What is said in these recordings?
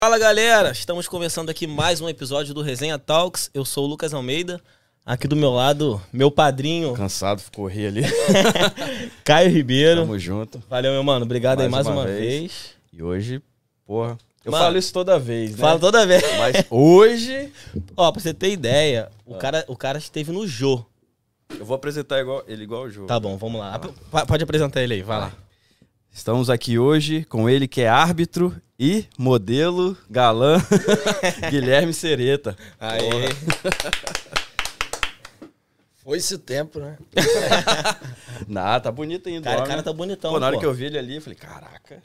Fala galera, estamos começando aqui mais um episódio do Resenha Talks. Eu sou o Lucas Almeida, aqui do meu lado, meu padrinho. Cansado, corri ali. Caio Ribeiro. Tamo junto. Valeu, meu mano, obrigado aí mais uma vez. E hoje, porra, eu Mano, falo isso toda vez, né? Falo toda vez. Mas hoje... Ó, pra você ter ideia, o cara esteve no Jô. Eu vou apresentar ele igual o jogo. Tá bom, vamos lá. Pode apresentar ele aí, vai lá. Estamos aqui hoje com ele que é árbitro e modelo galã, Guilherme Sereta. Aê. Foi-se o tempo, né? Tá bonito ainda. Cara, o cara tá bonitão, pô. Na hora que eu vi ele ali, eu falei, caraca.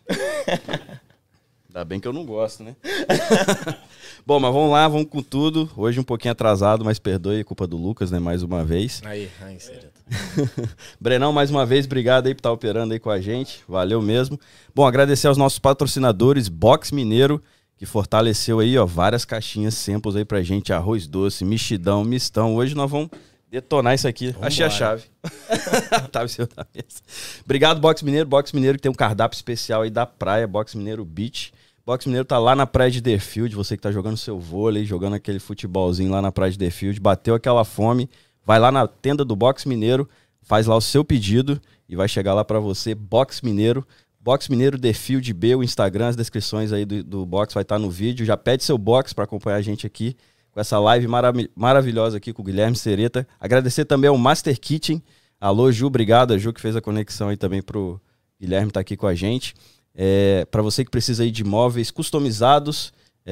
Ainda bem que eu não gosto, né? Bom, mas vamos lá, vamos com tudo. Hoje um pouquinho atrasado, mas perdoe, culpa do Lucas, né? Mais uma vez. Aí, Sereta. Brenão, mais uma vez, obrigado aí por estar operando aí com a gente. Valeu mesmo. Bom, agradecer aos nossos patrocinadores, Box Mineiro, que fortaleceu aí, ó, várias caixinhas, samples aí pra gente, arroz doce, mexidão, mistão. Hoje nós vamos detonar isso aqui. Vambora. Achei a chave. Tava em cima da mesa. Obrigado, Box Mineiro que tem um cardápio especial aí da praia, Box Mineiro Beach. Box Mineiro tá lá na praia de Deerfield, você que tá jogando seu vôlei, jogando aquele futebolzinho lá na praia de Deerfield, bateu aquela fome, vai lá na tenda do Box Mineiro, faz lá o seu pedido e vai chegar lá pra você, Box Mineiro Deerfield B, o Instagram, as descrições aí do box vai estar no vídeo, já pede seu box pra acompanhar a gente aqui com essa live maravilhosa aqui com o Guilherme Sereta. Agradecer também ao Master Kitchen, alô Ju, obrigado, a Ju que fez a conexão aí também pro Guilherme tá aqui com a gente. Para você que precisa aí de móveis customizados,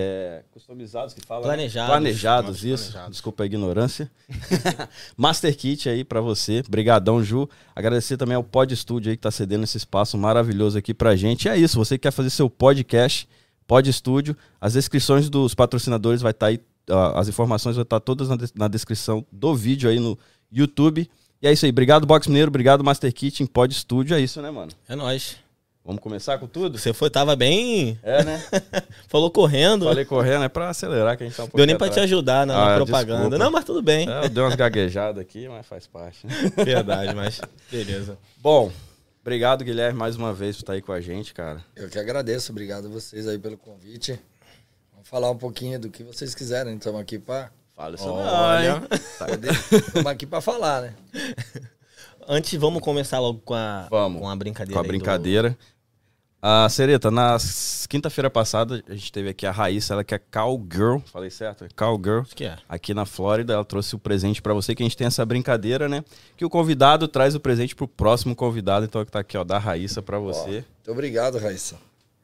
que fala, planejados, isso, planejados. Desculpa a ignorância. Master Kit aí para você, brigadão Ju, agradecer também ao Pod Studio aí que tá cedendo esse espaço maravilhoso aqui pra gente. É isso, você que quer fazer seu podcast, Pod Studio, as descrições dos patrocinadores vai estar aí, as informações vão estar todas na descrição do vídeo aí no YouTube. E é isso aí, obrigado Box Mineiro, obrigado Master Kitchen, Pod Studio, é isso né mano? É nóis. Vamos começar com tudo? Você tava bem... né? Falou correndo. Falei correndo, é pra acelerar que a gente tá um pouco Deu nem pra te ajudar na propaganda. Desculpa. Não, mas tudo bem. Eu dei umas gaguejadas aqui, mas faz parte. Né? Verdade, mas beleza. Bom, obrigado Guilherme mais uma vez por estar aí com a gente, cara. Eu que agradeço, obrigado a vocês aí pelo convite. Vamos falar um pouquinho do que vocês quiserem, estamos aqui pra... Fala isso Olha. Estamos aqui pra falar, né? Antes, vamos começar logo com a brincadeira. Com a brincadeira. A Sereta, na quinta-feira passada, a gente teve aqui a Raíssa, ela que é Cowgirl, falei certo? Cowgirl, Acho que é. Aqui na Flórida, ela trouxe o presente pra você, que a gente tem essa brincadeira, né? Que o convidado traz o presente pro próximo convidado, então tá aqui, ó, da Raíssa pra você. Muito obrigado, Raíssa.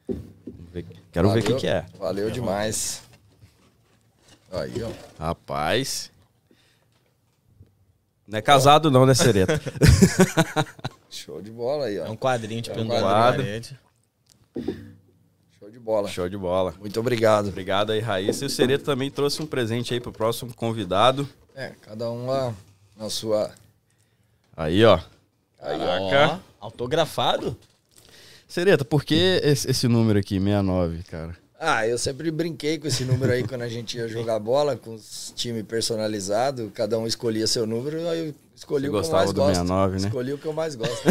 Quero ver o que é. Valeu demais. Aí, ó. Rapaz. Não é casado não, né, Sereta? Show de bola aí, ó. É um quadrinho de pendurar na parede. Show de bola. Show de bola. Muito obrigado. Obrigado aí, Raíssa. E o Sereta também trouxe um presente aí pro próximo convidado. Cada um lá na sua... Aí, ó. Caraca. Ó, autografado? Sereta, por que esse número aqui, 69, cara? Eu sempre brinquei com esse número aí quando a gente ia jogar bola com os times personalizados. Cada um escolhia seu número, aí eu escolhi o que eu mais gosto. Você gostava do 69, né? Escolhi o que eu mais gosto.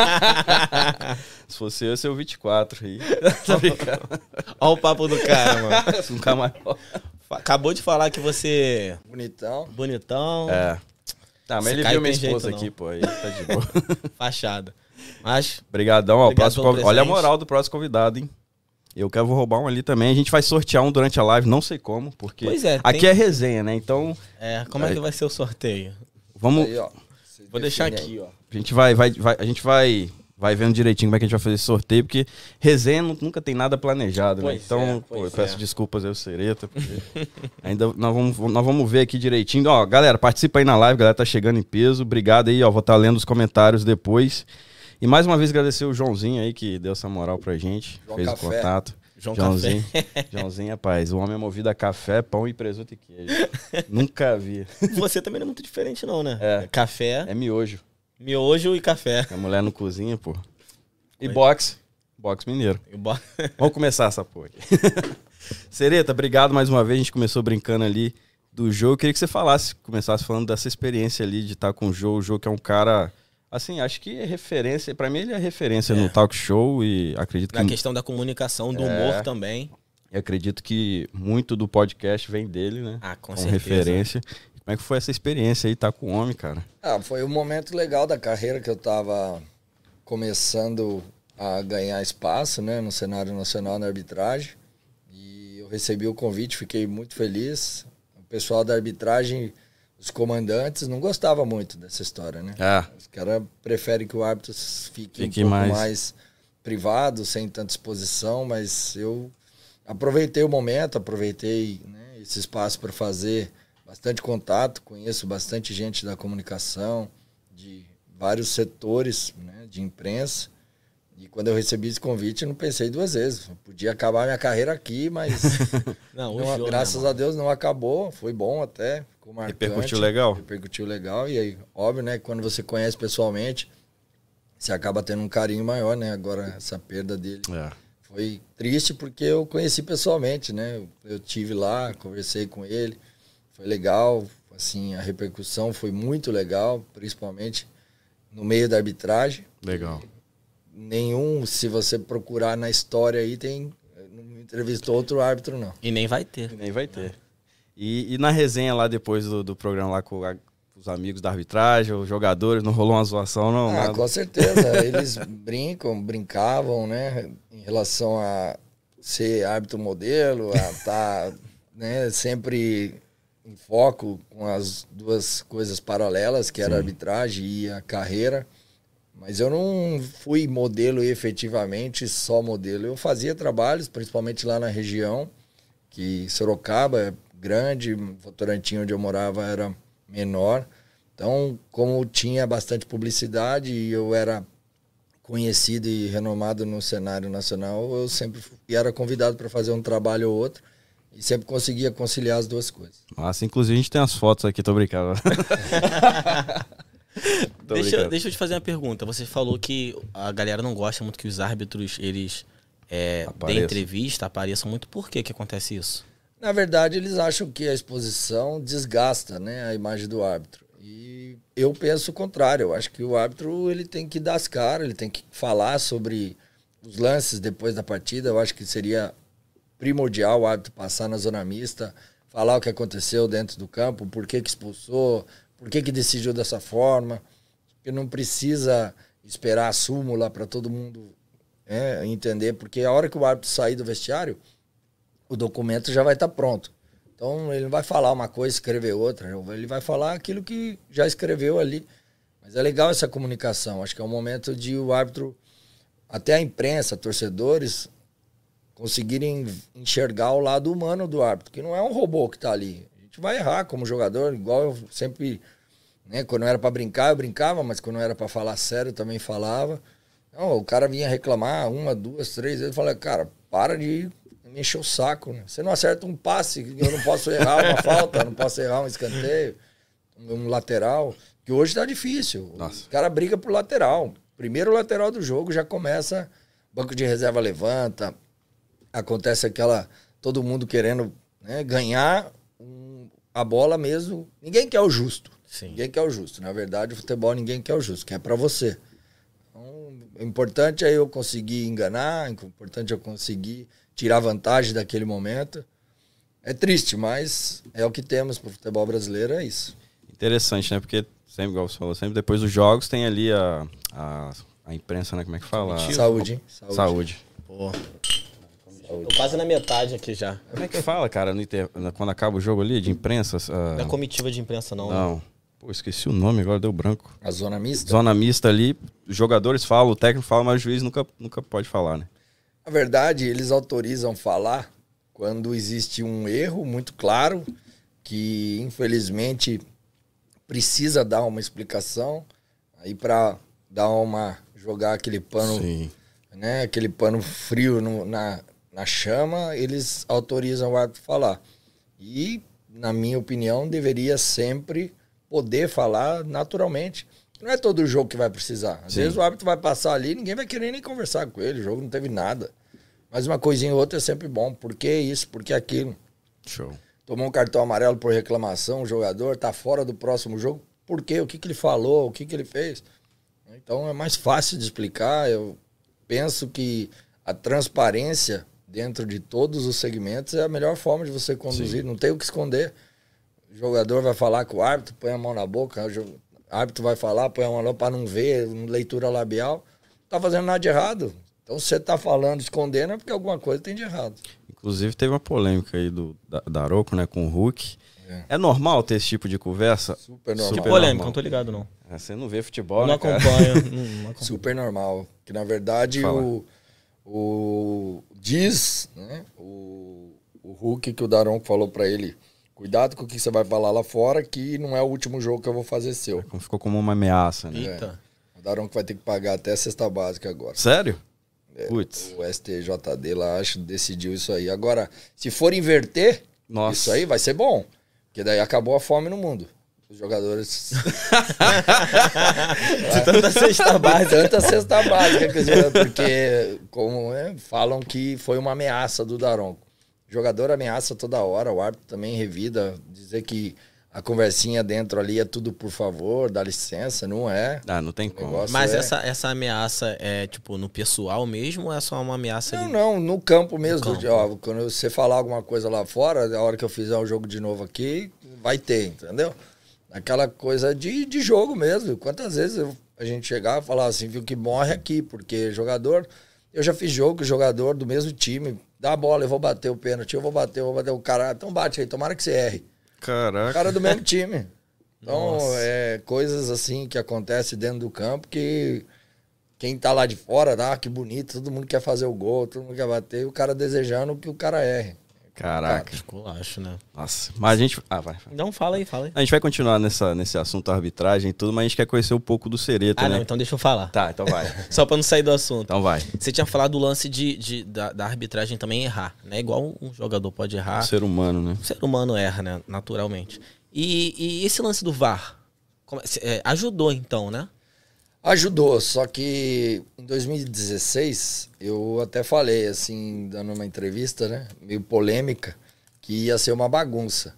Se fosse eu, ia ser o 24 aí. Olha o papo do cara, mano. Nunca mais. Acabou de falar que você... Bonitão. Tá, mas ele viu minha esposa aqui, pô. Aí tá de boa. Fachada. Mas... Obrigadão, ó. Olha a moral do próximo convidado, hein? Eu quero roubar um ali também. A gente vai sortear um durante a live, não sei como, porque aqui é resenha, né? Então... como é que vai ser o sorteio? Vamos... Aí, ó. Vou deixar aqui, ó. A gente vai vendo direitinho como é que a gente vai fazer esse sorteio, porque resenha nunca tem nada planejado, né? Então, eu peço desculpas aí ao Sereta, porque ainda nós vamos ver aqui direitinho. Ó, galera, participa aí na live, galera tá chegando em peso. Obrigado aí, ó, vou estar lendo os comentários depois. E mais uma vez agradecer o Joãozinho aí, que deu essa moral pra gente, fez o contato. Joãozinho. Joãozinho, rapaz, o homem é movido a café, pão e presunto e queijo. Nunca vi. Você também não é muito diferente não, né? Café. É miojo. Miojo e café. A mulher não cozinha, pô. E boxe mineiro. Vamos começar essa porra aqui. Sereta, obrigado mais uma vez. A gente começou brincando ali do jogo. Eu queria que você começasse falando dessa experiência ali de estar com o Jô. O Jô que é um cara Assim, acho que é referência, pra mim ele é referência no talk show e acredito que... Na questão da comunicação, do humor também. E acredito que muito do podcast vem dele, né? Com Como certeza. referência. Como é que foi essa experiência aí, tá com o homem, cara? Foi um momento legal da carreira que eu tava começando a ganhar espaço, né, no cenário nacional na arbitragem. E eu recebi o convite, fiquei muito feliz. O pessoal da arbitragem, os comandantes, não gostava muito dessa história, né? Os caras preferem que o árbitro fique um pouco mais privado, sem tanta exposição, mas eu aproveitei o momento, aproveitei, né, esse espaço para fazer bastante contato, conheço bastante gente da comunicação, de vários setores, né, de imprensa. E quando eu recebi esse convite, eu não pensei duas vezes. Eu podia acabar minha carreira aqui, mas graças a Deus não acabou. Foi bom até, ficou marcante. Repercutiu legal? Repercutiu legal. E aí, óbvio, né, quando você conhece pessoalmente, você acaba tendo um carinho maior, né? Agora, essa perda dele foi triste porque eu conheci pessoalmente, né? Eu tive lá, conversei com ele, foi legal. Assim, a repercussão foi muito legal, principalmente no meio da arbitragem. Legal. Se você procurar na história aí, não entrevistou outro árbitro, não. E nem vai ter. E na resenha lá depois do programa lá com os amigos da arbitragem, os jogadores, não rolou uma zoação, não? Nada. Com certeza. Eles brincavam, né? Em relação a ser árbitro modelo, a estar né, sempre em foco com as duas coisas paralelas, que era a arbitragem e a carreira. Mas eu não fui modelo efetivamente, só modelo. Eu fazia trabalhos, principalmente lá na região, que Sorocaba é grande, Votorantim, onde eu morava, era menor. Então, como tinha bastante publicidade e eu era conhecido e renomado no cenário nacional, eu sempre era convidado para fazer um trabalho ou outro e sempre conseguia conciliar as duas coisas. Nossa, inclusive a gente tem as fotos aqui, tô brincando. Deixa eu te fazer uma pergunta. Você falou que a galera não gosta muito que os árbitros, eles deem entrevista, apareçam muito. Por que acontece isso? Na verdade, eles acham que a exposição desgasta, né, a imagem do árbitro. E eu penso o contrário. Eu acho que o árbitro ele tem que dar as caras, ele tem que falar sobre os lances depois da partida. Eu acho que seria primordial o árbitro passar na zona mista, falar o que aconteceu dentro do campo, por que expulsou, por que decidiu dessa forma. Porque não precisa esperar a súmula para todo mundo entender, porque a hora que o árbitro sair do vestiário, o documento já vai estar pronto. Então ele não vai falar uma coisa e escrever outra, ele vai falar aquilo que já escreveu ali. Mas é legal essa comunicação, acho que é um momento de o árbitro, até a imprensa, torcedores, conseguirem enxergar o lado humano do árbitro, que não é um robô que está ali. A gente vai errar como jogador, igual eu sempre, né, quando era para brincar, eu brincava, mas quando era para falar sério, eu também falava. Não, o cara vinha reclamar 1, 2, 3 vezes, eu falei, cara, para de me encher o saco, né? Você não acerta um passe, eu não posso errar uma falta, não posso errar um escanteio, um lateral, que hoje tá difícil. Nossa. O cara briga por lateral. Primeiro lateral do jogo já começa, banco de reserva levanta, acontece todo mundo querendo, né, ganhar a bola mesmo. Ninguém quer o justo. Sim. Ninguém quer o justo. Na verdade, o futebol ninguém quer o justo, que é pra você. Então, o importante é eu conseguir enganar, o importante é eu conseguir tirar vantagem daquele momento. É triste, mas é o que temos pro futebol brasileiro, é isso. Interessante, né? Porque, sempre, igual você falou, sempre depois dos jogos tem ali a imprensa, né? Como é que fala? Saúde, hein? Saúde. Pô. Tô quase na metade aqui já. Como é que fala, cara, quando acaba o jogo ali, de imprensa? Não é comitiva de imprensa, não. Não. Né? Pô, esqueci o nome, agora deu branco. A zona mista? Zona mista ali, os jogadores falam, o técnico fala, mas o juiz nunca pode falar, né? Na verdade, eles autorizam falar quando existe um erro muito claro, que infelizmente precisa dar uma explicação, aí para jogar aquele pano, né, aquele pano frio na chama, eles autorizam o árbitro falar. E, na minha opinião, deveria sempre poder falar naturalmente. Não é todo jogo que vai precisar. Às vezes o árbitro vai passar ali, ninguém vai querer nem conversar com ele, o jogo não teve nada. Mas uma coisinha ou outra é sempre bom. Por que isso? Por que aquilo? Show. Tomou um cartão amarelo por reclamação, o jogador tá fora do próximo jogo. Por quê? O que ele falou? O que ele fez? Então é mais fácil de explicar. Eu penso que a transparência dentro de todos os segmentos, é a melhor forma de você conduzir. Sim. Não tem o que esconder. O jogador vai falar com o árbitro, põe a mão na boca, o árbitro vai falar, põe a mão na boca para não ver, leitura labial. Não tá fazendo nada de errado. Então, se você tá falando, escondendo, é porque alguma coisa tem de errado. Inclusive, teve uma polêmica aí do Daronco, né, com o Hulk. É normal ter esse tipo de conversa? Super normal. Que polêmica, não tô ligado, não. Você não vê futebol, não, né, cara? Não acompanho. Super normal. Que, na verdade, diz, né, o Hulk, que o Daronco falou pra ele, cuidado com o que você vai falar lá fora, que não é o último jogo que eu vou fazer seu. Ficou como uma ameaça, né? Eita. O Daronco vai ter que pagar até a cesta básica agora. Sério? Putz. O STJD lá, acho, decidiu isso aí. Agora, se for inverter, isso aí vai ser bom. Porque daí acabou a fome no mundo. Os jogadores... de tanta cesta básica. Tanta cesta básica. Porque, como falam que foi uma ameaça do Daronco. O jogador ameaça toda hora, o árbitro também revida, dizer que a conversinha dentro ali é tudo por favor, dá licença, não é. Não tem como. Mas essa ameaça é, tipo, no pessoal mesmo ou é só uma ameaça ali? Não, no campo mesmo. Ó, quando você falar alguma coisa lá fora, a hora que eu fizer o jogo de novo aqui, vai ter, entendeu? Aquela coisa de jogo mesmo. Quantas vezes a gente chegava e falava assim, viu, que morre aqui, porque jogador... Eu já fiz jogo com jogador do mesmo time, dá a bola, eu vou bater o pênalti, eu vou bater o cara, então bate aí, tomara que você erre. Caraca. O cara do mesmo time. Então, coisas assim que acontecem dentro do campo que quem tá lá de fora, que bonito, todo mundo quer fazer o gol, todo mundo quer bater, e o cara desejando que o cara erre. Caraca. Esculacho, né? Nossa, mas a gente... vai. Não, fala aí. A gente vai continuar nesse assunto arbitragem e tudo, mas a gente quer conhecer um pouco do Cereto, né? Não, então deixa eu falar. Tá, então vai. Só pra não sair do assunto. Então vai. Você tinha falado do lance da arbitragem também errar, né? Igual um jogador pode errar. Um ser humano, né? O ser humano erra, né? Naturalmente. E esse lance do VAR ajudou, então, né? Ajudou, só que em 2016, eu até falei, assim, dando uma entrevista, né, meio polêmica, que ia ser uma bagunça.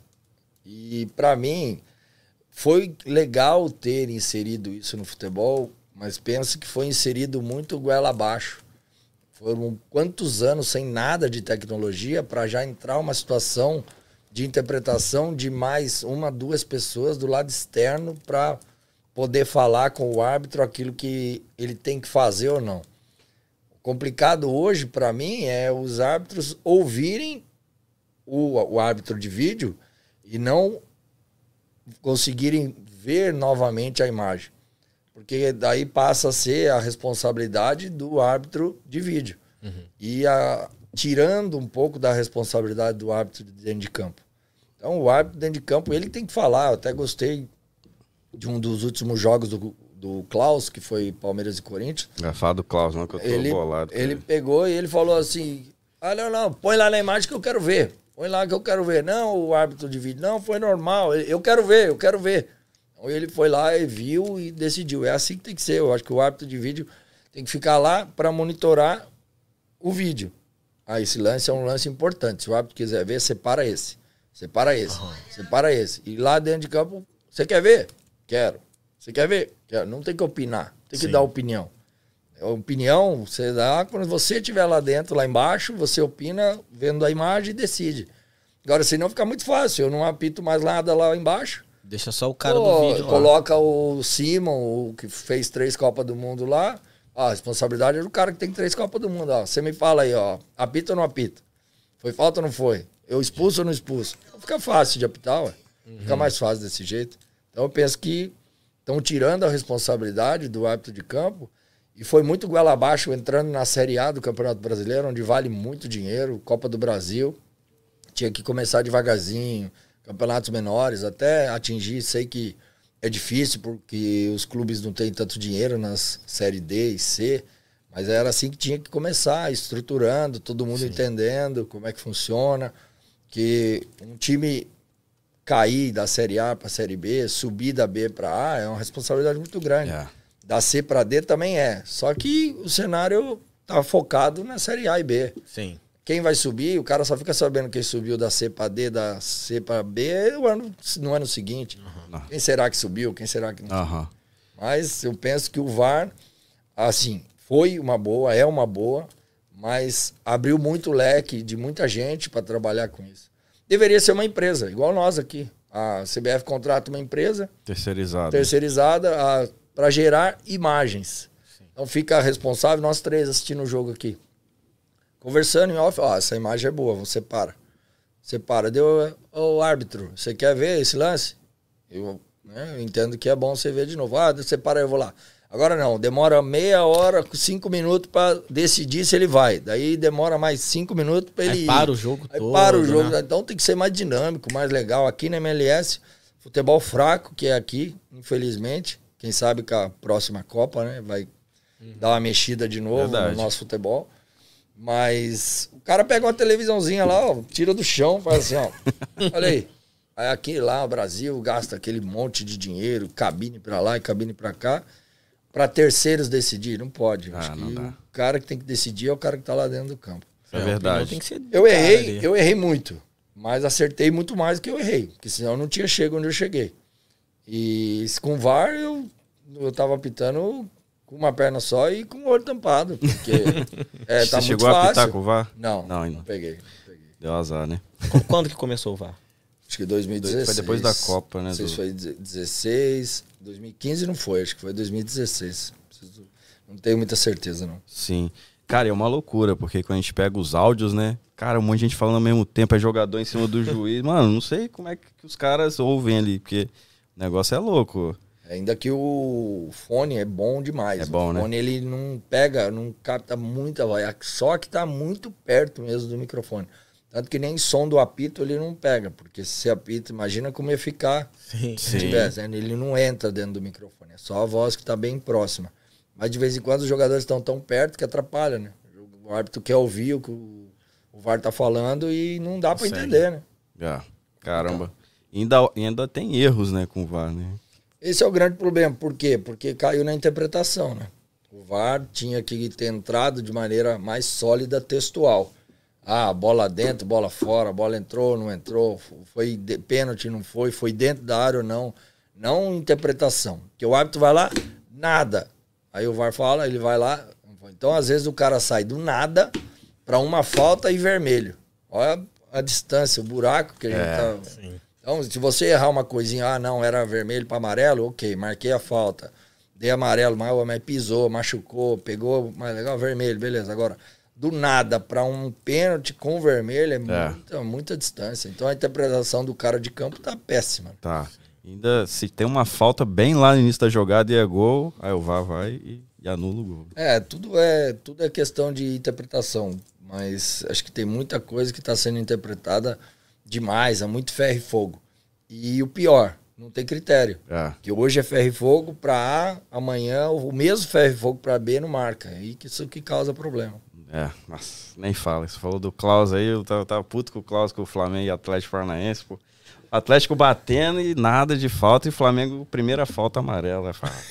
E pra mim, foi legal ter inserido isso no futebol, mas penso que foi inserido muito goela abaixo. Foram quantos anos sem nada de tecnologia para já entrar uma situação de interpretação de mais 1, 2 pessoas do lado externo para poder falar com o árbitro aquilo que ele tem que fazer ou não. O complicado hoje, para mim, é os árbitros ouvirem o árbitro de vídeo e não conseguirem ver novamente a imagem. Porque daí passa a ser a responsabilidade do árbitro de vídeo. Uhum. E tirando um pouco da responsabilidade do árbitro dentro de campo. Então, o árbitro dentro de campo, ele tem que falar. Eu até gostei de um dos últimos jogos do Klaus, que foi Palmeiras e Corinthians. Vai falar do Klaus, não, que eu tô bolado. Ele pegou e ele falou assim, não, põe lá na imagem que eu quero ver. Põe lá que eu quero ver. Não, o árbitro de vídeo, não, foi normal. Eu quero ver. Então, ele foi lá e viu e decidiu. É assim que tem que ser. Eu acho que o árbitro de vídeo tem que ficar lá para monitorar o vídeo. Esse lance é um lance importante. Se o árbitro quiser ver, separa esse. Separa esse. E lá dentro de campo, você quer ver? Quero. Você quer ver? Quero. Não tem que opinar. Tem que dar opinião. A opinião você dá quando você estiver lá dentro, lá embaixo, você opina vendo a imagem e decide. Agora, senão fica muito fácil. Eu não apito mais nada lá embaixo. Deixa só o cara do vídeo lá. Coloca o Simon, o que fez 3 Copas do Mundo lá. A responsabilidade é do cara que tem 3 Copas do Mundo. Você me fala aí, apita ou não apita? Foi falta ou não foi? Eu expulso ou não expulso? Fica fácil de apitar, ué. Fica mais fácil desse jeito. Então eu penso que estão tirando a responsabilidade do árbitro de campo e foi muito goela abaixo entrando na Série A do Campeonato Brasileiro, onde vale muito dinheiro, Copa do Brasil. Tinha que começar devagarzinho, campeonatos menores, até atingir. Sei que é difícil porque os clubes não têm tanto dinheiro nas Série D e C, mas era assim que tinha que começar, estruturando, todo mundo entendendo como é que funciona, que um time cair da Série A para a Série B, subir da B para A, é uma responsabilidade muito grande. Da C para D também é. Só que o cenário tá focado na Série A e B. Sim. Quem vai subir, o cara só fica sabendo quem subiu da C para D, da C para B no ano seguinte. Quem será que subiu, quem será que não subiu? Mas eu penso que o VAR, assim, foi uma boa, é uma boa, mas abriu muito leque de muita gente para trabalhar com isso. Deveria ser uma empresa, igual nós aqui. A CBF contrata uma empresa terceirizada para gerar imagens. Sim. Então fica responsável nós 3 assistindo o jogo aqui. Conversando em off, essa imagem é boa, você para. Você para, deu o árbitro, você quer ver esse lance? Eu entendo que é bom você ver de novo. Você para, eu vou lá. Agora não, demora meia hora, 5 minutos para decidir se ele vai. Daí demora mais 5 minutos para ele ir. Para o jogo todo. Para o jogo, né? Então tem que ser mais dinâmico, mais legal. Aqui na MLS, futebol fraco, que é aqui, infelizmente. Quem sabe com a próxima Copa, né? Vai dar uma mexida de novo no nosso futebol. Mas o cara pega uma televisãozinha lá, ó, tira do chão, faz assim, ó. Olha aí. Aí aqui lá, o Brasil gasta aquele monte de dinheiro, cabine pra lá e cabine pra cá, pra terceiros decidir. Não pode. Acho que o cara que tem que decidir é o cara que tá lá dentro do campo. É verdade. Tem que ser eu errei muito, mas acertei muito mais do que eu errei, porque senão eu não tinha chegado onde eu cheguei. E com o VAR, eu tava apitando com uma perna só e com o olho tampado, porque tá muito chegou fácil. A apitar com o VAR? Não peguei. Deu azar, né? Quando que começou o VAR? Acho que 2016. Foi depois da Copa, né? Não sei se foi 16, 2015 não foi, acho que foi 2016. Não tenho muita certeza, não. Sim. Cara, é uma loucura, porque quando a gente pega os áudios, né? Cara, um monte de gente falando ao mesmo tempo, é jogador em cima do juiz. Mano, não sei como é que os caras ouvem ali, porque o negócio é louco. Ainda que o fone é bom demais. É bom, o fone, né? Ele não pega, não capta muita voz. Só que tá muito perto mesmo do microfone. Tanto que nem som do apito ele não pega. Porque se apita, imagina como ia ficar se tivesse. Né? Ele não entra dentro do microfone. É só a voz que tá bem próxima. Mas de vez em quando os jogadores estão tão perto que atrapalha, né? O árbitro quer ouvir o que o VAR tá falando e não dá para entender, né? Caramba. Ainda tem erros, né, com o VAR, né? Esse é o grande problema. Por quê? Porque caiu na interpretação, né? O VAR tinha que ter entrado de maneira mais sólida, textual. Bola dentro, bola fora, bola entrou, não entrou, foi pênalti, não foi dentro da área ou não. Não interpretação. Porque o árbitro vai lá, nada. Aí o VAR fala, ele vai lá. Então, às vezes, o cara sai do nada para uma falta e vermelho. Olha a distância, o buraco que a gente tá... Sim. Então, se você errar uma coisinha, não, era vermelho para amarelo, ok, marquei a falta. Dei amarelo, mas pisou, machucou, pegou, mais legal, vermelho, beleza. Agora, do nada para um pênalti com vermelho muita distância. Então, a interpretação do cara de campo tá péssima. Tá. Ainda se tem uma falta bem lá no início da jogada e é gol, aí o VAR vai e anula o gol. Tudo é questão de interpretação. Mas acho que tem muita coisa que está sendo interpretada demais, é muito ferro e fogo. E o pior, não tem critério. Que hoje é ferro e fogo para A, amanhã o mesmo ferro e fogo para B não marca. E isso que causa problema. Mas nem fala. Você falou do Klaus aí, eu tava puto com o Klaus, com o Flamengo e Atlético Paranaense, pô. Atlético batendo e nada de falta, e o Flamengo, primeira falta amarela.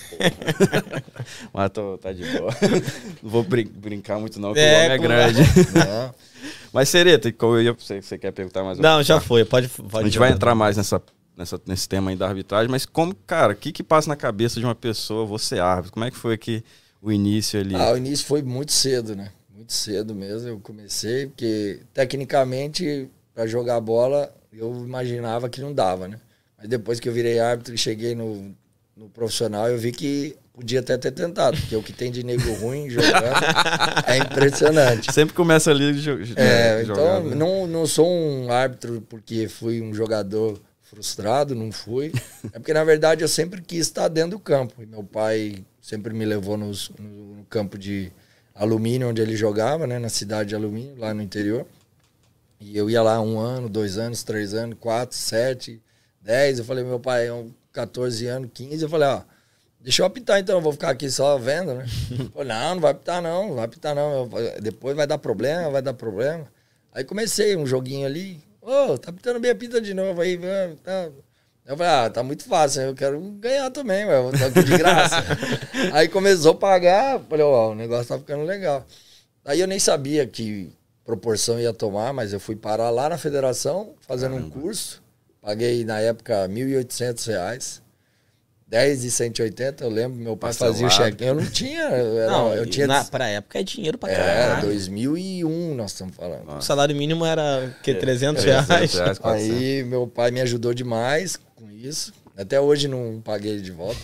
Mas tá de boa. Não vou brincar muito não, porque o homem é grande. Mas, Sereta, você quer perguntar mais? Não, já foi. Pode a gente vai entrar mais nesse tema aí da arbitragem, mas como, cara, o que passa na cabeça de uma pessoa, você árbitro? Como é que foi aqui o início ali? O início foi muito cedo, né? Muito cedo mesmo. Eu comecei, porque tecnicamente, para jogar bola, eu imaginava que não dava, né? Mas depois que eu virei árbitro e cheguei no profissional, eu vi que podia até ter tentado, porque o que tem de nego ruim jogando é impressionante. Sempre começa ali então, não sou um árbitro porque fui um jogador frustrado, não fui. É porque, na verdade, eu sempre quis estar dentro do campo. E meu pai sempre me levou no campo de alumínio, onde ele jogava, né? Na cidade de Alumínio, lá no interior. E eu ia lá 1 ano, 2 anos, 3 anos, 4, 7, 10. Eu falei, meu pai, 14 anos, 15. Eu falei, deixa eu apitar então, eu vou ficar aqui só vendo, né? Falei, não vai apitar não, depois vai dar problema. Aí comecei um joguinho ali, tá apitando bem, apita de novo aí. Eu falei, tá muito fácil, eu quero ganhar também, eu tô aqui de graça. Aí começou a pagar, falei, o negócio tá ficando legal. Aí eu nem sabia que proporção ia tomar, mas eu fui parar lá na federação, fazendo um curso. Paguei, na época, R$ 1.800. 10 e 180, eu lembro, meu pai fazia o check-in. Eu não tinha. Eu tinha pra época é dinheiro pra caralho. 2001 nós estamos falando. O salário mínimo era o quê? 300 reais? Aí meu pai me ajudou demais com isso. Até hoje não paguei ele de volta.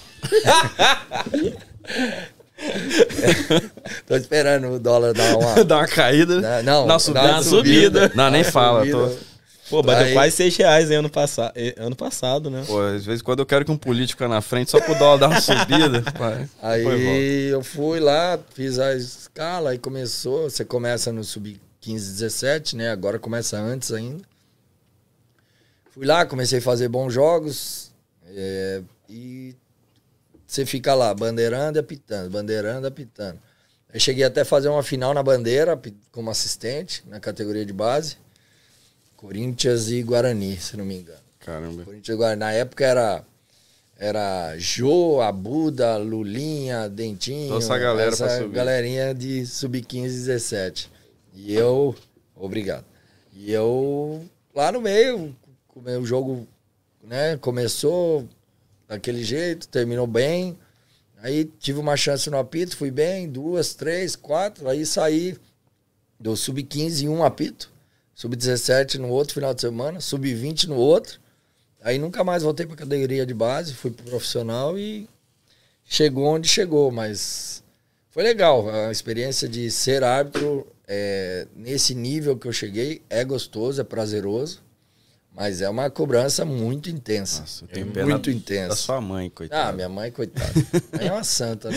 Tô esperando o dólar dar uma caída. Não, na subida. Não, nem fala. Pô, bateu quase 6 reais ano passado, né? Pô, às vezes quando eu quero que um político fique na frente só pro dólar dar uma subida. Aí eu fui lá, fiz a escala, aí começou. Você começa no sub 15, 17, né? Agora começa antes ainda. Fui lá, comecei a fazer bons jogos. E você fica lá, bandeirando e apitando. Aí cheguei até a fazer uma final na bandeira, como assistente, na categoria de base. Corinthians e Guarani, se não me engano. Caramba. Corinthians e Guarani. Na época era Jô, Abuda, Lulinha, Dentinho. Toda essa galera pra subir. Galerinha de sub-15 e 17. E eu... Obrigado. E eu, lá no meio, o jogo, né, começou daquele jeito, terminou bem. Aí tive uma chance no apito, fui bem, 2, 3, 4. Aí saí do sub-15 em um apito. Sub-17 no outro final de semana, sub-20 no outro. Aí nunca mais voltei para a categoria de base, fui pro profissional e chegou onde chegou. Mas foi legal, a experiência de ser árbitro nesse nível que eu cheguei é gostoso, é prazeroso. Mas é uma cobrança muito intensa. Nossa, eu tenho pena muito intensa. Da sua mãe, coitada. Minha mãe, coitada. Mãe é uma santa, né?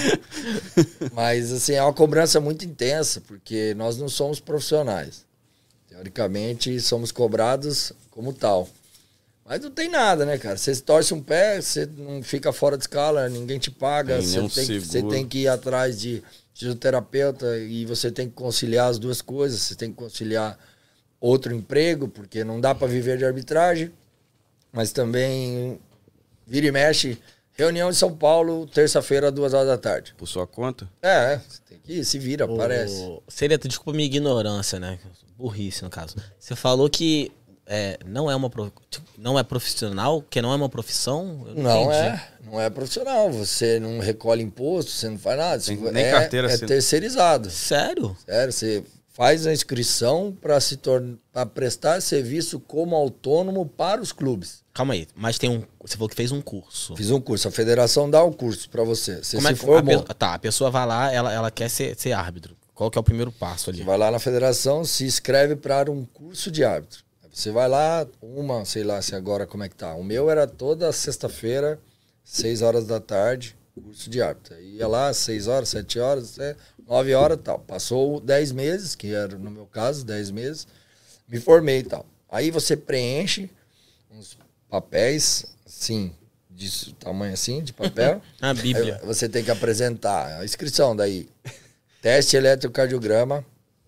Mas assim, é uma cobrança muito intensa, porque nós não somos profissionais. Teoricamente, somos cobrados como tal. Mas não tem nada, né, cara? Você torce um pé, você não fica fora de escala, ninguém te paga. Você tem que ir atrás de fisioterapeuta e você tem que conciliar as duas coisas. Você tem que conciliar outro emprego, porque não dá para viver de arbitragem. Mas também vira e mexe. Reunião em São Paulo, terça-feira, 2h da tarde. Por sua conta? Você tem que ir, se vira, parece. Seria, desculpa a minha ignorância, né? Burrice, no caso. Você falou que não é profissional, que não é uma profissão? Não é profissional. Você não recolhe imposto, você não faz nada. Nem carteira. É terceirizado. Sério? Sério, você faz a inscrição para prestar serviço como autônomo para os clubes. Calma aí, mas você falou que fez um curso. Fiz um curso, a federação dá o curso para você. Você como se formou. A pessoa vai lá, ela quer ser árbitro. Qual que é o primeiro passo ali? Você vai lá na federação, se inscreve para um curso de árbitro. Você vai lá, sei lá se agora como é que tá. O meu era toda sexta-feira, 6h da tarde, curso de árbitro. Ia lá, 6h, 7h, 9h e tal. Passou 10 meses, que era no meu caso, 10 meses, me formei e tal. Aí você preenche uns papéis, assim, de tamanho assim, de papel. A Bíblia. Aí você tem que apresentar a inscrição daí. Teste eletrocardiograma.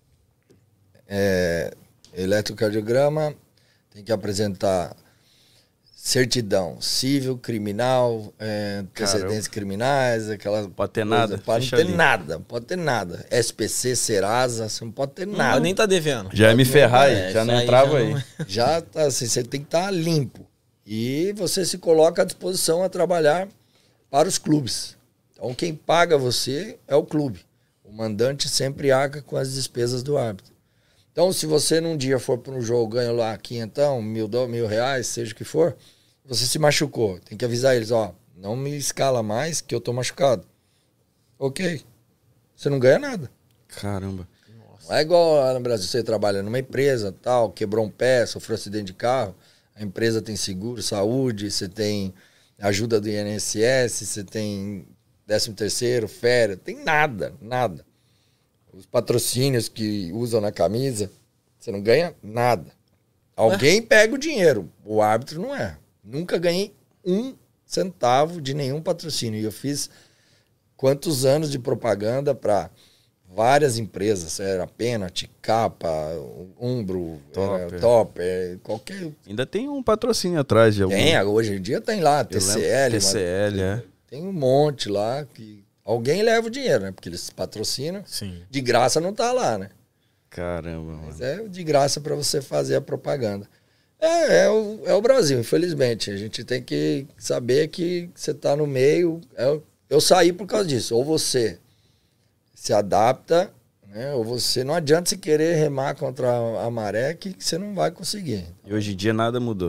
Eletrocardiograma. Tem que apresentar certidão civil, criminal, antecedentes criminais, aquela... Pode ter nada. Pode ter nada. SPC, Serasa, você não pode ter nada. Nem tá devendo. Já ia me ferrar aí, já não entrava aí. Já tá assim, você tem que estar limpo. E você se coloca à disposição a trabalhar para os clubes. Então quem paga você é o clube. O mandante sempre arca com as despesas do árbitro. Então se você num dia for para um jogo, ganha lá quinhentão, R$1.000, seja o que for, você se machucou. Tem que avisar eles, não me escala mais que eu tô machucado. Ok. Você não ganha nada. Caramba. Não é igual lá no Brasil, você trabalha numa empresa, tal, quebrou um pé, sofreu acidente de carro, a empresa tem seguro, saúde, você tem ajuda do INSS, você tem 13º, férias, tem nada. Os patrocínios que usam na camisa, você não ganha nada. Alguém pega o dinheiro, o árbitro não é. Nunca ganhei 1 centavo de nenhum patrocínio. E eu fiz quantos anos de propaganda para várias empresas. Era Pênalti, Capa, Umbro, Topper, qualquer... Ainda tem um patrocínio atrás de algum... Tem, hoje em dia tem lá, TCL. TCL, Tem um monte lá que... Alguém leva o dinheiro, né? Porque eles patrocinam. Sim. De graça não tá lá, né? Caramba, mano. Mas é de graça para você fazer a propaganda. É o Brasil, infelizmente. A gente tem que saber que você tá no meio. Eu saí por causa disso. Ou você se adapta, né? Ou você... Não adianta você querer remar contra a maré que você não vai conseguir. E hoje em dia nada mudou?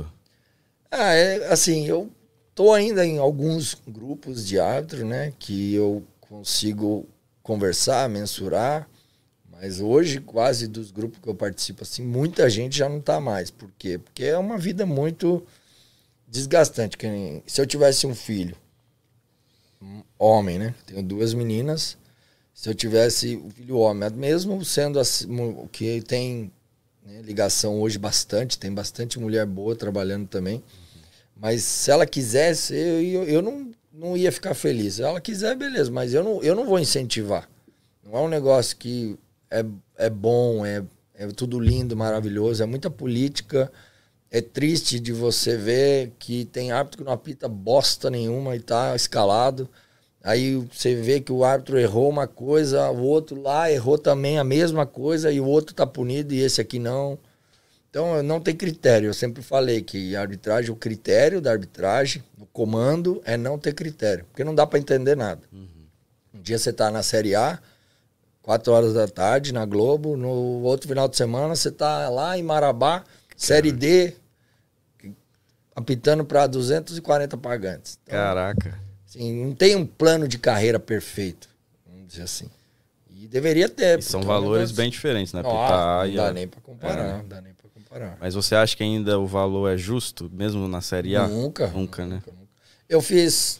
Assim, eu tô ainda em alguns grupos de árbitro, né? Que eu consigo conversar, mensurar. Mas hoje, quase dos grupos que eu participo, assim, muita gente já não tá mais. Por quê? Porque é uma vida muito desgastante. Se eu tivesse um filho, um homem, né? Tenho 2 meninas. Se eu tivesse um filho homem, mesmo sendo assim, o que tem, né, ligação hoje bastante, tem bastante mulher boa trabalhando também. Mas se ela quisesse, eu não ia ficar feliz. Se ela quiser, beleza, mas eu não vou incentivar. Não é um negócio que é bom, é tudo lindo, maravilhoso, é muita política. É triste de você ver que tem árbitro que não apita bosta nenhuma e tá escalado. Aí você vê que o árbitro errou uma coisa, o outro lá errou também a mesma coisa e o outro tá punido e esse aqui não. Então não tem critério. Eu sempre falei que a arbitragem, o critério da arbitragem, o comando é não ter critério, porque não dá para entender nada. Um dia você tá na Série A, 4 horas da tarde, na Globo. No outro final de semana, você tá lá em Marabá, Série D, apitando para 240 pagantes. Então, caraca. Assim, não tem um plano de carreira perfeito, vamos dizer assim. E deveria ter. E são valores bem diferentes, né? Não dá nem para comparar, não dá nem para comparar. Mas você acha que ainda o valor é justo, mesmo na Série A? Nunca, né? Nunca. Eu fiz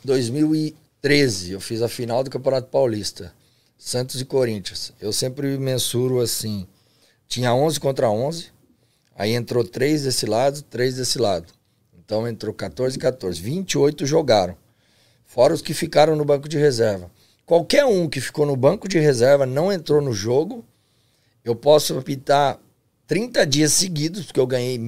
2013, eu fiz a final do Campeonato Paulista. Santos e Corinthians. Eu sempre mensuro assim. Tinha 11 contra 11. Aí entrou 3 desse lado, 3 desse lado. Então entrou 14 e 14. 28 jogaram. Fora os que ficaram no banco de reserva. Qualquer um que ficou no banco de reserva não entrou no jogo. Eu posso apitar 30 dias seguidos, porque eu ganhei R$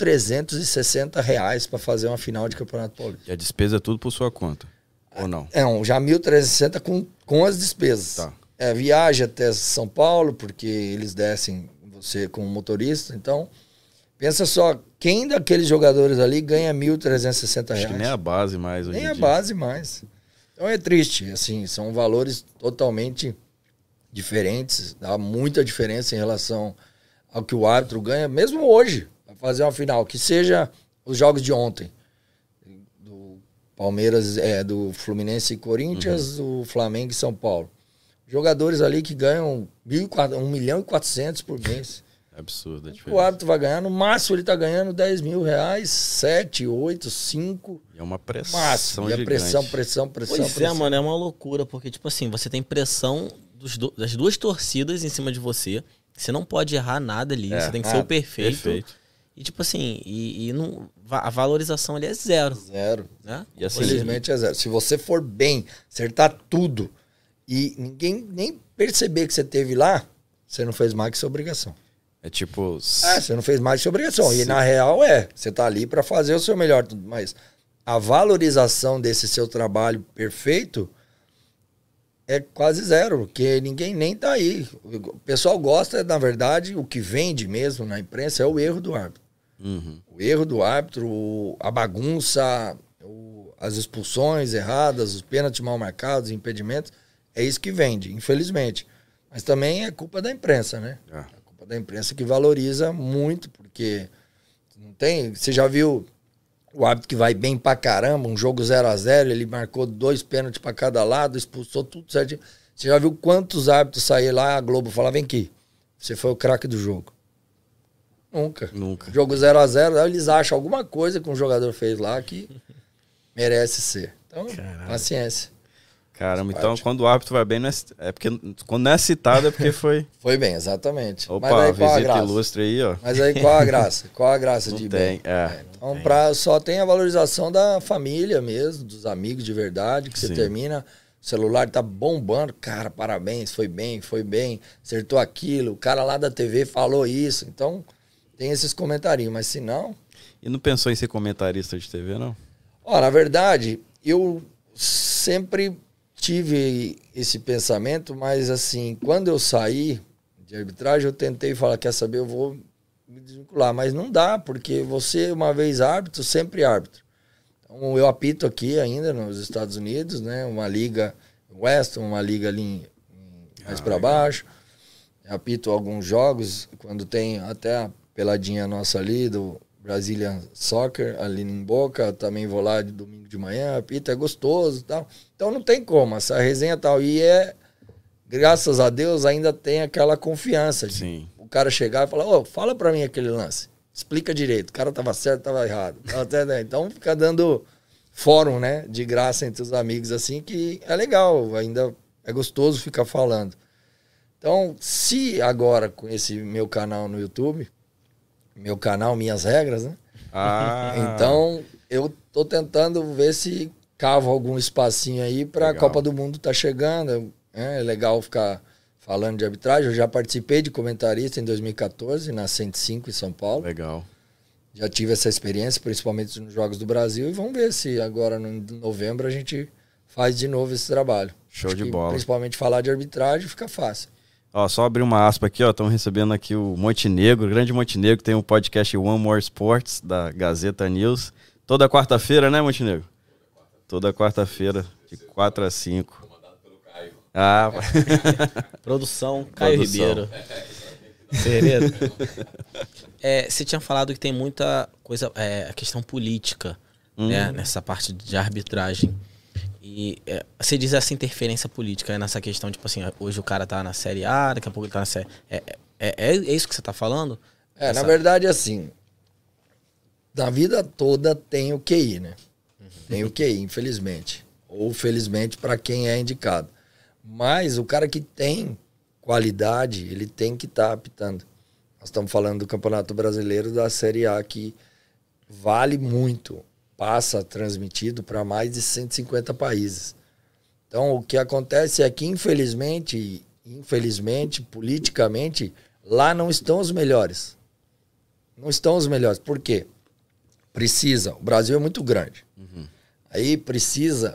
1.360 para fazer uma final de Campeonato Paulista. E a despesa é tudo por sua conta? Ou não? Já 1.360 com as despesas. Tá. Viagem até São Paulo, porque eles descem você como motorista. Então, pensa só, quem daqueles jogadores ali ganha R$ 1.360? Acho que nem a base mais hoje em dia. Nem a base mais. Então é triste, assim, são valores totalmente diferentes. Dá muita diferença em relação ao que o árbitro ganha, mesmo hoje, para fazer uma final, que seja os jogos de ontem. Do Palmeiras, do Fluminense e Corinthians, do Flamengo e São Paulo. Jogadores ali que ganham 1.400.000 por mês. Absurdo a diferença. O árbitro vai ganhar, no máximo ele tá ganhando R$10 mil, 7, 8, 5. E é uma pressão máximo. E a pressão. Pois é, mano, é uma loucura, porque, tipo assim, você tem pressão das 2 torcidas em cima de você. Você não pode errar nada ali, você tem que ser o perfeito. E, tipo assim, a valorização ali é zero. Zero. Né? E assim, infelizmente é zero. Se você for bem, acertar tudo, e ninguém nem perceber que você teve lá, você não fez mais que sua obrigação. É tipo... você não fez mais que sua obrigação. E na real você tá ali para fazer o seu melhor. Mas a valorização desse seu trabalho perfeito é quase zero, porque ninguém nem tá aí. O pessoal gosta, na verdade, o que vende mesmo na imprensa é o erro do árbitro. O erro do árbitro, a bagunça, as expulsões erradas, os pênaltis mal marcados, os impedimentos. É isso que vende, infelizmente. Mas também é culpa da imprensa, né? É culpa da imprensa que valoriza muito, porque não tem... Você já viu o árbitro que vai bem pra caramba, um jogo 0-0, ele marcou 2 pênaltis pra cada lado, expulsou tudo certinho. Você já viu quantos árbitros saíram lá, a Globo falava, vem aqui, você foi o craque do jogo. Nunca. Jogo 0-0, eles acham alguma coisa que um jogador fez lá que merece ser. Então, paciência. Caramba, então quando o árbitro vai bem, porque quando não é citado é porque foi... Foi bem, exatamente. Opa, mas aí, visita ilustre aí, ó. Mas aí qual a graça? Qual a graça não de ir tem, bem? Então só tem a valorização da família mesmo, dos amigos de verdade, que você termina, o celular tá bombando, cara, parabéns, foi bem, acertou aquilo, o cara lá da TV falou isso, então tem esses comentarinhos, mas se não... E não pensou em ser comentarista de TV, não? Na verdade, eu sempre... tive esse pensamento, mas assim, quando eu saí de arbitragem, eu tentei falar, quer saber, eu vou me desvincular. Mas não dá, porque você, uma vez árbitro, sempre árbitro. Então, eu apito aqui ainda nos Estados Unidos, né? Uma liga Weston, uma liga ali mais para baixo. Apito alguns jogos, quando tem até a peladinha nossa ali, do Brazilian Soccer, ali em Boca, também vou lá de domingo de manhã, apito, é gostoso e tal. Então não tem como, essa resenha tal. E graças a Deus, ainda tem aquela confiança de Sim. o cara chegar e falar, fala pra mim aquele lance, explica direito, o cara tava certo, tava errado. Então fica dando fórum, né, de graça entre os amigos, assim, que é legal, ainda é gostoso ficar falando. Então, se agora com esse meu canal no YouTube, meu canal, minhas regras, né? Então, eu tô tentando ver se cavo algum espacinho aí pra a Copa do Mundo tá chegando. É legal ficar falando de arbitragem. Eu já participei de comentarista em 2014, na 105 em São Paulo. Legal. Já tive essa experiência, principalmente nos Jogos do Brasil. E vamos ver se agora, em novembro, a gente faz de novo esse trabalho. Show de bola. Principalmente falar de arbitragem fica fácil. Ó, só abrir uma aspa aqui, ó, estamos recebendo aqui o Montenegro, o grande Montenegro, tem um podcast One More Sports, da Gazeta News. Toda quarta-feira, né, Montenegro? Toda quarta-feira, de 4 a 5. Comandado pelo Caio. Produção, Caio Ribeiro. Sereno. Você tinha falado que tem muita coisa, a questão política, né, nessa parte de arbitragem. E você diz essa interferência política, nessa questão, tipo assim, hoje o cara tá na Série A, daqui a pouco ele tá na Série... É isso que você tá falando? Na verdade, assim, na vida toda tem o QI, né? Tem o QI, infelizmente. Ou felizmente para quem é indicado. Mas o cara que tem qualidade, ele tem que estar apitando. Nós estamos falando do Campeonato Brasileiro da Série A, que vale muito. Passa transmitido para mais de 150 países. Então, o que acontece é que, infelizmente, politicamente, lá não estão os melhores. Não estão os melhores. Por quê? Precisa. O Brasil é muito grande. Aí precisa...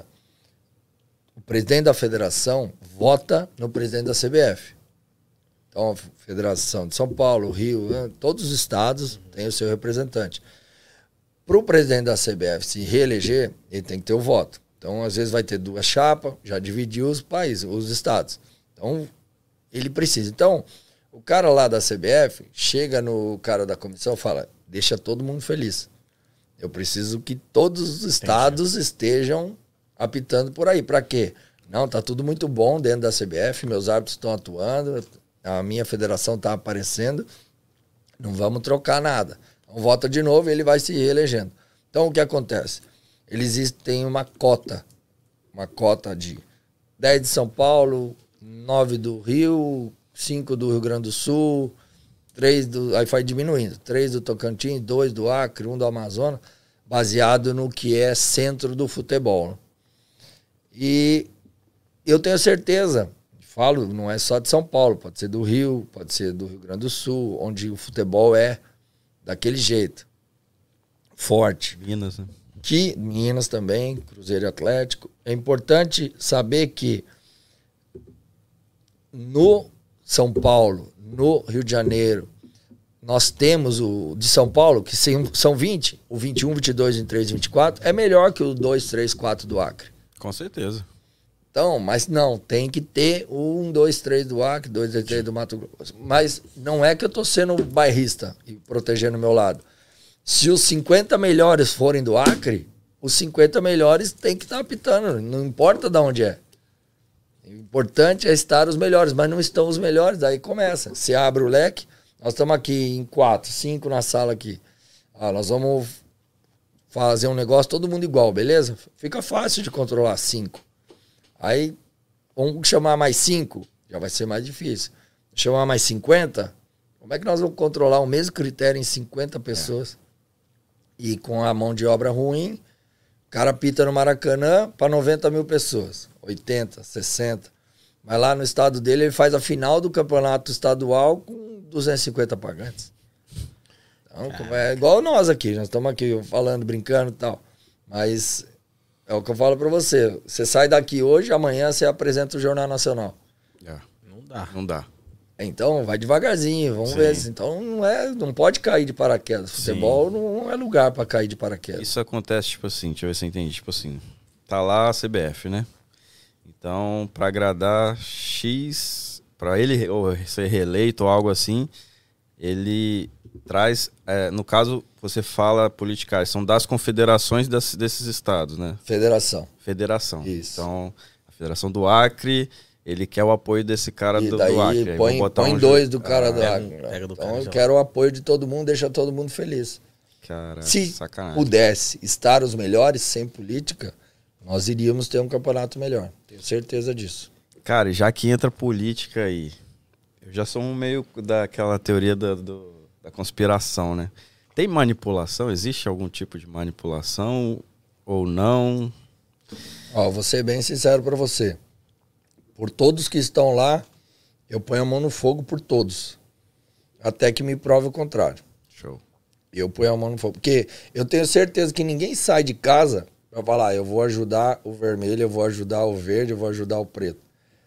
O presidente da federação vota no presidente da CBF. Então, a Federação de São Paulo, Rio, todos os estados têm o seu representante. Para o presidente da CBF se reeleger, ele tem que ter o voto. Então, às vezes vai ter 2 chapas, já dividiu os países, os estados. Então, ele precisa. Então, o cara lá da CBF chega no cara da comissão e fala, deixa todo mundo feliz. Eu preciso que todos os estados estejam apitando por aí. Para quê? Não, tá tudo muito bom dentro da CBF, meus árbitros estão atuando, a minha federação está aparecendo, não vamos trocar nada. Então, vota de novo e ele vai se reelegendo. Então, o que acontece? Eles têm uma cota de 10 de São Paulo, 9 do Rio, 5 do Rio Grande do Sul, 3 do... Aí vai diminuindo. 3 do Tocantins, 2 do Acre, 1 do Amazonas, baseado no que é centro do futebol. E eu tenho certeza, falo, não é só de São Paulo, pode ser do Rio, pode ser do Rio Grande do Sul, onde o futebol é daquele jeito, forte. Minas, né? Minas também, Cruzeiro e Atlético. É importante saber que no São Paulo, no Rio de Janeiro, nós temos o de São Paulo, que são 20, o 21, 22, 23 e 24, é melhor que o 2, 3, 4 do Acre. Com certeza. Então, mas não, tem que ter 1, 2, 3 do Acre, 2, 3 do Mato Grosso. Mas não é que eu tô sendo bairrista e protegendo o meu lado. Se os 50 melhores forem do Acre, os 50 melhores tem que estar apitando, não importa de onde é. O importante é estar os melhores, mas não estão os melhores, daí começa. Se abre o leque, nós estamos aqui em 4, 5 na sala aqui. Nós vamos fazer um negócio todo mundo igual, beleza? Fica fácil de controlar 5. Aí, vamos chamar mais 5, já vai ser mais difícil. Chamar mais 50, como é que nós vamos controlar o mesmo critério em 50 pessoas? E com a mão de obra ruim, o cara apita no Maracanã para 90 mil pessoas, 80, 60. Mas lá no estado dele, ele faz a final do campeonato estadual com 250 pagantes. Então, é igual nós aqui, nós estamos aqui falando, brincando e tal. Mas é o que eu falo para você. Você sai daqui hoje, amanhã você apresenta o Jornal Nacional. Não dá. Então, vai devagarzinho, vamos ver. Então, não pode cair de paraquedas. Futebol não é lugar para cair de paraquedas. Isso acontece, tipo assim, deixa eu ver se eu entendi. Tipo assim, tá lá a CBF, né? Então, para agradar X, para ele ou ser reeleito ou algo assim, ele traz, no caso, você fala politicais, são das confederações desses estados, né? Federação. Isso. Então, a Federação do Acre, ele quer o apoio desse cara do Acre. Põe dois do cara do Acre. Então, eu quero o apoio de todo mundo, deixa todo mundo feliz. Cara, se sacanagem. Pudesse estar os melhores sem política, nós iríamos ter um campeonato melhor. Tenho certeza disso. Cara, já que entra política aí, eu já sou meio daquela teoria da conspiração, né? Tem manipulação? Existe algum tipo de manipulação ou não? Ó, vou ser bem sincero pra você. Por todos que estão lá, eu ponho a mão no fogo por todos. Até que me prove o contrário. Show. Eu ponho a mão no fogo. Porque eu tenho certeza que ninguém sai de casa pra falar, eu vou ajudar o vermelho, eu vou ajudar o verde, eu vou ajudar o preto.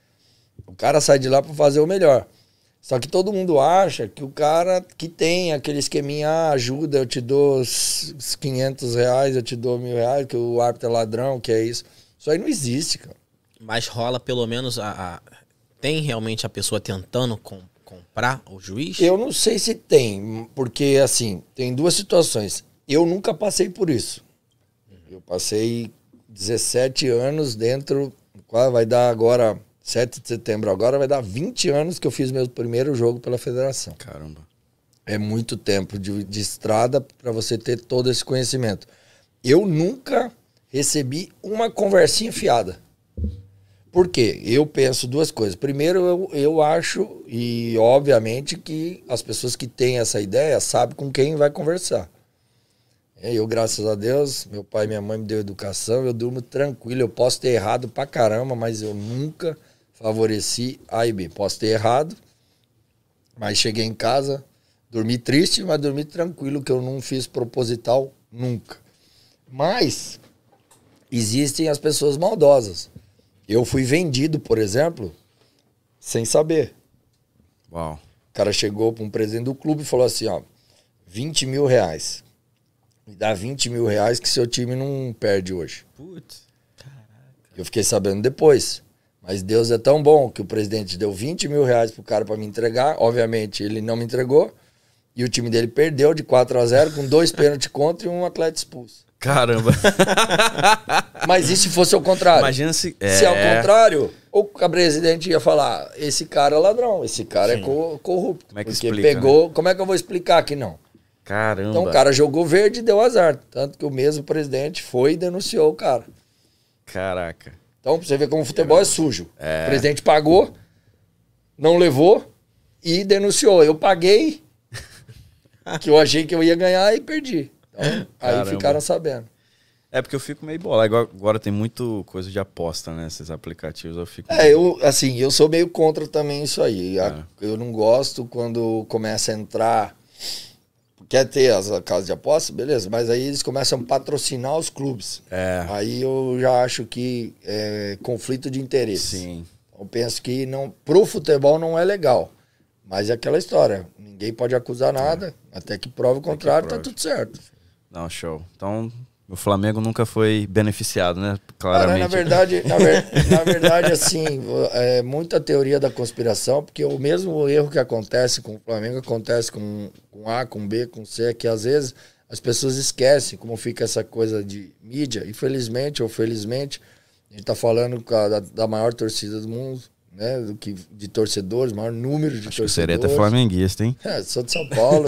O cara sai de lá pra fazer o melhor. Só que todo mundo acha que o cara que tem aquele esqueminha, ajuda, eu te dou os 500 reais, eu te dou 1.000 reais, que o árbitro é ladrão, que é isso. Isso aí não existe, cara. Mas rola pelo menos tem realmente a pessoa tentando comprar o juiz? Eu não sei se tem, porque assim, tem duas situações. Eu nunca passei por isso. Eu passei 17 anos dentro, vai dar agora, 7 de setembro agora, vai dar 20 anos que eu fiz meu primeiro jogo pela federação. Caramba. É muito tempo de estrada para você ter todo esse conhecimento. Eu nunca recebi uma conversinha fiada. Por quê? Eu penso duas coisas. Primeiro, eu acho, e obviamente que as pessoas que têm essa ideia sabem com quem vai conversar. Eu, graças a Deus, meu pai e minha mãe me deu educação, eu durmo tranquilo. Eu posso ter errado pra caramba, mas eu nunca favoreci A e B. Posso ter errado, mas cheguei em casa, dormi triste, mas dormi tranquilo, que eu não fiz proposital nunca. Mas existem as pessoas maldosas. Eu fui vendido, por exemplo, sem saber. Uau. O cara chegou para um presidente do clube e falou assim, ó, 20 mil reais. Me dá 20 mil reais que seu time não perde hoje. Putz, caraca. Eu fiquei sabendo depois. Mas Deus é tão bom que o presidente deu 20 mil reais pro cara para me entregar. Obviamente, ele não me entregou. E o time dele perdeu de 4-0 com 2 pênaltis contra e um atleta expulso. Caramba. Mas e se fosse ao contrário? Imagina se... Se ao contrário, o presidente ia falar, esse cara é ladrão, esse cara é corrupto. Como é que porque explica, pegou... né? Como é que eu vou explicar que não? Caramba. Então o cara jogou verde e deu azar. Tanto que o mesmo presidente foi e denunciou o cara. Caraca. Então pra você ver como o futebol é sujo. O presidente pagou, não levou e denunciou. Eu paguei, que eu achei que eu ia ganhar e perdi. Então, aí ficaram sabendo. É porque eu fico meio bolado. Agora tem muito coisa de aposta, né? Esses aplicativos eu fico... eu sou meio contra também isso aí. Eu não gosto quando começa a entrar... Quer ter as casas de aposta? Beleza. Mas aí eles começam a patrocinar os clubes. Aí eu já acho que é conflito de interesse. Sim. Eu penso que pro futebol não é legal. Mas é aquela história. Ninguém pode acusar nada. Até que prove o contrário, tá tudo certo. Não, show. Então... O Flamengo nunca foi beneficiado, né? Claramente. Na verdade, assim, é muita teoria da conspiração, porque o mesmo erro que acontece com o Flamengo acontece com A, com B, com C, que às vezes as pessoas esquecem como fica essa coisa de mídia. Infelizmente ou felizmente, a gente tá falando da maior torcida do mundo, né? De torcedores, maior número de torcedores. O Sereta é flamenguista, hein? Sou de São Paulo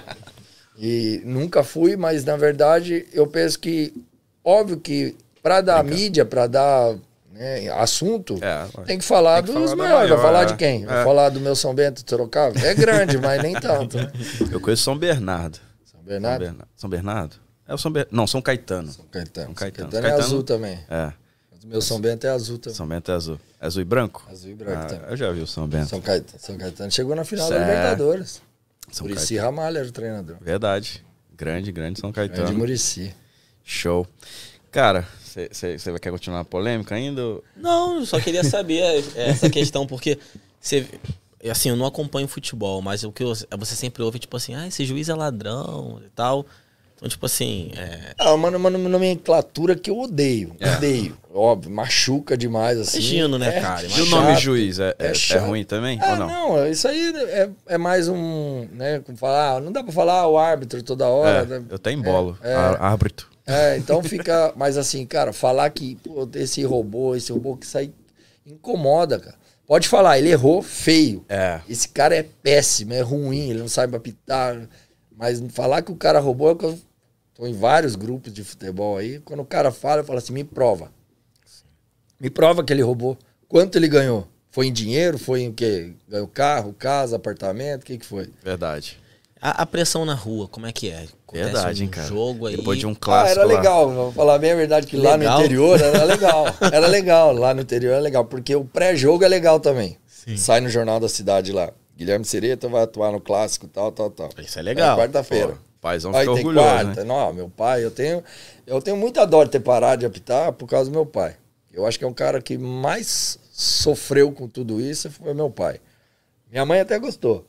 e nunca fui, mas na verdade eu penso que, óbvio que para dar mídia, para dar assunto, tem que falar dos maiores. Vai falar de quem? Vai falar do meu São Bento de Sorocaba? É grande, mas nem tanto. Né? Eu conheço São Bernardo. São Bernardo? São Bernardo? Não, São Caetano. São Caetano. São Caetano é azul também. O meu São Bento é azul também. São Bento é azul. É azul e branco? Azul e branco também. Eu já vi o São Bento. São Caetano chegou na final da Libertadores. Muricy Ramalho era o treinador. Verdade. Grande São Caetano. Grande Muricy. Show. Cara, você quer continuar a polêmica ainda? Não, eu só queria saber essa questão, porque assim, eu não acompanho futebol, mas o que você sempre ouve, tipo assim, esse juiz é ladrão e tal. Então, tipo assim... uma nomenclatura que eu odeio. Odeio. Óbvio, machuca demais, assim. Imagino, né, cara? E o nome juiz é ruim também, ou não? Não, isso aí é mais um... né, como falar, não dá pra falar o árbitro toda hora. Né? Eu até embolo. Árbitro. Então fica... Mas assim, cara, falar que esse robô que isso aí incomoda, cara. Pode falar, ele errou feio. Esse cara é péssimo, é ruim, ele não sabe apitar. Mas falar que o cara roubou, eu tô em vários grupos de futebol aí. Quando o cara fala, eu falo assim, me prova. Me prova que ele roubou. Quanto ele ganhou? Foi em dinheiro? Foi em o quê? Ganhou carro, casa, apartamento? O que foi? Verdade. A pressão na rua, como é que é? Verdade, hein, cara. Jogo aí. Depois de um clássico era legal. Vou falar bem a verdade que lá no interior era legal. Era legal. Lá no interior era legal. Porque o pré-jogo é legal também. Sim. Sai no Jornal da Cidade lá. Guilherme Sereta vai atuar no clássico, tal. Isso é legal. Quarta-feira. Paizão fica orgulhoso, quarta, né? Não, meu pai, eu tenho muita dó de ter parado de apitar por causa do meu pai. Eu acho que é um cara que mais sofreu com tudo isso foi meu pai. Minha mãe até gostou.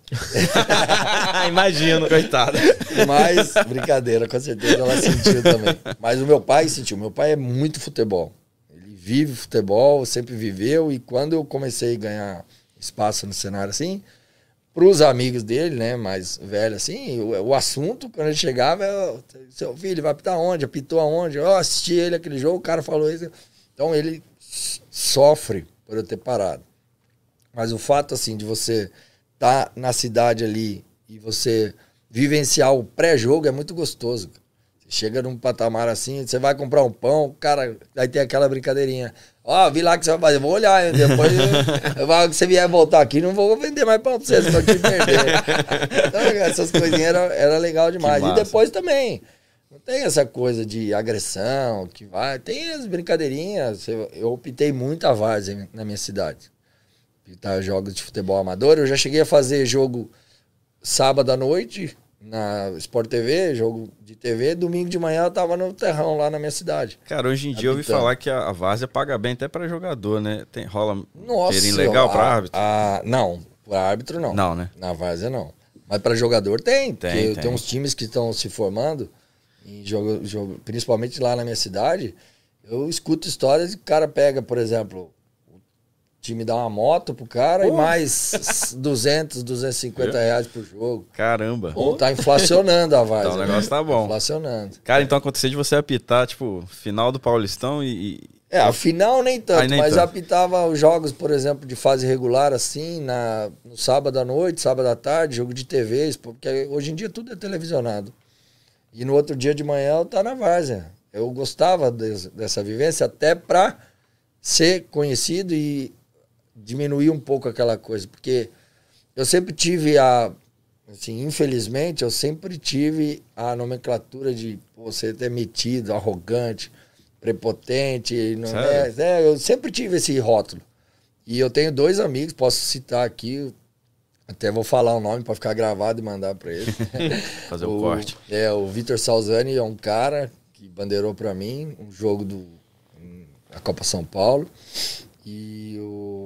Imagino. Coitado. Mas, brincadeira, com certeza ela sentiu também. Mas o meu pai sentiu. Meu pai é muito futebol. Ele vive futebol, sempre viveu. E quando eu comecei a ganhar espaço no cenário assim, pros amigos dele, né, mais velho assim, o assunto, quando ele chegava, seu filho vai apitar onde? Apitou aonde? Eu assisti ele aquele jogo, o cara falou isso. Então ele sofre por eu ter parado. Mas o fato, assim, de você estar na cidade ali e você vivenciar o pré-jogo é muito gostoso. Você chega num patamar assim, você vai comprar um pão, o cara vai ter aquela brincadeirinha. Vi lá que você vai fazer, vou olhar, depois se você vier voltar aqui, não vou vender mais pão pra você, senão eu te perder. Então, essas coisinhas era legal demais. E depois também, não tem essa coisa de agressão, que vai, tem as brincadeirinhas. Eu optei muito a várzea na minha cidade. Tá, jogos de futebol amador. Eu já cheguei a fazer jogo sábado à noite na Sport TV, jogo de TV. Domingo de manhã eu tava no terrão lá na minha cidade. Cara, hoje em dia eu ouvi falar que a várzea paga bem até pra jogador, né? Rola dinheirinho legal pra árbitro? Não, pra árbitro não. Não, né? Na várzea não. Mas pra jogador tem. Tem uns times que estão se formando, em jogo, principalmente lá na minha cidade. Eu escuto histórias e o cara pega, por exemplo... time dá uma moto pro cara e mais 200, 250 reais por jogo. Caramba. Ou tá inflacionando a várzea. Então o negócio tá bom. Inflacionando. Cara, então aconteceu de você apitar, tipo, final do Paulistão a final nem tanto, nem mas tanto. apitava os jogos, por exemplo, de fase regular, assim, no sábado à noite, sábado à tarde, jogo de TV, porque hoje em dia tudo é televisionado. E no outro dia de manhã eu tava na várzea. Eu gostava dessa vivência até pra ser conhecido e diminuir um pouco aquela coisa, porque eu sempre tive assim, infelizmente, eu sempre tive a nomenclatura de você ter metido, arrogante, prepotente, não eu sempre tive esse rótulo. E eu tenho 2 amigos, posso citar aqui, até vou falar o nome para ficar gravado e mandar para ele. Fazer um corte. O Vitor Salzani é um cara que bandeirou para mim um jogo da Copa São Paulo. E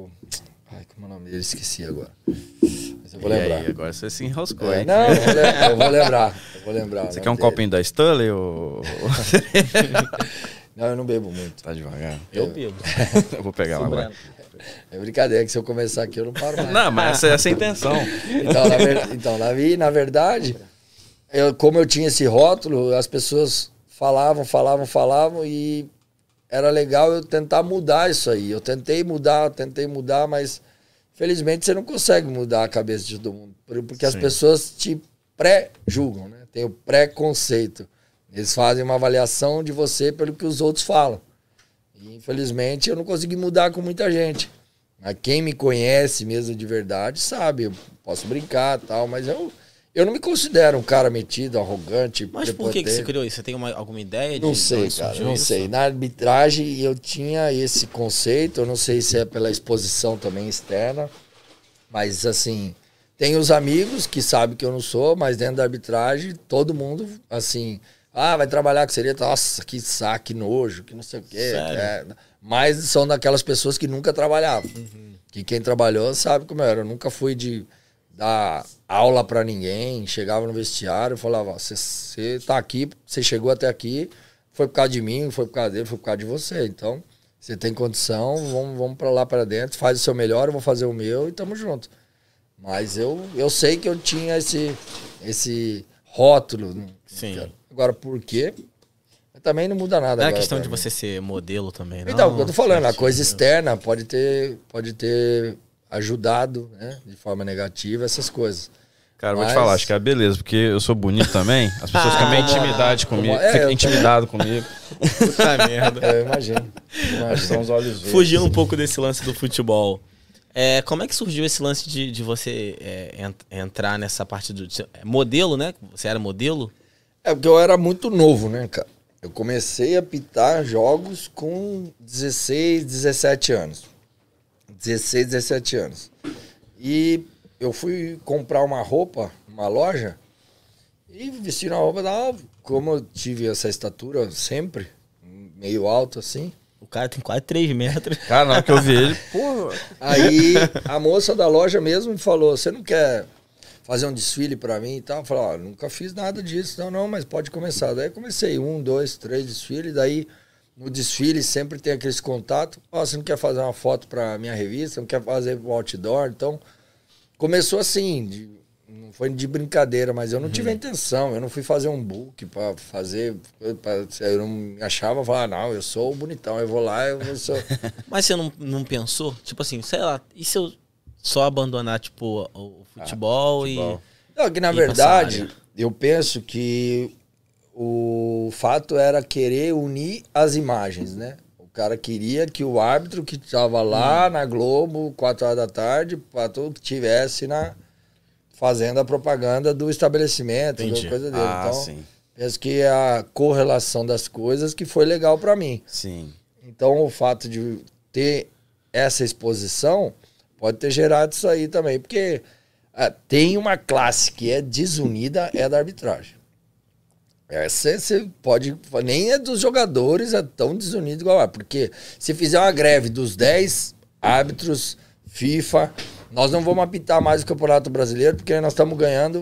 como é o nome dele? Esqueci agora. Mas eu vou lembrar. Aí, agora você se enroscou, hein? Não, eu vou lembrar. Você quer um copinho da Stanley ou... Não, eu não bebo muito. Tá devagar. Eu bebo. Eu vou pegar lá agora. É brincadeira, que se eu começar aqui eu não paro mais. Não, mas essa é a intenção. Então, na verdade, como eu tinha esse rótulo, as pessoas falavam e... era legal eu tentar mudar isso aí. Eu tentei mudar, mas felizmente você não consegue mudar a cabeça de todo mundo. Porque as pessoas te pré-julgam, né? Tem o preconceito. Eles fazem uma avaliação de você pelo que os outros falam. E infelizmente eu não consegui mudar com muita gente. Mas quem me conhece mesmo de verdade sabe, eu posso brincar e tal, mas eu não me considero um cara metido, arrogante, Mas por que você criou isso? Você tem alguma ideia? Não sei, cara, não sei. Na arbitragem eu tinha esse conceito, eu não sei se é pela exposição também externa, mas assim, tem os amigos que sabem que eu não sou, mas dentro da arbitragem, todo mundo, assim, vai trabalhar com seria, nossa, que saco, que nojo, que não sei o quê. Mas são daquelas pessoas que nunca trabalhavam. Que quem trabalhou sabe como era. Eu nunca fui de dar aula pra ninguém, chegava no vestiário e falava, você tá aqui, você chegou até aqui, foi por causa de mim, foi por causa dele, foi por causa de você. Então, você tem condição, vamos pra lá, pra dentro, faz o seu melhor, eu vou fazer o meu e tamo junto. Mas eu sei que eu tinha esse rótulo. Sim. Agora, por quê? Também não muda nada. Não é questão de você ser modelo também, não? Então, eu tô falando, a coisa externa pode ter ajudado, né? De forma negativa, essas coisas. Cara, vou te falar, acho que é beleza, porque eu sou bonito também, as pessoas ficam meio ficam intimidadas comigo. Puta merda. Eu imagino. São os olhos verdes. Fugindo um pouco desse lance do futebol. Como é que surgiu esse lance de você entrar nessa parte do modelo, né? Você era modelo? Porque eu era muito novo, né, cara? Eu comecei a apitar jogos com 16, 17 anos. 16, 17 anos. E eu fui comprar uma roupa numa loja e vesti na roupa como eu tive essa estatura sempre, meio alto assim. O cara tem quase 3 metros. Cara, na hora que eu vi ele, porra. Aí a moça da loja mesmo me falou, você não quer fazer um desfile pra mim e tal? Eu falei, nunca fiz nada disso. Não, mas pode começar. Daí eu comecei 1, 2, 3 desfiles, daí no desfile sempre tem aqueles contatos. Você não quer fazer uma foto pra minha revista, não quer fazer um outdoor, então... Começou assim, não foi de brincadeira, mas eu não tive a intenção. Eu não fui fazer um book pra fazer. Eu não me achava, falava, não, eu sou o bonitão, eu vou lá, eu sou. Mas você não pensou? Tipo assim, sei lá, e se eu só abandonar, tipo, o futebol e. Não, que na verdade, eu penso que o fato era querer unir as imagens, né? O cara queria que o árbitro que estava lá na Globo, 4 horas da tarde, para todo que tivesse fazendo a propaganda do estabelecimento, da coisa dele. Então, sim. Penso que é a correlação das coisas que foi legal para mim. Sim. Então, o fato de ter essa exposição pode ter gerado isso aí também. Porque tem uma classe que é desunida, é da arbitragem. Essa você pode... Nem é dos jogadores, é tão desunido igual porque se fizer uma greve dos 10 árbitros FIFA, nós não vamos apitar mais o Campeonato Brasileiro porque nós estamos ganhando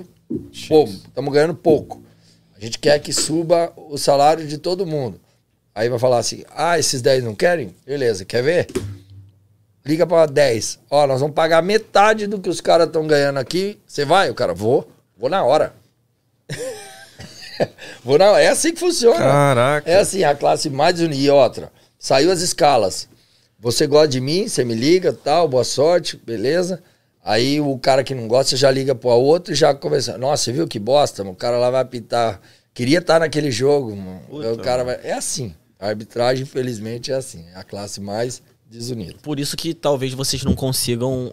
pouco. A gente quer que suba o salário de todo mundo. Aí vai falar assim, esses 10 não querem? Beleza, quer ver? Liga para 10. Nós vamos pagar metade do que os caras estão ganhando aqui. Você vai? O cara, vou na hora. É assim que funciona. Caraca. É assim, a classe mais desunida. E outra, saiu as escalas. Você gosta de mim, você me liga, tal, boa sorte, beleza. Aí o cara que não gosta, você já liga pro outro e já começa. Nossa, você viu que bosta, mano? O cara lá vai apitar. Queria estar naquele jogo, mano. O cara vai... É assim. A arbitragem, infelizmente, é assim. É a classe mais desunida. Por isso que talvez vocês não consigam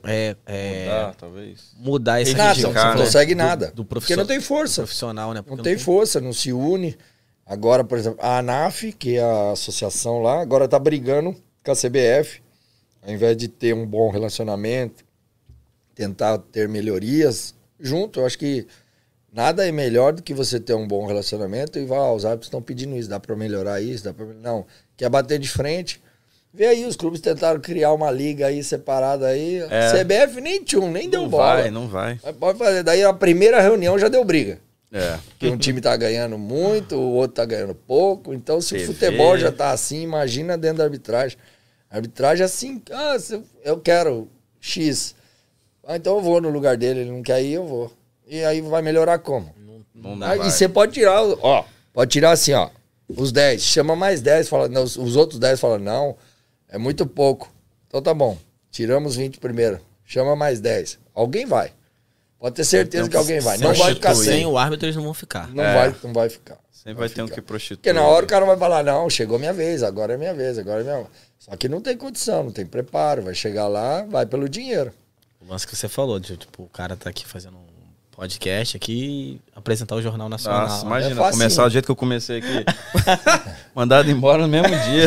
mudar esse nada, você não consegue nada. Porque não tem força. Profissional, né? Não tem força, não se une. Agora, por exemplo, a ANAF, que é a associação lá, agora tá brigando com a CBF. Ao invés de ter um bom relacionamento, tentar ter melhorias junto, eu acho que nada é melhor do que você ter um bom relacionamento e os árbitros estão pedindo isso, dá para melhorar isso, não, quer bater de frente. Vê aí, os clubes tentaram criar uma liga aí separada aí. CBF nem deu bola. Não vai. Pode fazer. Daí a primeira reunião já deu briga. Que um time tá ganhando muito, o outro tá ganhando pouco. Então, se o futebol já tá assim, imagina dentro da arbitragem. A arbitragem é assim, eu quero X. Então eu vou no lugar dele, ele não quer ir, eu vou. E aí vai melhorar como? Não dá. E você pode tirar, pode tirar assim, os 10, chama mais 10, fala, não, os outros 10 falam, não, é muito pouco. Então tá bom, tiramos 20 primeiro, chama mais 10. Alguém vai. Pode ter certeza que alguém vai. Não vai ficar sem. O árbitro eles não vão ficar. Não vai ficar. Sempre vai ter um que prostituir. Porque na hora o cara vai falar, não, chegou minha vez, agora é minha vez, agora é minha vez. Só que não tem condição, não tem preparo, vai chegar lá, vai pelo dinheiro. O lance que você falou, tipo, o cara tá aqui fazendo um podcast aqui e apresentar o Jornal Nacional. Nossa, imagina, começar do jeito que eu comecei aqui. Mandado embora no mesmo dia.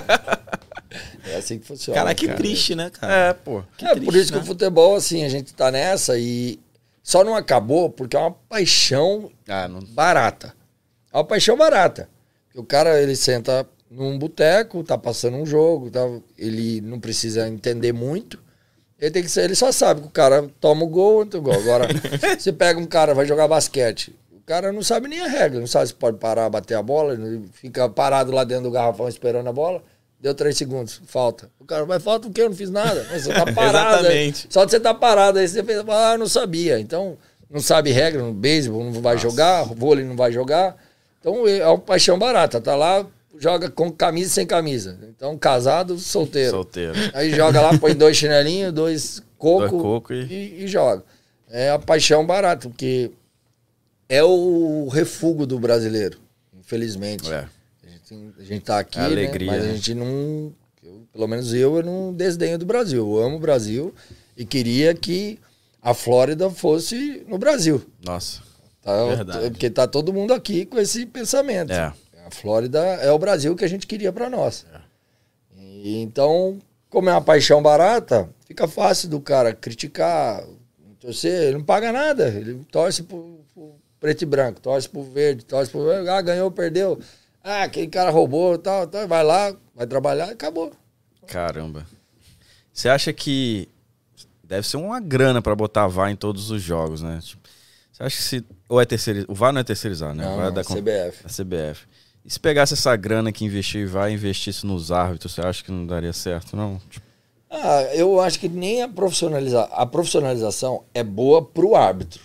É assim que funciona. Cara, que triste, né, cara? Pô. Por isso que o futebol, assim, a gente tá nessa e só não acabou porque é uma paixão barata. uma paixão barata. O cara, ele senta num boteco, tá passando um jogo, tá, ele não precisa entender muito. Ele só sabe que o cara toma o gol, entra o gol. Agora, você pega um cara, vai jogar basquete. O cara não sabe nem a regra, não sabe se pode parar, bater a bola, fica parado lá dentro do garrafão esperando a bola. Deu 3 segundos, falta. O cara, mas falta o quê? Eu não fiz nada. Mas você tá parado. Exatamente. Só de você tá parado, aí você pensa, não sabia. Então, não sabe regra, no beisebol não vai jogar, vôlei não vai jogar. Então, é uma paixão barata. Tá lá, joga com camisa e sem camisa. Então, casado, solteiro. Aí joga lá, põe 2 chinelinhos, 2 coco e joga. É a paixão barata, porque é o refúgio do brasileiro, infelizmente. A gente tá aqui, alegria, né? Mas a gente não... pelo menos eu não desdenho do Brasil. Eu amo o Brasil e queria que a Flórida fosse no Brasil. Nossa, verdade. Porque tá todo mundo aqui com esse pensamento. A Flórida é o Brasil que a gente queria para nós. E, então, como é uma paixão barata, fica fácil do cara criticar, torcer. Ele não paga nada. Ele torce pro preto e branco, torce pro verde, torce pro... ganhou, perdeu... aquele cara roubou, tal, vai lá, vai trabalhar e acabou. Caramba. Você acha que deve ser uma grana pra botar VAR em todos os jogos, né? Você acha que se... ou é terceirizado? O VAR não é terceirizado, né? Não, é da CBF. A CBF. E se pegasse essa grana que investiu em VAR e investisse nos árbitros, você acha que não daria certo, não? Eu acho que nem a profissionalização é boa pro árbitro.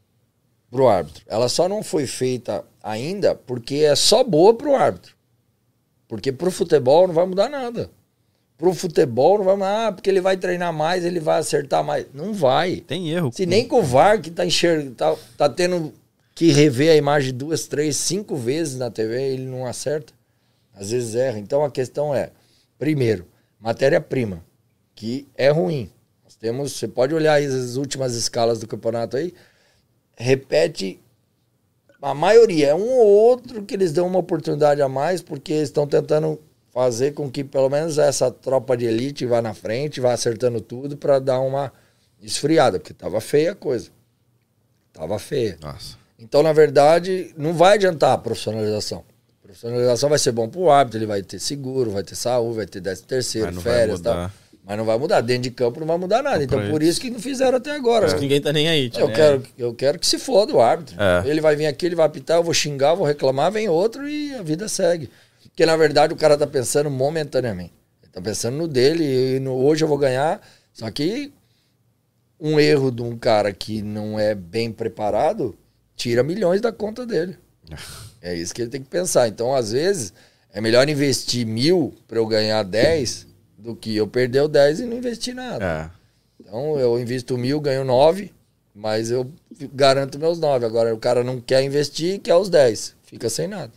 Ela só não foi feita ainda porque é só boa pro árbitro. Porque pro futebol não vai mudar nada. Pro futebol não vai mudar, porque ele vai treinar mais, ele vai acertar mais. Não vai. Tem erro. Se nem com o VAR que tá tendo que rever a imagem 2, 3, 5 vezes na TV, ele não acerta. Às vezes erra. Então a questão é, primeiro, matéria-prima, que é ruim. Você pode olhar aí as últimas escalas do campeonato aí, repete a maioria, é um ou outro que eles dão uma oportunidade a mais porque estão tentando fazer com que pelo menos essa tropa de elite vá na frente, vá acertando tudo para dar uma esfriada, porque tava feia a coisa. Tava feia. Nossa. Então, na verdade, não vai adiantar a profissionalização. A profissionalização vai ser bom pro árbitro, ele vai ter seguro, vai ter saúde, vai ter 13º, férias e tal. Mas não vai mudar. Dentro de campo não vai mudar nada. Então, por isso que não fizeram até agora. Acho que ninguém tá nem aí. Eu quero que se foda o árbitro. Ele vai vir aqui, ele vai apitar, eu vou xingar, vou reclamar, vem outro e a vida segue. Porque, na verdade, o cara tá pensando momentaneamente. Ele tá pensando no dele e hoje eu vou ganhar. Só que um erro de um cara que não é bem preparado tira milhões da conta dele. É isso que ele tem que pensar. Então, às vezes, é melhor investir 1.000 para eu ganhar 10 do que eu perder o 10 e não investir nada. Então, eu invisto 1.000, ganho 9, mas eu garanto meus 9. Agora, o cara não quer investir, quer os 10. Fica sem nada.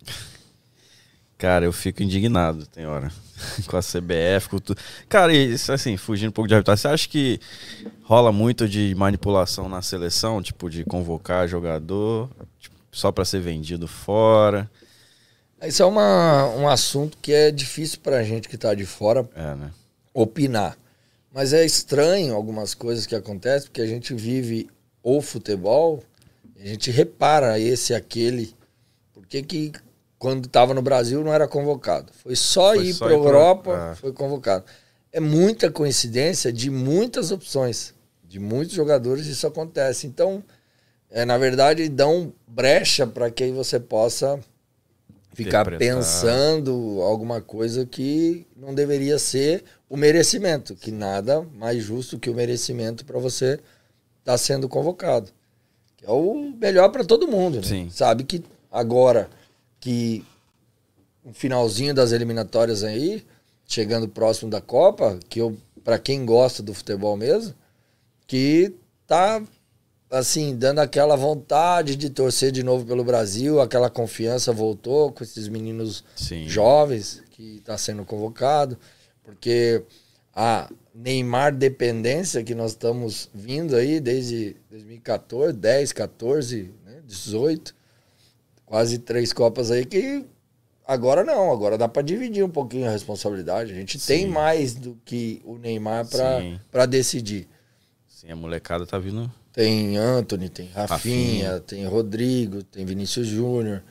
Cara, eu fico indignado, tem hora. Com a CBF, com tudo. Cara, isso assim, fugindo um pouco de arbitragem, você acha que rola muito de manipulação na seleção? Tipo, de convocar jogador tipo, só pra ser vendido fora? Isso é um assunto que é difícil pra gente que tá de fora né? Opinar. Mas é estranho algumas coisas que acontecem, porque a gente vive o futebol, a gente repara esse e aquele. Por que quando estava no Brasil não era convocado? Foi só ir para a Europa, foi convocado. É muita coincidência de muitas opções, de muitos jogadores isso acontece. Então, na verdade, dão brecha para que aí você possa ficar pensando alguma coisa que não deveria ser o merecimento, que nada mais justo que o merecimento para você estar sendo convocado. Que é o melhor para todo mundo, né? Sabe que agora que no finalzinho das eliminatórias aí, chegando próximo da Copa, que para quem gosta do futebol mesmo, que tá assim, dando aquela vontade de torcer de novo pelo Brasil, aquela confiança voltou com esses meninos jovens que tá sendo convocado, porque a Neymar dependência que nós estamos vindo aí desde 2014, 10, 14, né, 18, quase 3 Copas aí que agora não, agora dá para dividir um pouquinho a responsabilidade. A gente tem mais do que o Neymar para decidir. Sim, a molecada tá vindo. Tem Antony, tem Rafinha, tem Rodrigo, tem Vinícius Júnior,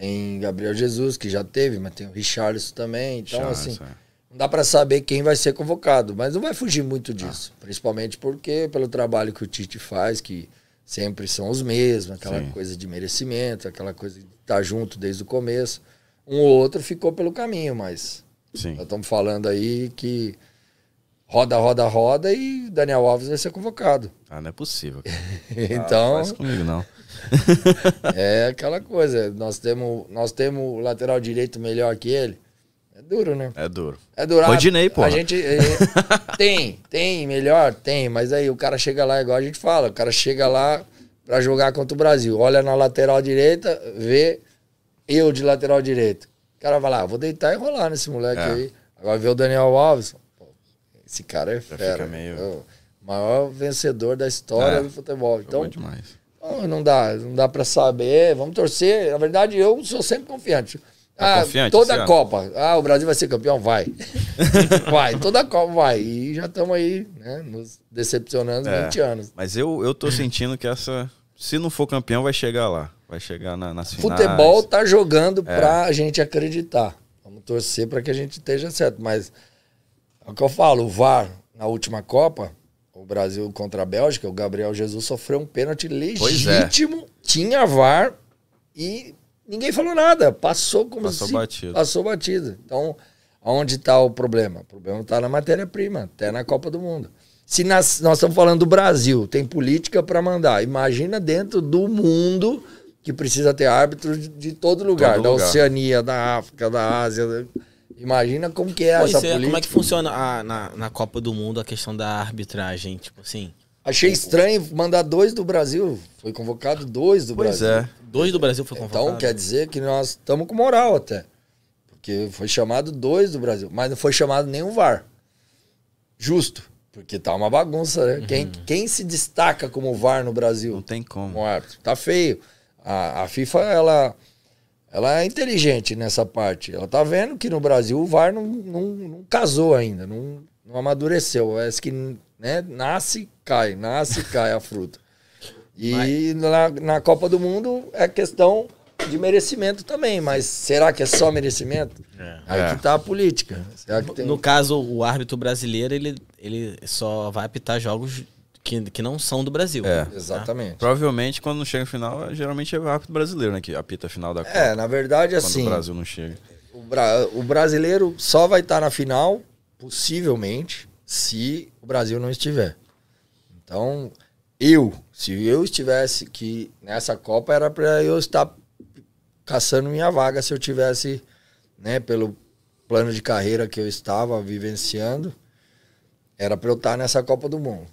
Tem Gabriel Jesus, que já teve, mas tem o Richarlison também. Então, assim, não dá para saber quem vai ser convocado. Mas não vai fugir muito disso. Principalmente porque pelo trabalho que o Tite faz, que sempre são os mesmos, aquela coisa de merecimento, aquela coisa de estar junto desde o começo. Um ou outro ficou pelo caminho, mas nós estamos falando aí que roda e Daniel Alves vai ser convocado. Não é possível. Então, não faz comigo, não. É aquela coisa, nós temos o lateral direito melhor que ele. É duro, né? É duro. É duro. Rodinei, pô. A gente tem melhor, tem, mas aí o cara chega lá, igual a gente fala, o cara chega lá pra jogar contra o Brasil, olha na lateral direita, vê eu de lateral direito. O cara vai lá, vou deitar e rolar nesse moleque aí. Agora vê o Daniel Alves, pô, esse cara é fera. O maior vencedor da história do futebol. Então, demais. Não dá pra saber, vamos torcer. Na verdade, eu sou sempre confiante. Confiante, toda a Copa. O Brasil vai ser campeão? Vai. Vai, toda a Copa vai. E já estamos aí, né, nos decepcionando 20 anos. Mas eu tô sentindo que se não for campeão, vai chegar lá. Vai chegar nas finais. Futebol tá jogando pra gente acreditar. Vamos torcer pra que a gente esteja certo. Mas é o que eu falo, o VAR, na última Copa, o Brasil contra a Bélgica, o Gabriel Jesus sofreu um pênalti legítimo, tinha VAR e ninguém falou nada. Passou batido. Então, aonde está o problema? O problema está na matéria-prima, até na Copa do Mundo. Se nós estamos falando do Brasil, tem política para mandar. Imagina dentro do mundo que precisa ter árbitros de todo lugar. Da Oceania, da África, da Ásia. Imagina como que é essa política. Como é que funciona na Copa do Mundo a questão da arbitragem? Tipo assim... Achei estranho mandar 2 do Brasil. Foi convocado 2 do Brasil. Pois é. 2 do Brasil foi convocado. Então quer dizer que nós estamos com moral até. Porque foi chamado 2 do Brasil. Mas não foi chamado nenhum VAR. Justo. Porque tá uma bagunça, né? Quem se destaca como VAR no Brasil? Não tem como. Tá feio. A FIFA, ela é inteligente nessa parte. Ela tá vendo que no Brasil o VAR não casou ainda. Não amadureceu. Parece que... né? Nasce, cai a fruta. E na Copa do Mundo é questão de merecimento também, mas será que é só merecimento? Aí que tá a política. No caso, o árbitro brasileiro, ele só vai apitar jogos que não são do Brasil. Exatamente. Provavelmente, quando não chega no final, geralmente é o árbitro brasileiro, né? Que apita a final da Copa. Na verdade, quando assim... o Brasil não chega. O brasileiro só vai estar na final, possivelmente, se o Brasil não estiver. Então, se eu estivesse aqui nessa Copa, era para eu estar caçando minha vaga se eu tivesse, né, pelo plano de carreira que eu estava vivenciando, era para eu estar nessa Copa do Mundo.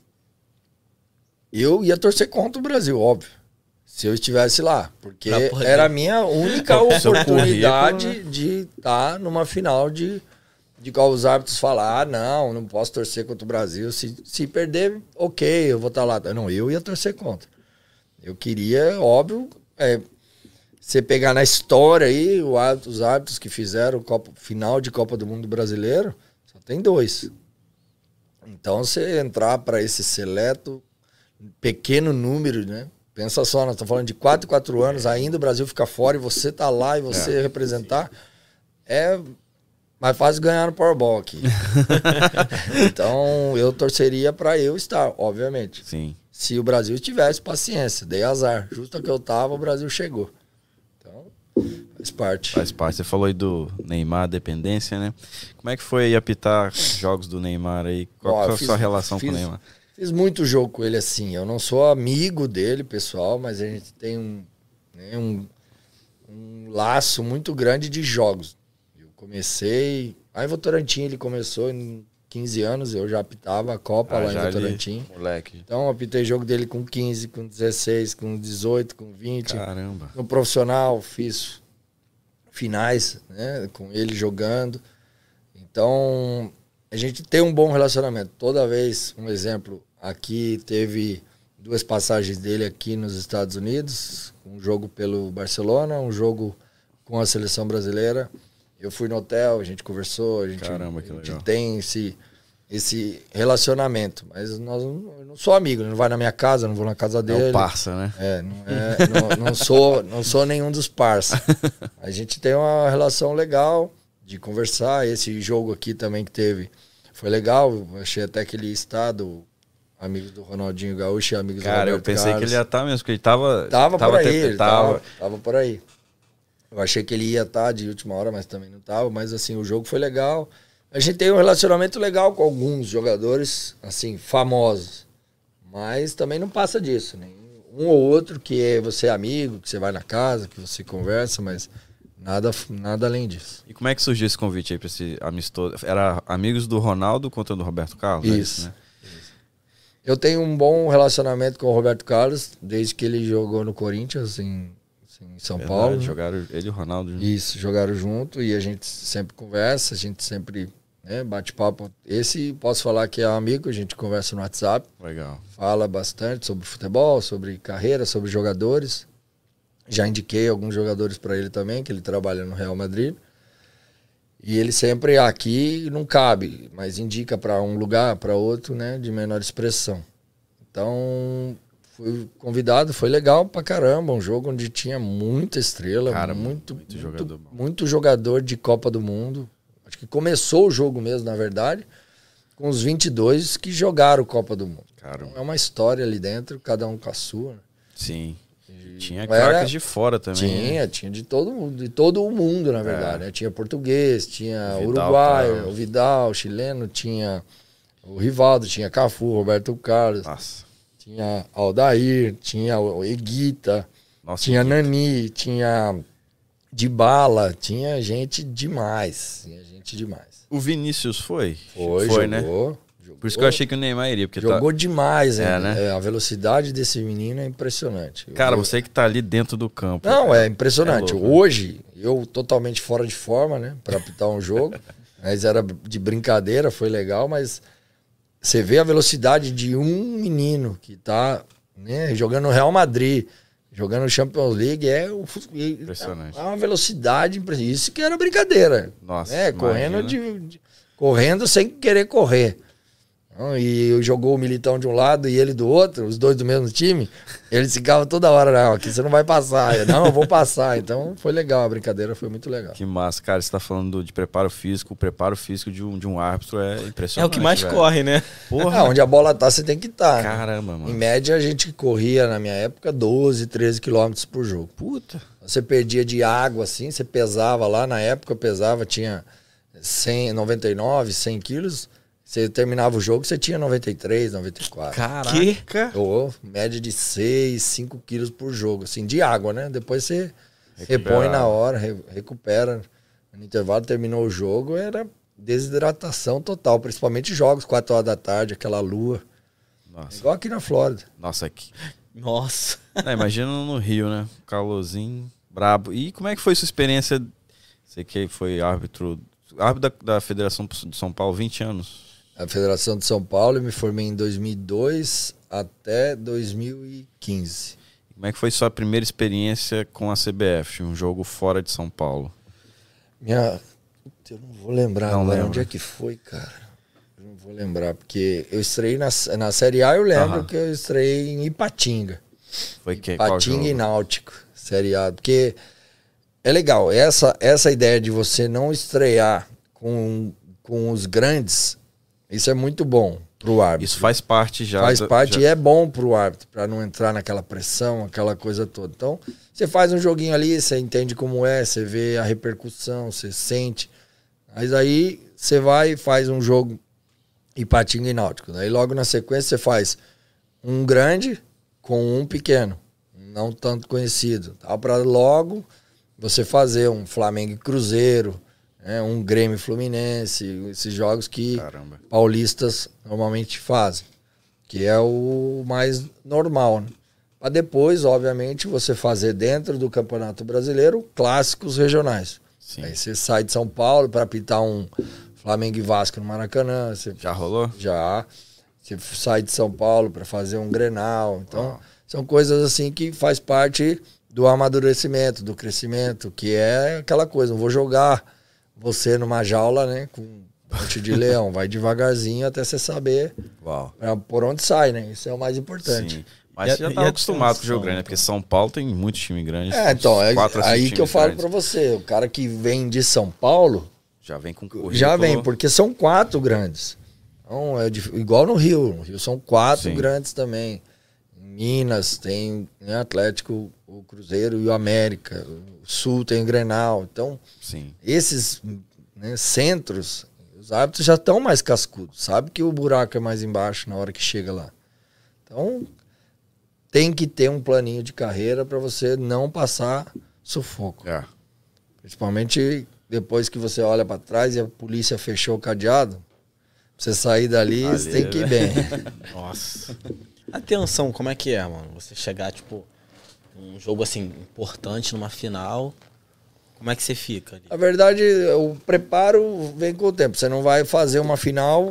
Eu ia torcer contra o Brasil, óbvio, se eu estivesse lá, porque era a minha única oportunidade de estar numa final de qual os árbitros falam, não posso torcer contra o Brasil. Se perder, ok, eu vou estar lá. Não, eu ia torcer contra. Eu queria, óbvio, você pegar na história aí, os árbitros que fizeram final de Copa do Mundo brasileiro, só tem 2. Então, você entrar para esse seleto, pequeno número, né? Pensa só, nós estamos falando de 4 em 4 anos, ainda o Brasil fica fora e você tá lá e você representar, mais fácil ganhar no Powerball aqui. Então, eu torceria para eu estar, obviamente. Sim. Se o Brasil tivesse paciência, dei azar. Justo que eu tava, o Brasil chegou. Então, faz parte. Faz parte. Você falou aí do Neymar, dependência, né? Como é que foi apitar jogos do Neymar aí? Qual é a sua relação com o Neymar? Fiz muito jogo com ele assim. Eu não sou amigo dele, pessoal, mas a gente tem um laço muito grande de jogos. Comecei... Aí em Votorantim ele começou em 15 anos, eu já apitava a Copa lá em Votorantim. Moleque. Então eu apitei jogo dele com 15, com 16, com 18, com 20. Caramba. No profissional fiz finais, né, com ele jogando. Então a gente tem um bom relacionamento. Toda vez, um exemplo, aqui teve 2 passagens dele aqui nos Estados Unidos, um jogo pelo Barcelona, um jogo com a seleção brasileira. Eu fui no hotel, a gente conversou, Caramba, que legal. tem esse esse relacionamento. Mas eu não sou amigo, não vai na minha casa, não vou na casa dele. É o parça, né? Não sou nenhum dos parça. A gente tem uma relação legal de conversar. Esse jogo aqui também que teve foi legal. Eu achei até que ele ia estar amigos do Ronaldinho Gaúcho e amigos do Roberto Cara, eu pensei Carlos. que ele ia estar mesmo, porque ele tava tava por aí. Eu achei que ele ia estar de última hora, mas também não tava. Mas assim, o jogo foi legal. A gente tem um relacionamento legal com alguns jogadores, assim, famosos. Mas também não passa disso, né? Um ou outro que você é amigo, que você vai na casa, que você conversa, mas nada além disso. E como é que surgiu esse convite aí pra esse amistoso? Era amigos do Ronaldo contra do Roberto Carlos? Isso. Né? Eu tenho um bom relacionamento com o Roberto Carlos, desde que ele jogou no Corinthians, em São Paulo. Jogaram ele e o Ronaldo junto. Isso, jogaram junto e a gente sempre conversa, a gente sempre bate papo. Esse, posso falar que é um amigo, a gente conversa no WhatsApp. Legal. Fala bastante sobre futebol, sobre carreira, sobre jogadores. Já indiquei alguns jogadores para ele também, que ele trabalha no Real Madrid. E ele sempre, aqui não cabe, mas indica para um lugar, para outro, né, de menor expressão. Então, fui convidado, foi legal pra caramba, um jogo onde tinha muita estrela, cara, muito jogador de Copa do Mundo. Acho que começou o jogo mesmo, na verdade, com os 22 que jogaram Copa do Mundo. Então, é uma história ali dentro, cada um com a sua. Sim. Tinha craques de fora também. Tinha de todo o mundo, na verdade. Né? Tinha português, tinha uruguaio, o Vidal, chileno, tinha o Rivaldo, tinha Cafu, Roberto Carlos. Nossa. Tinha Aldair, tinha o Eguita, tinha Nani, tinha Dybala, tinha gente demais. O Vinícius foi? Foi, né? Por isso que eu achei que o Neymar iria. Porque jogou demais, né? A velocidade desse menino é impressionante. Cara, você que tá ali dentro do campo. Não, é impressionante. Hoje, eu totalmente fora de forma, né? Pra apitar um jogo. Mas era de brincadeira, foi legal, mas você vê a velocidade de um menino que tá, né, jogando no Real Madrid, jogando no Champions League, impressionante. É uma velocidade impressionante. Isso que era brincadeira. Nossa, correndo sem querer correr. E jogou o Militão de um lado e ele do outro, os dois do mesmo time, eles ficavam toda hora, não, aqui você não vai passar. Eu vou passar. Então foi legal, a brincadeira foi muito legal. Que massa, cara, você tá falando de preparo físico, o preparo físico de um árbitro é impressionante. É o que mais corre, né? Porra. Onde a bola tá, você tem que estar. Caramba, mano. Em média, a gente corria, na minha época, 12, 13 quilômetros por jogo. Puta. Você perdia de água, assim, você pesava lá, na época eu pesava, tinha 99, 100 quilos. Você terminava o jogo, você tinha 93, 94. Caraca! Média de 6, 5 quilos por jogo, assim, de água, né? Depois você repõe na hora, recupera. No intervalo, terminou o jogo, era desidratação total, principalmente jogos, 4 horas da tarde, aquela lua. Nossa. Igual aqui na Flórida. Nossa, aqui. Nossa. Imagina no Rio, né? Calorzinho, brabo. E como é que foi sua experiência? Você que foi árbitro da Federação de São Paulo, 20 anos. A Federação de São Paulo, eu me formei em 2002 até 2015. Como é que foi sua primeira experiência com a CBF, um jogo fora de São Paulo? Eu não vou lembrar agora onde é que foi, cara. Eu não vou lembrar, porque eu estreiei na Série A, eu lembro que eu estreiei em Ipatinga. Foi que? Ipatinga e Náutico, Série A. Porque é legal, essa ideia de você não estrear com os grandes... Isso é muito bom pro árbitro. Isso faz parte já. Faz parte e é bom pro árbitro, para não entrar naquela pressão, aquela coisa toda. Então, você faz um joguinho ali, você entende como é, você vê a repercussão, você sente. Mas aí, você vai e faz um jogo Ipatinga e Náutico. Aí, logo na sequência, você faz um grande com um pequeno, não tanto conhecido. Para logo você fazer um Flamengo e Cruzeiro, um Grêmio Fluminense, esses jogos que paulistas normalmente fazem, que é o mais normal, né? Para depois, obviamente, você fazer dentro do Campeonato Brasileiro clássicos regionais. Sim. Aí você sai de São Paulo para apitar um Flamengo e Vasco no Maracanã. Já rolou? Já. Você sai de São Paulo para fazer um Grenal. Então, são coisas assim que faz parte do amadurecimento, do crescimento, que é aquela coisa, não vou jogar você numa jaula, né, com Monte de Leão. Vai devagarzinho até você saber por onde sai, né? Isso é o mais importante. Sim. Mas você já estava acostumado com o jogo grande, né? Porque São Paulo tem muitos times grandes. Então, aí que eu falo pra você. O cara que vem de São Paulo... Já vem com currículo. Já vem, porque são 4 grandes. Então, igual no Rio. No Rio são 4 grandes também. Em Minas tem Atlético, o Cruzeiro e o América. O Sul tem o Grenal. Então, esses centros, os árbitros já estão mais cascudos. Sabe que o buraco é mais embaixo na hora que chega lá. Então, tem que ter um planinho de carreira para você não passar sufoco. Principalmente depois que você olha para trás e a polícia fechou o cadeado, pra você sair dali, você tem que ir bem. Nossa. A tensão, como é que é, mano? Você chegar, tipo, um jogo assim, importante numa final, como é que você fica ali? Na verdade, o preparo vem com o tempo. Você não vai fazer uma final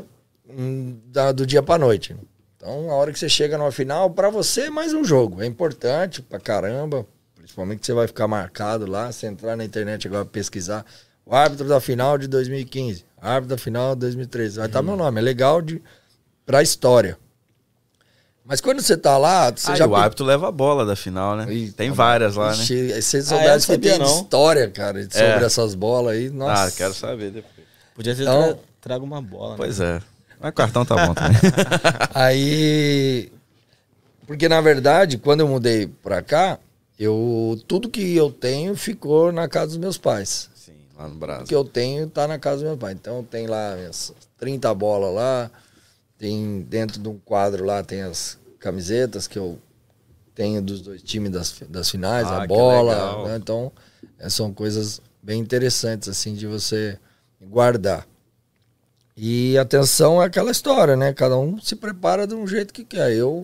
do dia pra noite. Então, a hora que você chega numa final, pra você é mais um jogo. É importante pra caramba, principalmente que você vai ficar marcado lá, você entrar na internet agora pesquisar. O árbitro da final de 2015, árbitro da final de 2013. Vai estar meu nome. É legal pra história. Mas quando você tá lá... O árbitro leva a bola da final, né? Tem várias lá, né? Se você soubesse que tem história, cara, sobre essas bolas aí, nossa. Quero saber depois. Podia ter trago uma bola. Pois é. Mas o cartão tá bom também. Aí... Porque, na verdade, quando eu mudei pra cá, tudo que eu tenho ficou na casa dos meus pais. Lá no Brasil. O que eu tenho tá na casa do meu pai. Então tem lá as 30 bolas lá. Tem dentro de um quadro lá, tem as camisetas que eu tenho dos 2 times das finais, a bola. Né? Então, são coisas bem interessantes, assim, de você guardar. E atenção é aquela história, né? Cada um se prepara de um jeito que quer. Eu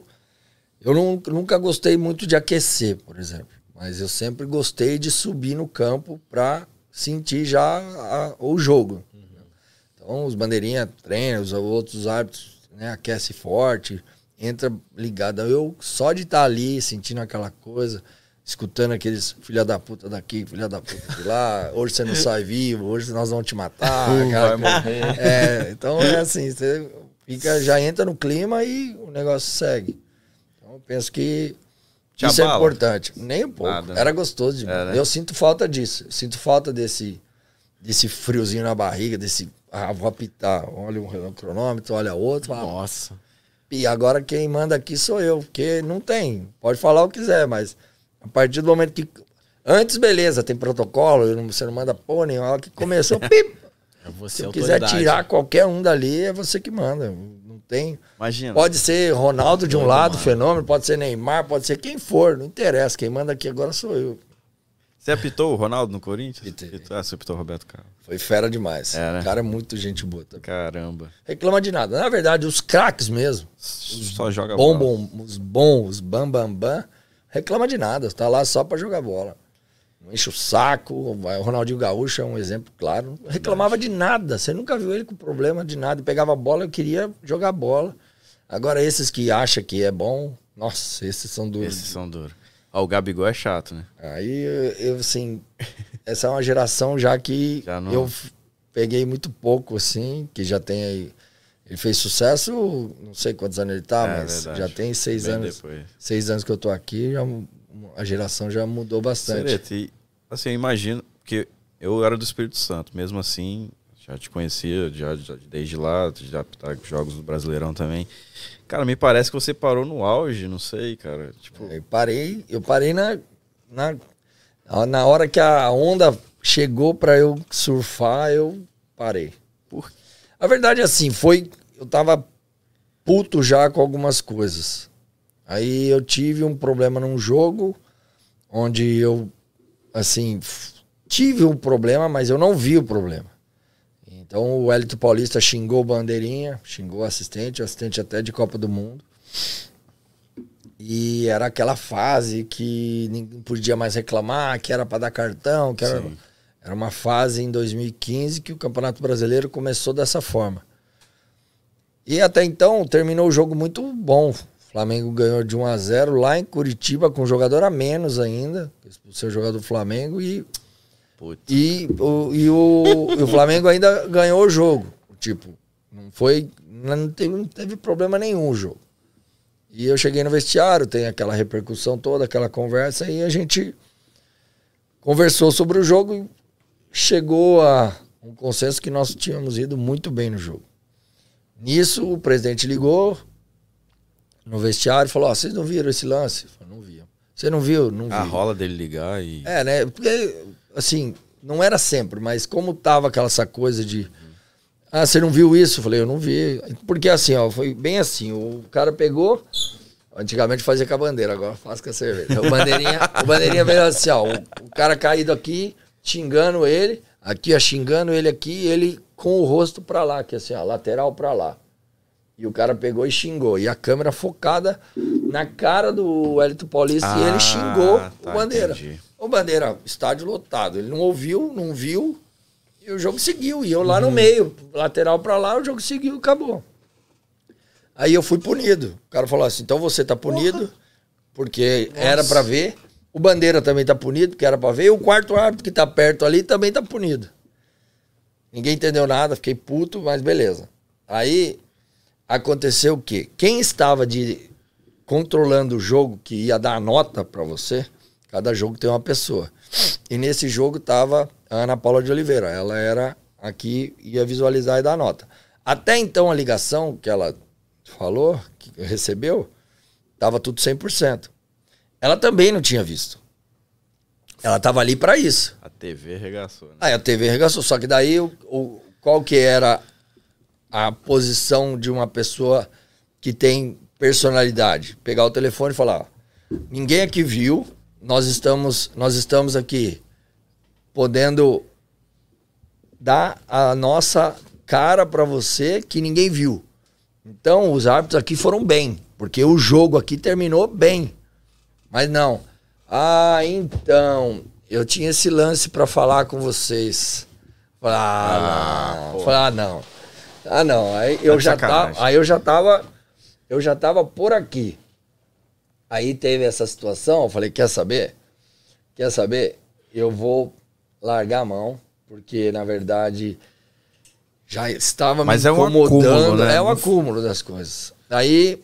nunca gostei muito de aquecer, por exemplo. Mas eu sempre gostei de subir no campo pra sentir já o jogo. Então, os bandeirinhas treinam, os outros árbitros aquecem forte, entra ligado. Eu, só de estar ali, sentindo aquela coisa, escutando aqueles filha da puta daqui, filha da puta de lá, hoje você não sai vivo, hoje nós vamos te matar. Vai morrer. Então, é assim, você já entra no clima e o negócio segue. Então, eu penso que isso é importante. Nem um pouco. Nada. Era gostoso demais. Né? Eu sinto falta disso. Eu sinto falta desse friozinho na barriga, vou apitar. Olha um cronômetro, olha outro. Nossa. E agora quem manda aqui sou eu, porque não tem. Pode falar o que quiser, mas a partir do momento que... Antes, beleza, tem protocolo, você não manda porra nenhuma. A hora que começou, pip! Se quiser tirar qualquer um dali, é você que manda. Não tem. Imagina. Pode ser Ronaldo de um lado, Fenômeno, pode ser Neymar, pode ser quem for, não interessa. Quem manda aqui agora sou eu. Você apitou o Ronaldo no Corinthians? Você apitou o Roberto Carlos. Foi fera demais. Né? O cara é muito gente boa também. Caramba. Reclama de nada. Na verdade, os craques mesmo. Só joga bola. Os bons, bam, reclama de nada. Tá lá só pra jogar bola. Não enche o saco. O Ronaldinho Gaúcho é um exemplo claro. Não reclamava de nada. Você nunca viu ele com problema de nada. Pegava a bola, eu queria jogar bola. Agora, esses que acham que é bom, nossa, esses são duros. Esses são duros. O Gabigol é chato, né? Aí, eu assim, essa é uma geração já que eu peguei muito pouco, assim, que já tem aí. Ele fez sucesso, não sei quantos anos ele tá, mas verdade. Já tem 6 anos. Depois. 6 anos que eu tô aqui, a geração já mudou bastante. Sereta, e, assim, eu imagino que eu era do Espírito Santo, mesmo assim, já te conhecia já desde lá, já tá com jogos do Brasileirão também. Cara, me parece que você parou no auge, não sei, cara. Tipo... Eu parei na hora que a onda chegou pra eu surfar, eu parei. A verdade é assim, eu tava puto já com algumas coisas. Aí eu tive um problema num jogo, onde eu, assim, tive um problema, mas eu não vi o problema. Então o Hélito Paulista xingou o bandeirinha, xingou o assistente até de Copa do Mundo. E era aquela fase que ninguém podia mais reclamar, que era para dar cartão, que era uma fase em 2015 que o Campeonato Brasileiro começou dessa forma. E até então terminou o jogo muito bom. O Flamengo ganhou de 1-0 lá em Curitiba com um jogador a menos ainda, o seu jogador do Flamengo, e o Flamengo ainda ganhou o jogo. Tipo, não teve problema nenhum o jogo. E eu cheguei no vestiário, tem aquela repercussão toda, aquela conversa, e a gente conversou sobre o jogo e chegou a um consenso que nós tínhamos ido muito bem no jogo. Nisso, o presidente ligou no vestiário e falou, vocês não viram esse lance? Eu falei, não vi. Você não viu? Não vi. A rola dele ligar e... né? Porque, assim, não era sempre, mas como tava essa coisa de... você não viu isso? Eu falei, eu não vi. Porque assim, ó, foi bem assim, o cara pegou... Antigamente fazia com a bandeira, agora faz com a cerveja. O bandeirinha veio assim, ó, o cara caído aqui, xingando ele, aqui, ó, xingando ele aqui, ele com o rosto pra lá, que assim, ó, lateral pra lá. E o cara pegou e xingou. E a câmera focada na cara do Wellington Paulista e ele xingou o Bandeira. Entendi. O Bandeira, estádio lotado. Ele não ouviu, não viu e o jogo seguiu. E eu lá no meio, lateral pra lá, o jogo seguiu e acabou. Aí eu fui punido. O cara falou assim, então você tá punido, porque era pra ver. O Bandeira também tá punido, porque era pra ver. E o quarto árbitro que tá perto ali também tá punido. Ninguém entendeu nada, fiquei puto, mas beleza. Aí... aconteceu o quê? Quem estava controlando o jogo, que ia dar a nota para você, cada jogo tem uma pessoa. E nesse jogo estava a Ana Paula de Oliveira. Ela era aqui, ia visualizar e dar nota. Até então a ligação que ela falou, que recebeu, estava tudo 100%. Ela também não tinha visto. Ela estava ali para isso. A TV arregaçou, né? Aí a TV arregaçou. Só que daí, qual que era... a posição de uma pessoa que tem personalidade? Pegar o telefone e falar, ninguém aqui viu, nós estamos aqui podendo dar a nossa cara para você que ninguém viu. Então os árbitros aqui foram bem, porque o jogo aqui terminou bem. Mas não. Então, eu tinha esse lance para falar com vocês. Não. Aí eu já tava por aqui. Aí teve essa situação, eu falei, quer saber? Eu vou largar a mão, porque na verdade já estava me incomodando. Né? É um acúmulo das coisas. Aí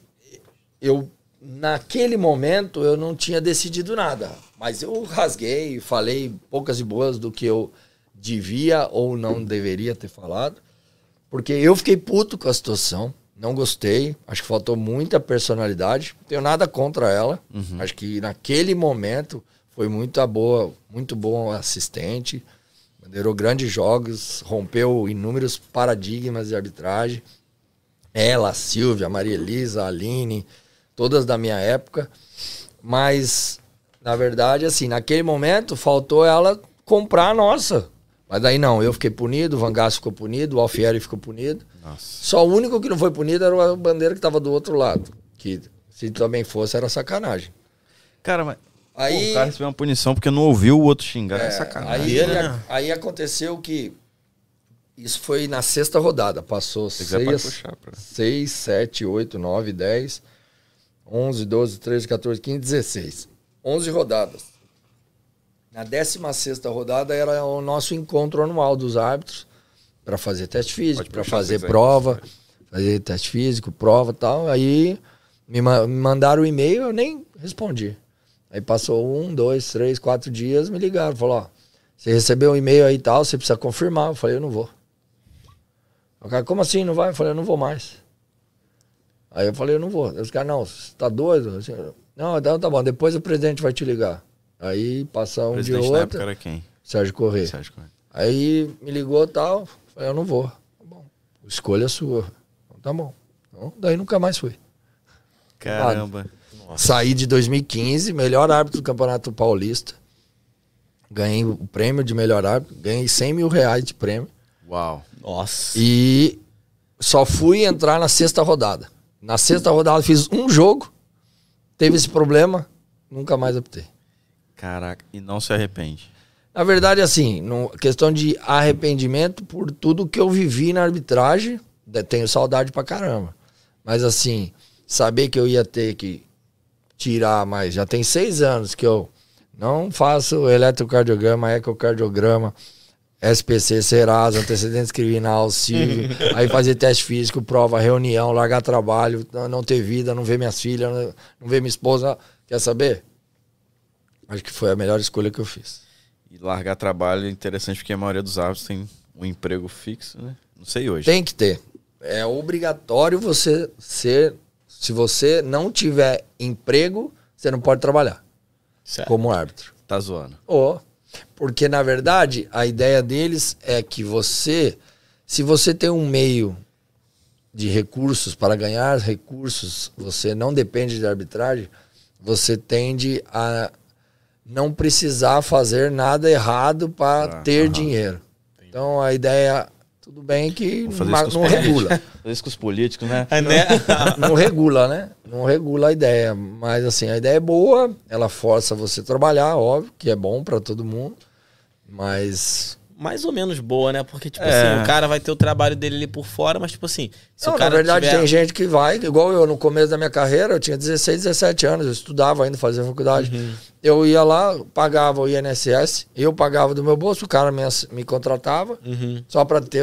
naquele momento eu não tinha decidido nada, mas eu rasguei, falei poucas e boas do que eu devia ou não deveria ter falado. Porque eu fiquei puto com a situação, não gostei, acho que faltou muita personalidade, não tenho nada contra ela, acho que naquele momento foi muito bom assistente, bandeirou grandes jogos, rompeu inúmeros paradigmas de arbitragem, ela, a Silvia, a Maria Elisa, a Aline, todas da minha época, mas na verdade, assim, naquele momento faltou ela comprar a nossa. Mas daí não, eu fiquei punido, o Vangaço ficou punido, o Alfieri ficou punido. Nossa. Só o único que não foi punido era o Bandeira que estava do outro lado. Que se também fosse, era sacanagem. Cara, mas o cara recebeu uma punição porque não ouviu o outro xingar, é sacanagem. Aí aconteceu que isso foi na 6ª rodada. Passou 6, 7, 8, 9, 10, 11, 12, 13, 14, 15, 16. 11 rodadas. Na 16ª rodada era o nosso encontro anual dos árbitros para fazer teste físico, para fazer prova, fazer teste físico, prova e tal. Aí me mandaram o e-mail, eu nem respondi. Aí passou 1, 2, 3, 4 dias, me ligaram, falaram, você recebeu um e-mail aí e tal, você precisa confirmar. Eu falei, eu não vou. O cara, como assim não vai? Eu falei, eu não vou mais. Aí eu falei, eu não vou. Os caras, não, você tá doido? Assim, não, então tá bom, depois o presidente vai te ligar. Aí passa um dia ou outro. Na época era quem? Sérgio Corrêa. Aí me ligou e tal. Falei, eu não vou. Tá bom. Escolha sua. Tá bom. Então, daí nunca mais fui. Caramba. Saí de 2015, melhor árbitro do Campeonato Paulista. Ganhei o prêmio de melhor árbitro. Ganhei R$100 mil de prêmio. Uau. Nossa. E só fui entrar na 6ª rodada. Na 6ª rodada fiz um jogo. Teve esse problema. Nunca mais optei. Caraca, e não se arrepende? Na verdade, assim, questão de arrependimento por tudo que eu vivi na arbitragem, tenho saudade pra caramba. Mas assim, saber que eu ia ter que tirar mais, já tem 6 anos que eu não faço eletrocardiograma, ecocardiograma, SPC, Serasa, antecedentes criminal, civil, aí fazer teste físico, prova, reunião, largar trabalho, não ter vida, não ver minhas filhas, não ver minha esposa. Quer saber? Acho que foi a melhor escolha que eu fiz. E largar trabalho é interessante porque a maioria dos árbitros tem um emprego fixo, né? Não sei hoje. Tem que ter. É obrigatório você ser... Se você não tiver emprego, você não pode trabalhar. Certo. Como árbitro. Tá zoando. Porque, na verdade, a ideia deles é que você... Se você tem um meio de recursos para ganhar recursos, você não depende de arbitragem, você tende a não precisar fazer nada errado para ter dinheiro. Então, a ideia... Tudo bem que não regula. Fazer isso com os políticos, né? Não regula, né? Não regula a ideia. Mas, assim, a ideia é boa, ela força você a trabalhar, óbvio, que é bom pra todo mundo. Mas... Mais ou menos boa, né? Porque, tipo assim, o cara vai ter o trabalho dele ali por fora, mas, tipo assim... Se o cara na verdade, tem gente que vai, igual eu, no começo da minha carreira, eu tinha 16, 17 anos, eu estudava ainda, fazia faculdade. Eu ia lá, pagava o INSS, eu pagava do meu bolso, o cara me contratava, só para ter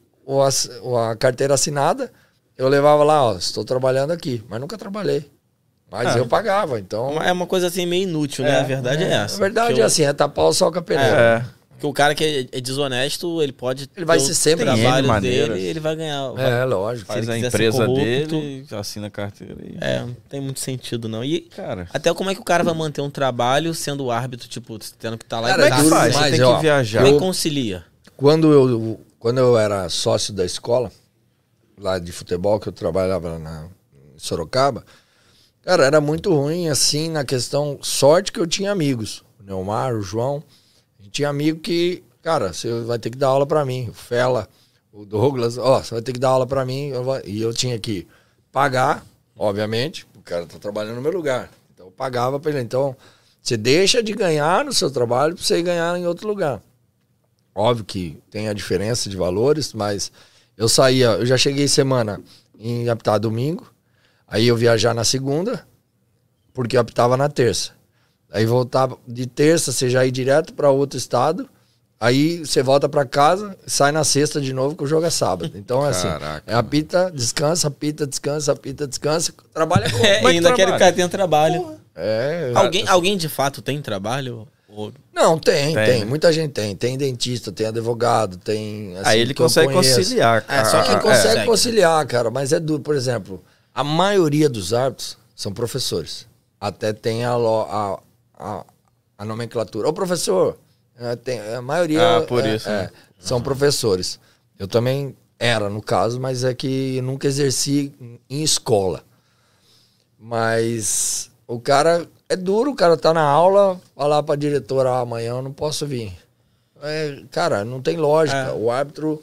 a carteira assinada. Eu levava lá, ó, estou trabalhando aqui, mas nunca trabalhei. Mas eu pagava, então... É uma coisa assim meio inútil, né? A verdade é essa. A verdade é assim, é tapar o sol com a peneira. Porque o cara que é desonesto, ele pode... Ele vai ser sempre o trabalho dele, ele vai ganhar... Lógico. Faz a empresa dele, assina a carteira. Não tem muito sentido, não. E cara, até como é que o cara vai manter um trabalho sendo árbitro, tipo, tendo que estar lá... Como é que faz? Você tem que viajar. Como é que concilia? Quando eu era sócio da escola, lá de futebol, que eu trabalhava em Sorocaba, cara, era muito ruim, assim, na questão... Sorte que eu tinha amigos. O Neomar, o João... Tinha amigo que, cara, você vai ter que dar aula pra mim. O Fela, o Douglas, você vai ter que dar aula pra mim. E eu tinha que pagar, obviamente, o cara tá trabalhando no meu lugar. Então eu pagava pra ele. Então, você deixa de ganhar no seu trabalho pra você ganhar em outro lugar. Óbvio que tem a diferença de valores, mas eu já cheguei semana em apitar domingo, aí eu viajar na segunda, porque eu apitava na terça. Aí voltar de terça, você já ir direto para outro estado. Aí você volta para casa, sai na sexta de novo, que o jogo é sábado. Então é assim, apita, descansa, apita, descansa, apita, descansa. Trabalha com... ainda quer que o cara tenha trabalho. Porra. Alguém de fato tem trabalho? Não, tem. Muita gente tem. Tem dentista, tem advogado, tem... Assim, aí ele consegue conciliar, cara. Só que consegue conciliar, cara. Mas é duro. Por exemplo, a maioria dos árbitros são professores. Até tem a nomenclatura. Ô, professor, a maioria por isso, né? são professores. Eu também era, no caso, mas é que eu nunca exerci em escola. Mas o cara... É duro, o cara tá na aula, falar pra diretora, amanhã eu não posso vir. Cara, não tem lógica. O árbitro,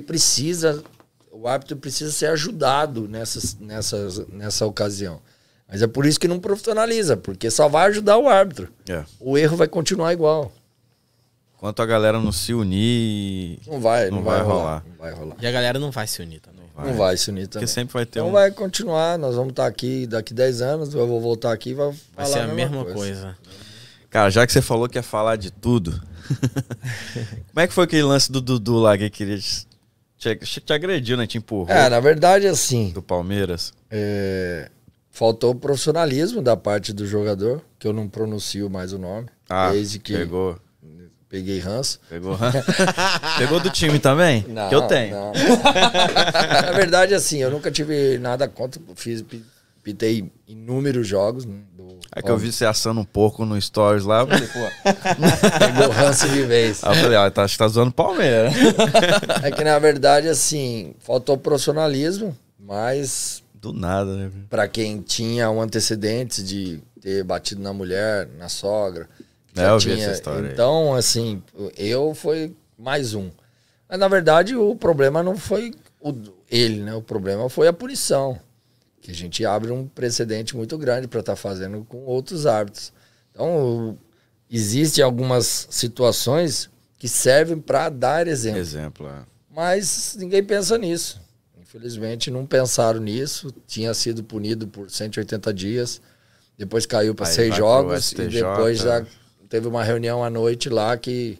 o árbitro precisa ser ajudado nessa ocasião. Mas é por isso que não profissionaliza, porque só vai ajudar o árbitro. O erro vai continuar igual. Enquanto a galera não se unir... Não vai rolar. E a galera não vai se unir também. Não vai se unir também. Porque sempre vai ter então vai continuar, nós vamos estar aqui daqui 10 anos, eu vou voltar aqui e vai ser a mesma coisa. Cara, já que você falou que ia falar de tudo, como é que foi aquele lance do Dudu lá que queria te agrediu, né? Te empurrou? Na verdade, assim... Do Palmeiras. Faltou profissionalismo da parte do jogador, que eu não pronuncio mais o nome. Desde que peguei ranço. Pegou ranço? Pegou do time também? Não, que eu tenho. Não. Na verdade, assim, eu nunca tive nada contra. Pitei inúmeros jogos. Né, que eu vi você assando um pouco no Stories lá. Eu falei, pegou ranço de vez. Aí eu falei, acho que tá zoando Palmeiras. É que, na verdade, assim, faltou profissionalismo, mas... Do nada, né? Pra quem tinha um antecedente de ter batido na mulher, na sogra... Eu vi essa história. Então, assim, eu fui mais um. Mas, na verdade, o problema não foi ele, né? O problema foi a punição. Que a gente abre um precedente muito grande para estar fazendo com outros árbitros. Então, existem algumas situações que servem para dar exemplo. Mas ninguém pensa nisso. Infelizmente, não pensaram nisso. Tinha sido punido por 180 dias. Depois caiu para 6 jogos. E depois já... Teve uma reunião à noite lá que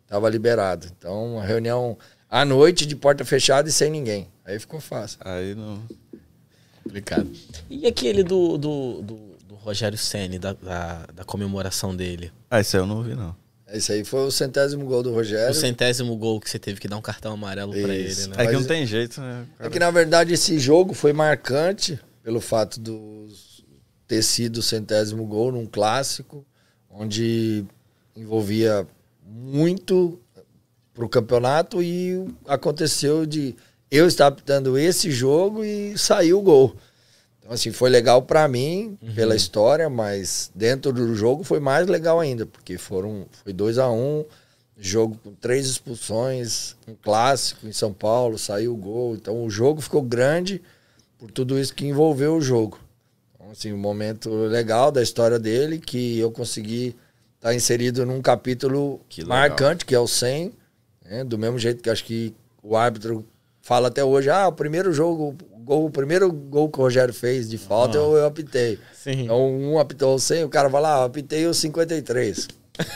tava liberado. Então, uma reunião à noite, de porta fechada e sem ninguém. Aí ficou fácil. Aí não... Complicado. E aquele do Rogério Ceni, da comemoração dele? Esse aí eu não vi, não. Esse aí foi o 100º gol do Rogério. O 100º gol que você teve que dar um cartão amarelo pra ele, né? É que não tem jeito, né? É que, na verdade, esse jogo foi marcante pelo fato de ter sido o 100º gol num clássico, onde envolvia muito pro campeonato e aconteceu de eu estar apitando esse jogo e saiu o gol. Então, assim, foi legal pra mim, pela história, mas dentro do jogo foi mais legal ainda, porque foi 2-1, jogo com 3 expulsões, um clássico em São Paulo, saiu o gol. Então, o jogo ficou grande por tudo isso que envolveu o jogo. Então, assim, um momento legal da história dele, que eu consegui estar inserido num capítulo marcante, que é o 100, né? Do mesmo jeito que acho que o árbitro fala até hoje, o primeiro jogo, o primeiro gol que o Rogério fez de falta, eu apitei. Sim. Então, um apitou o 100, o cara vai lá, eu apitei o 53.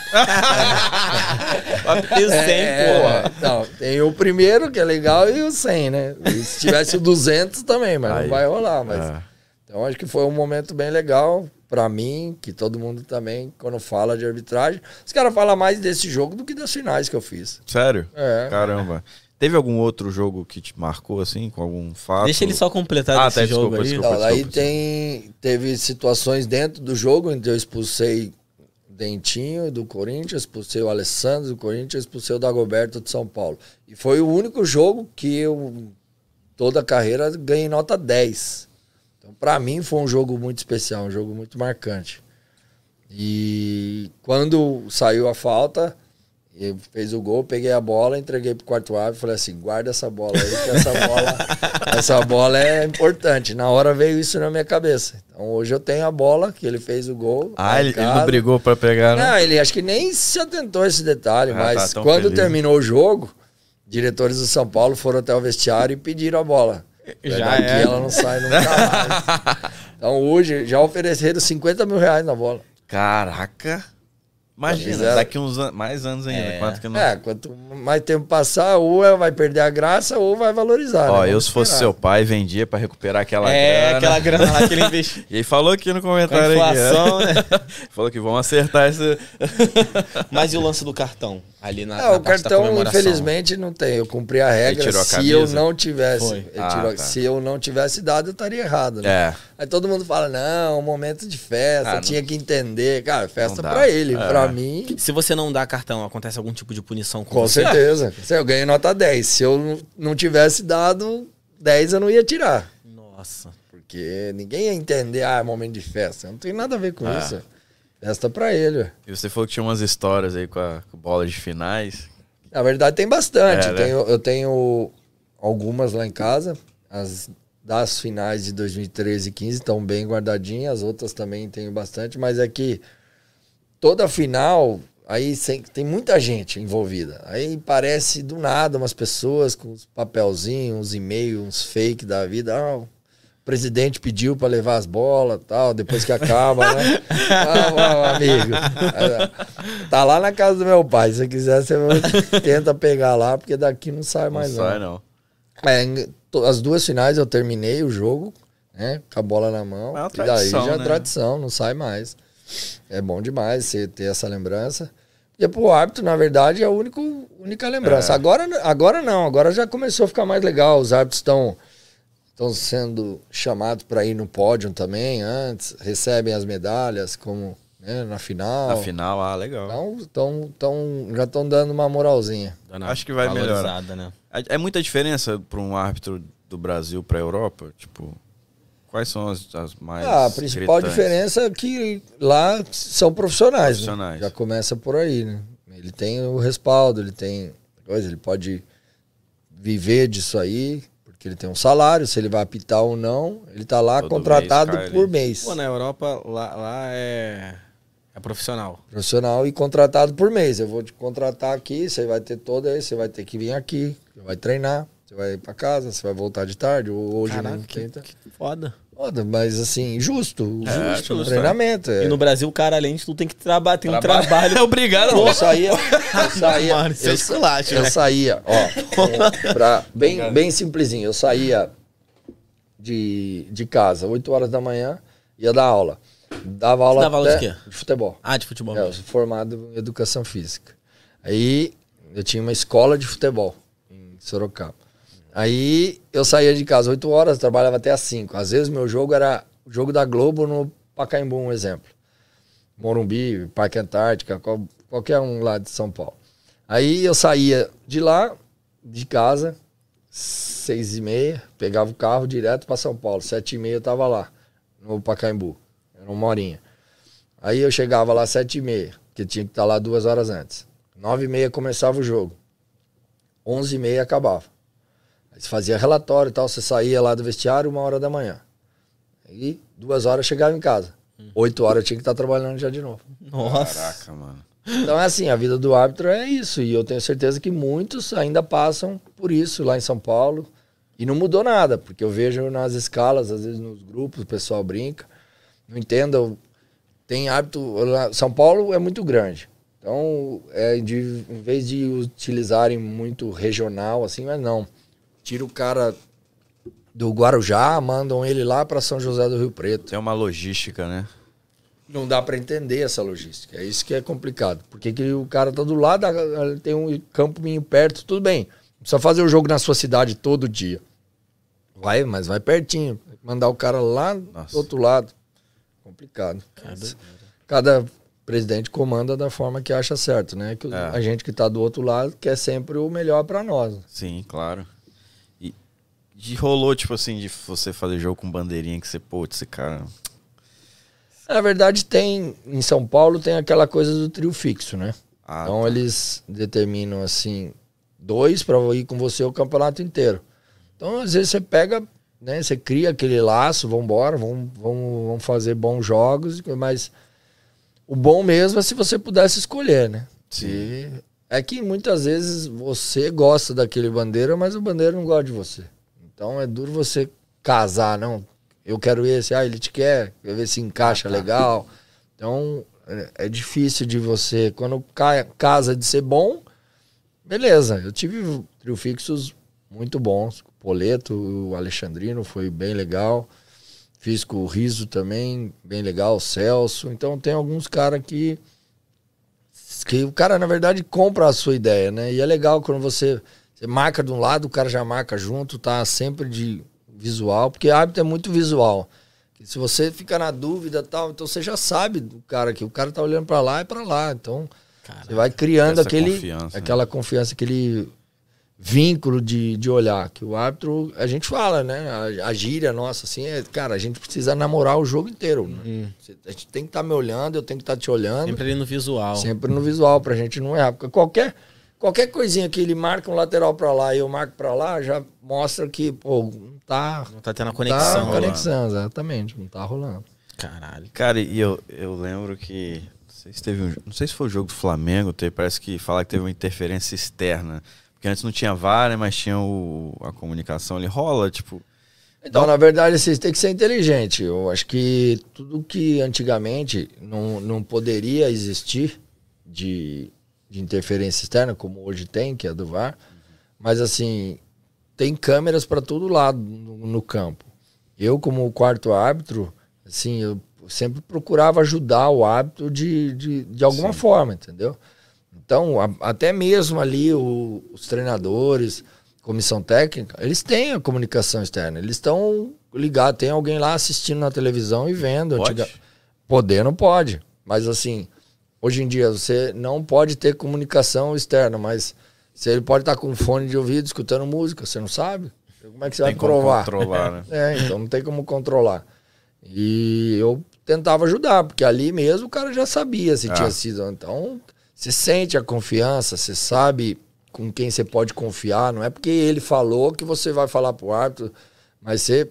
Apitei o 100, porra. Não, tem o primeiro, que é legal, e o 100, né? E se tivesse o 200 também, mas não vai rolar. Mas... Então, acho que foi um momento bem legal pra mim, que todo mundo também, quando fala de arbitragem, os caras falam mais desse jogo do que das finais que eu fiz. Sério? É. Caramba. Teve algum outro jogo que te marcou, assim, com algum fato? Deixa ele só completar esse jogo aí. Desculpa. Aí teve situações dentro do jogo, onde eu expulsei o Dentinho do Corinthians, expulsei o Alessandro do Corinthians, expulsei o Dagoberto de São Paulo. E foi o único jogo que eu, toda a carreira, ganhei nota 10. Então, pra mim, foi um jogo muito especial, um jogo muito marcante. E quando saiu a falta... Ele fez o gol, peguei a bola, entreguei pro quarto árbitro e falei assim, guarda essa bola aí, que essa bola é importante. Na hora veio isso na minha cabeça. Então hoje eu tenho a bola, que ele fez o gol. Ele não brigou pra pegar, né? Não, ele acho que nem se atentou a esse detalhe, mas quando terminou o jogo, diretores do São Paulo foram até o vestiário e pediram a bola. Já é. Ela não sai nunca mais. Então hoje já ofereceram 50 mil reais na bola. Caraca! Imagina, daqui uns mais anos ainda. Quanto mais tempo passar, ou vai perder a graça ou vai valorizar. Ó, eu se fosse seu pai, vendia pra recuperar aquela grana. Aquela grana lá que ele investiu. E ele falou aqui no comentário. Com a inflação, né? Falou que vão acertar esse... Mas e o lance do cartão? Ali na o cartão, infelizmente, não tem. Eu cumpri a regra. Se eu não tivesse... Se eu não tivesse dado, eu estaria errado. Né? Aí todo mundo fala, não, um momento de festa, tinha que entender. Cara, festa pra ele, pra mim... Se você não dá cartão, acontece algum tipo de punição com você? Com certeza. Eu ganhei nota 10. Se eu não tivesse dado 10, eu não ia tirar. Nossa. Porque ninguém ia entender, momento de festa. Não tem nada a ver com isso. Festa pra ele. E você falou que tinha umas histórias aí com bola de finais. Na verdade, tem bastante. Eu tenho algumas lá em casa. As das finais de 2013 e 15 estão bem guardadinhas. As outras também tenho bastante. Mas é que toda final, aí tem muita gente envolvida. Aí parece do nada umas pessoas com uns papelzinhos, uns e-mails, uns fake da vida. O presidente pediu para levar as bolas e tal, depois que acaba, né? Amigo, tá lá na casa do meu pai. Se você quiser, você tenta pegar lá, porque daqui não sai mais não. Não sai não. As duas finais eu terminei o jogo, né? Com a bola na mão. É uma tradição, e daí já é tradição, não sai mais. É bom demais você ter essa lembrança. E pro árbitro, na verdade, é a única lembrança. Agora não, agora já começou a ficar mais legal. Os árbitros estão sendo chamados para ir no pódio também antes, recebem as medalhas, como na final. Na final, legal. Então já estão dando uma moralzinha. Acho que vai melhorar. Né? É muita diferença para um árbitro do Brasil para a Europa? Tipo, quais são as mais a principal gritantes? Diferença é que lá são profissionais. Né? Já começa por aí, né? Ele tem o respaldo, ele tem coisa, ele pode viver disso aí, porque ele tem um salário, se ele vai apitar ou não, ele tá lá contratado por mês. Pô, na Europa, lá é profissional. Profissional e contratado por mês. Eu vou te contratar aqui, você vai ter você vai ter que vir aqui, você vai treinar, você vai ir pra casa, você vai voltar de tarde, ou hoje Caraca, não tenta. Que foda. Mas assim, justo treinamento. E no Brasil, o cara, além de tudo, tem que trabalhar, tem um trabalho. É obrigado. Eu saía, Mano, isso é esculacho, eu né? saía, bem simplesinho, eu saía de casa, 8 horas da manhã, ia dar aula. Dava aula de quê? De futebol. Ah, de futebol. Eu sou formado em educação física. Aí eu tinha uma escola de futebol em Sorocaba. Aí eu saía de casa 8 horas, trabalhava até às 5. Às vezes meu jogo era o jogo da Globo no Pacaembu, um exemplo. Morumbi, Parque Antártica, qualquer um lá de São Paulo. Aí eu saía de lá, de casa, 6h30, pegava o carro direto para São Paulo. 7h30 eu tava lá, no Pacaembu. Era uma horinha. Aí eu chegava lá 7h30, que tinha que estar lá 2 horas antes. 9h30 começava o jogo. 11h30 acabava. Aí você fazia relatório e tal, você saía lá do vestiário 1h da manhã. Aí 2 horas chegava em casa. 8 horas eu tinha que estar trabalhando já de novo. Nossa. Caraca, mano. Então é assim, a vida do árbitro é isso. E eu tenho certeza que muitos ainda passam por isso lá em São Paulo. E não mudou nada, porque eu vejo nas escalas, às vezes nos grupos, o pessoal brinca. Não entendo. Tem árbitro... São Paulo é muito grande. Então, em vez de utilizarem muito regional, assim, mas não. Tira o cara do Guarujá, mandam ele lá para São José do Rio Preto. Tem uma logística, né? Não dá para entender essa logística. É isso que é complicado. Porque que o cara tá do lado, tem um campo meio perto, tudo bem. Não precisa fazer o jogo na sua cidade todo dia. Mas vai pertinho. Mandar o cara lá do outro lado. Complicado. Cada presidente comanda da forma que acha certo, né? Que a gente que tá do outro lado quer sempre o melhor para nós. Sim, claro. E rolou, tipo assim, de você fazer jogo com bandeirinha que você, esse cara... Na verdade, em São Paulo tem aquela coisa do trio fixo, né? Então eles determinam, assim, 2 para ir com você o campeonato inteiro. Então, às vezes você pega, né? Você cria aquele laço, vambora, vamos fazer bons jogos, mas o bom mesmo é se você pudesse escolher, né? Sim. É que muitas vezes você gosta daquele bandeira, mas o bandeira não gosta de você. Então é duro você casar, não. Eu quero esse, ele te quer ver se encaixa legal. Então é difícil de você, quando casa de ser bom, beleza. Eu tive trio fixos muito bons. O Poleto, o Alexandrino foi bem legal. Fiz com o Riso também, bem legal, o Celso. Então tem alguns caras que o cara, na verdade, compra a sua ideia, né? E é legal quando você marca de um lado, o cara já marca junto, tá sempre de visual, porque árbitro é muito visual. E se você fica na dúvida e tal, então você já sabe do cara que o cara tá olhando para lá e para lá. Então, você vai criando aquela confiança, aquele vínculo de olhar. Que o árbitro, a gente fala, né? A gíria nossa, assim, cara, a gente precisa namorar o jogo inteiro. Né? A gente tem que estar me olhando, eu tenho que estar te olhando. Sempre ali no visual. Sempre no visual, pra gente não errar. Porque qualquer coisinha que ele marca um lateral pra lá e eu marco pra lá, já mostra que, não tá tendo a conexão. Tá conexão, exatamente. Não tá rolando. Caralho. Cara, e eu lembro que... Não sei se foi o jogo do Flamengo, parece que falar que teve uma interferência externa. Porque antes não tinha VAR, né, mas tinha a comunicação ali. Rola, tipo... Então, na verdade, vocês têm que ser inteligente. Eu acho que tudo que antigamente não poderia existir de interferência externa, como hoje tem, que é do VAR, mas assim, tem câmeras para todo lado no campo. Eu, como quarto árbitro, assim, eu sempre procurava ajudar o árbitro de alguma forma, entendeu? Então, até mesmo ali os treinadores, comissão técnica, eles têm a comunicação externa, eles estão ligados, tem alguém lá assistindo na televisão e vendo. Poder não pode, mas assim... Hoje em dia, você não pode ter comunicação externa, mas ele pode estar com um fone de ouvido, escutando música, você não sabe? Como é que você vai provar? Controlar, né? Então não tem como controlar. E eu tentava ajudar, porque ali mesmo o cara já sabia se tinha sido. Então, você sente a confiança, você sabe com quem você pode confiar. Não é porque ele falou que você vai falar pro árbitro, mas você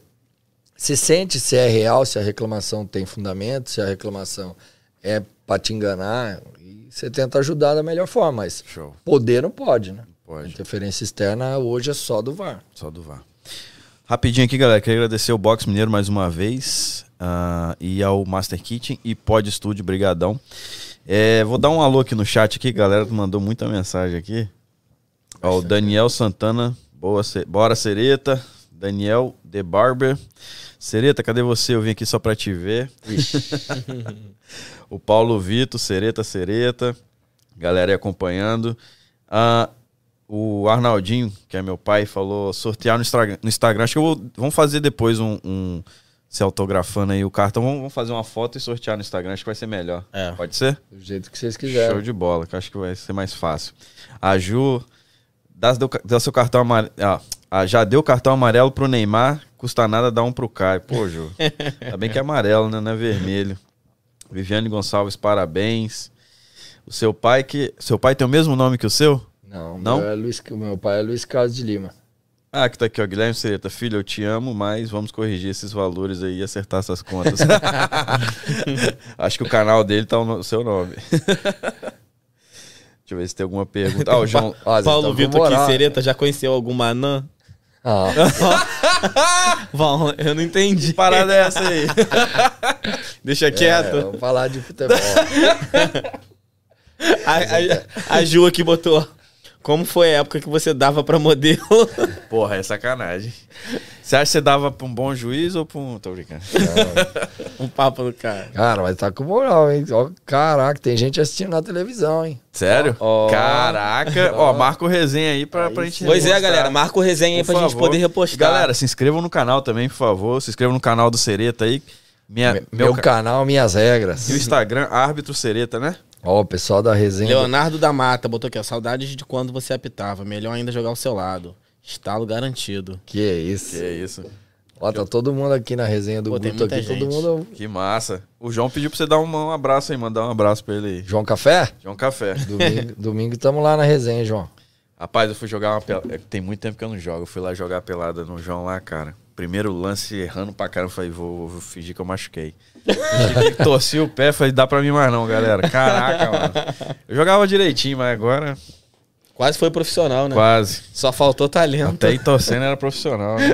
sente se é real, se a reclamação tem fundamento, se a reclamação é para te enganar, e você tenta ajudar da melhor forma, mas poder não pode, né? Pode. A interferência externa hoje é só do VAR. Só do VAR. Rapidinho aqui, galera. Queria agradecer o Box Mineiro mais uma vez. E ao Master Kitchen e Pod Studio, brigadão. Vou dar um alô aqui no chat aqui, galera. Mandou muita mensagem aqui. Ó, o Daniel Santana. Bora, Sereta. Daniel The Barber. Sereta, cadê você? Eu vim aqui só pra te ver. O Paulo Vitor, Sereta. Galera aí acompanhando. O Arnaldinho, que é meu pai, falou sortear no Instagram. Acho que vamos fazer depois se autografando aí o cartão. Vamos fazer uma foto e sortear no Instagram. Acho que vai ser melhor. Pode ser? Do jeito que vocês quiserem. Show de bola, que acho que vai ser mais fácil. A Ju, dá seu cartão amarelo. Já deu cartão amarelo pro Neymar, custa nada dar um pro Caio. Pô, Ju, ainda bem que é amarelo, né? Não é vermelho. Viviane Gonçalves, parabéns. Seu pai tem o mesmo nome que o seu? Não? Meu pai é Luiz Carlos de Lima. Que tá aqui, ó. Guilherme Sereta. Filho, eu te amo, mas vamos corrigir esses valores aí e acertar essas contas. Acho que o canal dele tá o seu nome. Deixa eu ver se tem alguma pergunta. O João... Paulo Vitor aqui, Sereta, já conheceu alguma anã? Bom, eu não entendi. Que parada é essa aí? Deixa quieto. Vamos falar de futebol. A Ju aqui botou: como foi a época que você dava pra modelo? Porra, é sacanagem. Você acha que você dava pra um bom juiz ou pra um... Tô brincando. Um papo do cara. Cara, mas tá com moral, hein? Caraca, tem gente assistindo na televisão, hein? Sério? Caraca. Marca o resenha aí pra gente Pois repostar. Galera, marca o resenha aí pra gente poder repostar. Galera, se inscrevam no canal também, por favor. Se inscrevam no canal do Sereta aí. Meu canal, minhas regras. E o Instagram, Árbitro Sereta, né? O pessoal da resenha. Leonardo da Mata botou aqui, ó. Saudades de quando você apitava. Melhor ainda jogar ao seu lado. Estalo garantido. Que isso. Ó, tá todo mundo aqui na resenha do Guto aqui, todo mundo... Que massa. O João pediu pra você dar um abraço aí, mandar um abraço pra ele aí. João Café? João Café. Domingo tamo lá na resenha, João. Rapaz, eu fui jogar uma pelada. Tem muito tempo que eu não jogo. Eu fui lá jogar a pelada no João lá, cara. Primeiro lance, errando pra caramba. Eu falei, vou fingir que eu machuquei. Torci o pé, falei, dá pra mim mais não, galera. Caraca, mano. Eu jogava direitinho, mas agora... Quase foi profissional, né? Quase. Só faltou talento. Até aí torcendo era profissional, né?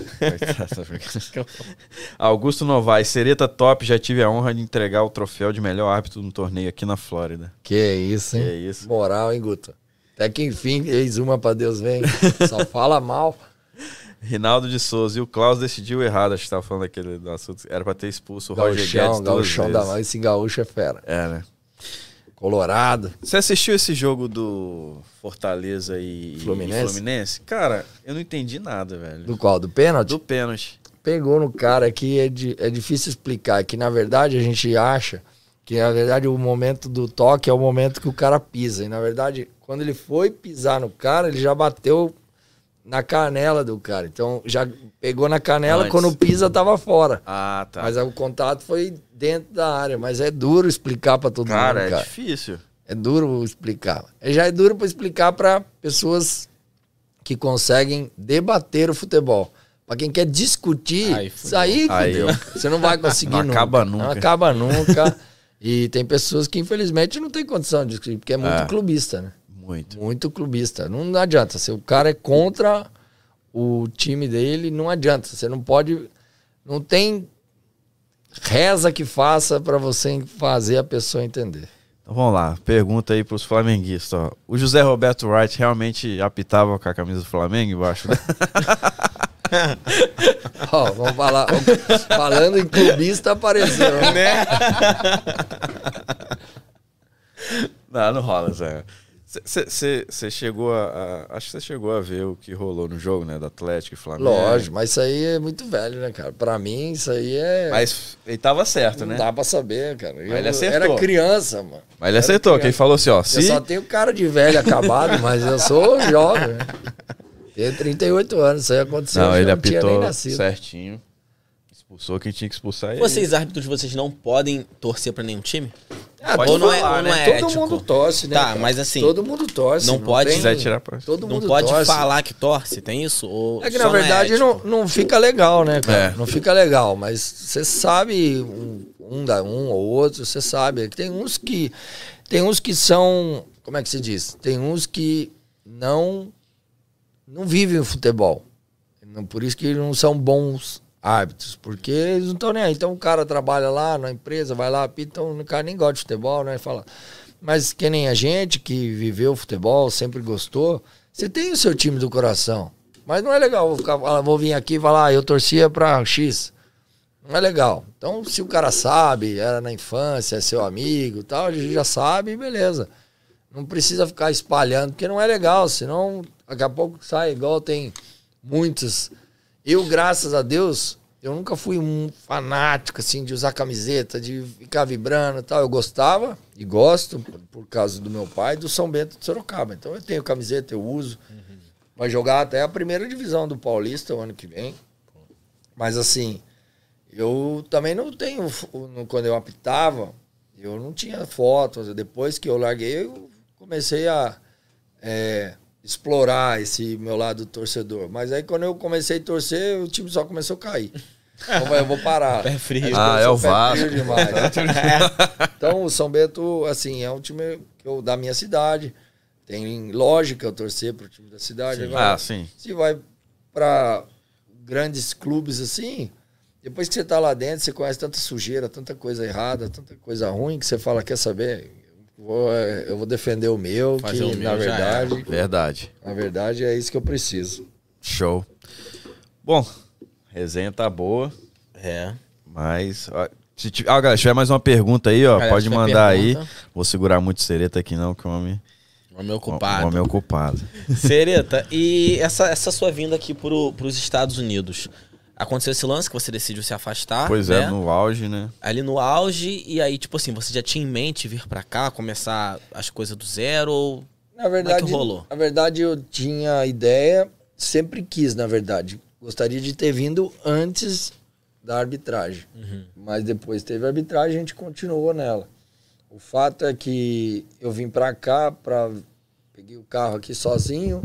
Augusto Novaes, Sereta top, já tive a honra de entregar o troféu de melhor árbitro no torneio aqui na Flórida. Que isso, hein? Que isso. Moral, hein, Guto? Até que enfim, eis uma pra Deus vem. Só fala mal. Rinaldo de Souza. E o Klaus decidiu errado. Acho que tava falando aquele do assunto. Era pra ter expulso o Roger Guedes Gauchão esse gaúcho é fera. Né? Colorado. Você assistiu esse jogo do Fortaleza e Fluminense? Cara, eu não entendi nada, velho. Do qual? Do pênalti? Do pênalti. Pegou no cara aqui, é difícil explicar. Que na verdade a gente acha que na verdade o momento do toque é o momento que o cara pisa. E na verdade, quando ele foi pisar no cara, ele já bateu na canela do cara. Então já pegou na canela, antes. Quando pisa tava fora. Tá. Mas o contato foi dentro da área. Mas é duro explicar pra todo mundo, cara. É difícil. É duro explicar. Já é duro pra explicar pra pessoas que conseguem debater o futebol. Pra quem quer discutir, isso aí, fudeu. Você não vai conseguir nunca. Acaba nunca. Não acaba nunca. E tem pessoas que infelizmente não tem condição de discutir, porque é muito clubista, né? Muito clubista. Não adianta. Se o cara é contra o time dele, não adianta. Você não pode... Não tem reza que faça pra você fazer a pessoa entender. Então vamos lá. Pergunta aí pros flamenguistas. Ó. O José Roberto Wright realmente apitava com a camisa do Flamengo embaixo? Vamos falar. Falando em clubista, apareceu, né? Não rola, Zé. Você chegou acho que você chegou a ver o que rolou no jogo, né? Do Atlético e Flamengo. Lógico, mas isso aí é muito velho, né, cara? Pra mim, isso aí é... Mas ele tava certo, né? Não dá pra saber, cara. Mas ele acertou. Era criança, mano. Mas ele acertou, que ele falou assim, ó... Eu só tenho cara de velho acabado, mas eu sou jovem. Tenho 38 anos, isso aí aconteceu. Não, ele apitou tinha nem nascido. Certinho. Expulsou quem tinha que expulsar ele. Vocês, árbitros, vocês não podem torcer pra nenhum time? Pode não falar, não é todo ético? Mundo torce, né? Tá, cara? mas assim... Todo mundo torce. Não pode... Se quiser tirar pra... Todo mundo não pode torce. falar que torce, tem isso? Ou é que na verdade não fica legal, né, cara? Não fica legal, mas você sabe um ou outro, você sabe. Tem uns que são... Como é que se diz? Tem uns que não vivem o futebol. Por isso que não são bons árbitros, porque eles não estão nem aí. Então o cara trabalha lá na empresa, vai lá, apita, então o cara nem gosta de futebol, né? Fala. Mas que nem a gente que viveu futebol, sempre gostou, você tem o seu time do coração. Mas não é legal, vou vir aqui e falar, eu torcia pra X. Não é legal. Então, se o cara sabe, era na infância, é seu amigo e tal, ele já sabe, beleza. Não precisa ficar espalhando, porque não é legal, senão daqui a pouco sai igual tem muitos. Eu, graças a Deus, eu nunca fui um fanático, assim, de usar camiseta, de ficar vibrando e tal. Eu gostava e gosto, por causa do meu pai, do São Bento de Sorocaba. Então, eu tenho camiseta, eu uso. Vai jogar até a primeira divisão do Paulista o ano que vem. Mas, assim, eu também não tenho... Quando eu apitava, eu não tinha fotos. Depois que eu larguei, eu comecei a explorar esse meu lado torcedor. Mas aí, quando eu comecei a torcer, o time só começou a cair. Então, eu vou parar. Pé frio. É o Vasco. Demais. Então, o São Bento, assim, é um time da minha cidade. Tem lógica eu torcer pro time da cidade. Sim. Agora, sim. Se vai para grandes clubes assim, depois que você tá lá dentro, você conhece tanta sujeira, tanta coisa errada, tanta coisa ruim, que você fala, quer saber? Eu vou defender o meu, Fazer que o meu na verdade... Verdade. Na verdade, é isso que eu preciso. Show. Bom, resenha tá boa. Mas... Ó, galera, se tiver mais uma pergunta aí, ó, pode mandar aí. Vou segurar muito Sereta aqui não, que o homem... Homem ocupado. Homem ocupado. Sereta, e essa sua vinda aqui pros Estados Unidos, aconteceu esse lance que você decidiu se afastar? Pois né? no auge, né? Ali no auge, e aí, tipo assim, você já tinha em mente vir pra cá, começar as coisas do zero, ou na verdade, como é que rolou? Na verdade, eu tinha a ideia, sempre quis, na verdade. Gostaria de ter vindo antes da arbitragem. Mas depois teve a arbitragem, a gente continuou nela. O fato é que eu vim pra cá, peguei o carro aqui sozinho,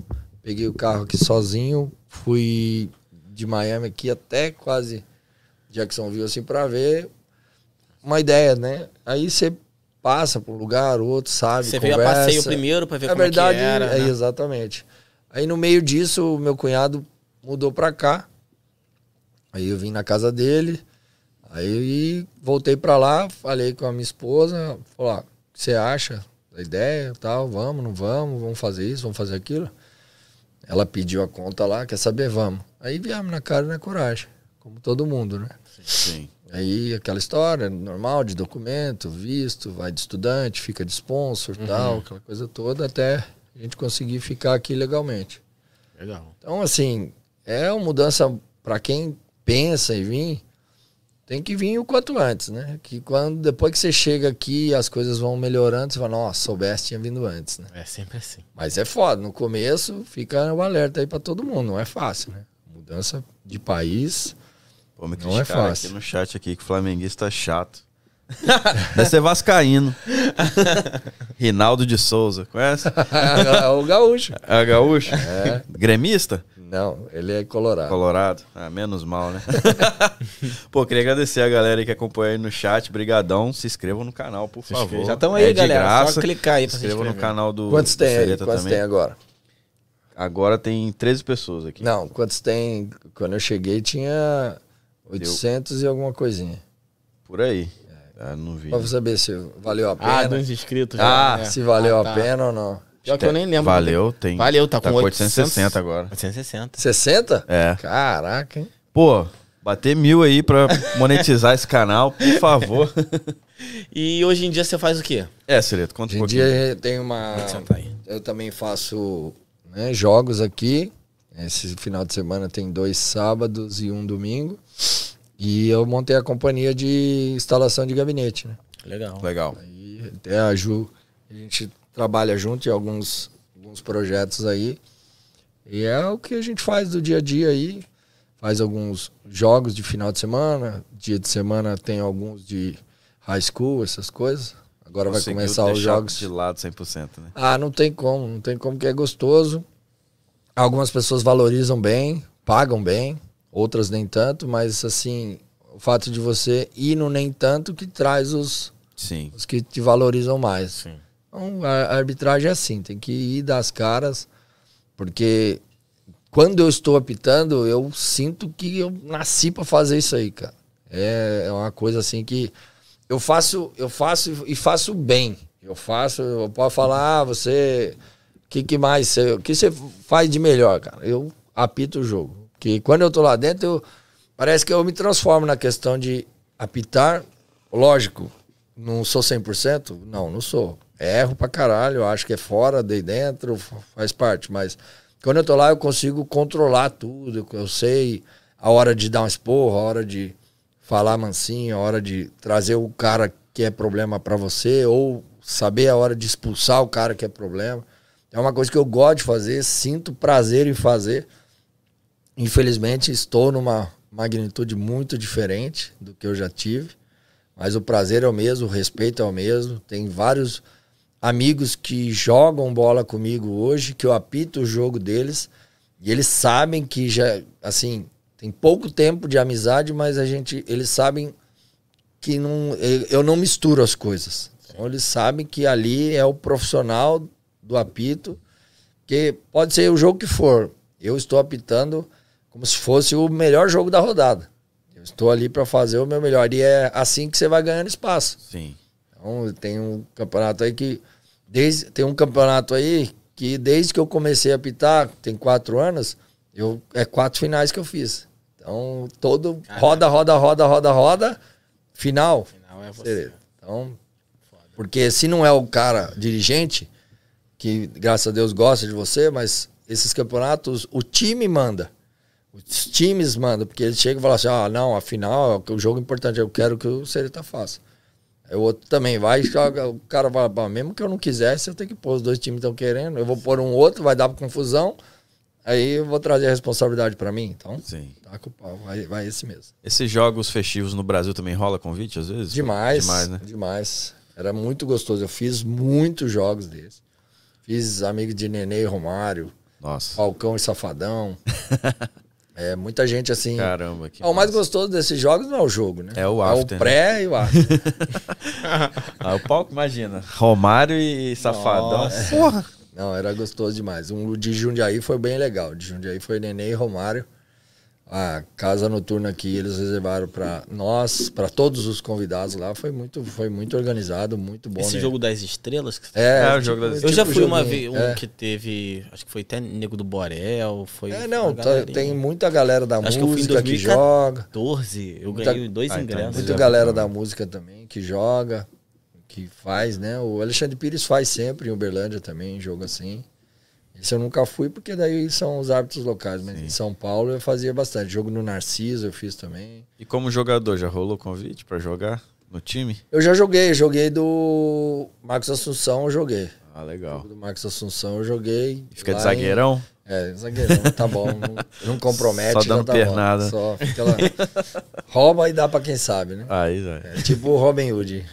fui de Miami aqui até quase Jacksonville, assim, pra ver uma ideia, né? Aí você passa pra um lugar, outro, sabe, Você conversa. veio a passeio primeiro pra ver como verdade, é que era, né? Exatamente. Aí no meio disso, o meu cunhado mudou pra cá, aí eu vim na casa dele. Aí voltei pra lá, falei com a minha esposa, falou, o que você acha da ideia, tal, vamos, não vamos fazer isso, vamos fazer aquilo. Ela pediu a conta lá, quer saber, vamos. Aí viemos na cara e na coragem, como todo mundo, né? Sim. Aí aquela história normal de documento, visto, vai de estudante, fica de sponsor, tal, aquela coisa toda, até a gente conseguir ficar aqui legalmente. Legal. Então, assim, é uma mudança pra quem pensa em vir, tem que vir o quanto antes, né? Que depois que você chega aqui, as coisas vão melhorando, você fala, nossa, soubesse, tinha vindo antes, né? É sempre assim. Mas é foda, no começo fica o alerta aí pra todo mundo, não é fácil, né? Mudança de país, Pô, me não é fácil. aqui no chat aqui que o flamenguista é chato. Deve ser vascaíno. Rinaldo de Souza, conhece? É o gaúcho. É gaúcho? É. Gremista? Não, ele é colorado. Colorado? Ah, menos mal, né? Pô, queria agradecer a galera aí que acompanha aí no chat. Brigadão. Se inscrevam no canal, por favor. Já estão aí, de galera. graça. Só clicar aí pra se inscrevam no canal do Quantos tem aí? Sereta Quantos também. tem agora? Agora tem 13 pessoas aqui. Não, quantos tem? Quando eu cheguei tinha 800 e alguma coisinha. Por aí. Não vi. Pra saber se valeu a pena. dos inscritos. Já, né? Se valeu tá. a pena ou não. Pior que eu nem lembro. Valeu, tem. Valeu, tá com 860 agora. 860. 60? É. Caraca, hein? Pô, bater 1000 aí pra monetizar esse canal, por favor. E hoje em dia você faz o quê? Sereta, conta um Hoje em pouquinho. dia tem uma... Pode sentar aí. Eu também faço, né, jogos aqui. Esse final de semana tem 2 sábados e 1 domingo. E eu montei a companhia de instalação de gabinete, né? Legal. Aí até a Ju, a gente trabalha junto em alguns projetos aí. E é o que a gente faz do dia a dia aí. Faz alguns jogos de final de semana. Dia de semana tem alguns de high school, essas coisas. Agora Conseguiu vai começar os jogos. de lado 100%, né? Ah, não tem como que é gostoso. Algumas pessoas valorizam bem, pagam bem, outras nem tanto, mas assim, o fato de você ir no nem tanto que traz os que te valorizam mais. Sim. Então, a arbitragem é assim, tem que ir das caras, porque quando eu estou apitando, eu sinto que eu nasci para fazer isso aí, cara. É uma coisa assim que eu faço e faço bem. Eu posso falar, você... O que mais? O que você faz de melhor, cara? Eu apito o jogo. Porque quando eu tô lá dentro, parece que eu me transformo na questão de apitar. Lógico, não sou 100%? Não sou. Erro pra caralho, eu acho que é fora, dei dentro, faz parte. Mas quando eu tô lá, eu consigo controlar tudo. Eu sei a hora de dar um esporro, a hora de falar mansinho, a hora de trazer o cara que é problema pra você, ou saber a hora de expulsar o cara que é problema. É uma coisa que eu gosto de fazer, sinto prazer em fazer. Infelizmente, estou numa magnitude muito diferente do que eu já tive. Mas o prazer é o mesmo, o respeito é o mesmo. Tem vários amigos que jogam bola comigo hoje, que eu apito o jogo deles. E eles sabem que já, assim, tem pouco tempo de amizade, mas eles sabem que eu não misturo as coisas. Então, eles sabem que ali é o profissional do apito, que pode ser o jogo que for. Eu estou apitando como se fosse o melhor jogo da rodada. Eu estou ali para fazer o meu melhor. E é assim que você vai ganhando espaço. Sim. Então, tem um campeonato aí que... desde que eu comecei a apitar, tem 4 anos, é 4 finais que eu fiz. Então, roda, final é você. Então, porque se não é o cara dirigente, que graças a Deus gosta de você, mas esses campeonatos, o time manda. Os times mandam, porque eles chegam e falam assim, não, afinal, o jogo importante, eu quero que o Sereta faça. Aí o outro também vai e joga, o cara fala, mesmo que eu não quisesse, eu tenho que pôr, os dois times estão querendo, eu vou pôr um outro, vai dar confusão, aí eu vou trazer a responsabilidade pra mim. Então, sim, tá com o pau, vai esse mesmo. Esses jogos festivos no Brasil também rola convite, às vezes? Demais, né? Demais. Era muito gostoso, eu fiz muitos jogos desses. Fiz amigos de Nenê e Romário. Nossa. Falcão e Safadão. Muita gente assim. Caramba, que o mais gostoso desses jogos não é o jogo, né? É o after. É o pré, né? E o after. O palco, imagina. Romário e Safadão. Porra! Não, era gostoso demais. O de Jundiaí foi bem legal. De Jundiaí foi Nenê e Romário. A casa noturna aqui eles reservaram para nós, para todos os convidados lá. Foi muito organizado, muito bom. Esse jogo das estrelas? Que o jogo das estrelas. Eu já fui uma vez, que teve, acho que foi até Nego do Borel. Tem muita galera da música que eu fui em 2014, que joga. Eu ganhei 2 ingressos. Muita galera da música também que joga, que faz, né? O Alexandre Pires faz sempre em Uberlândia também, jogo assim. Isso eu nunca fui, porque daí são os árbitros locais. Mas em São Paulo eu fazia bastante. Jogo no Narciso eu fiz também. E como jogador, já rolou convite pra jogar no time? Eu já joguei do Marcos Assunção, eu joguei. Legal. Do Marcos Assunção eu joguei. E fica de zagueirão? Zagueirão, tá bom. Não compromete. Só dando pernada. Só fica lá. Rouba e dá pra quem sabe, né? Aí, já. Tipo o Robin Hood.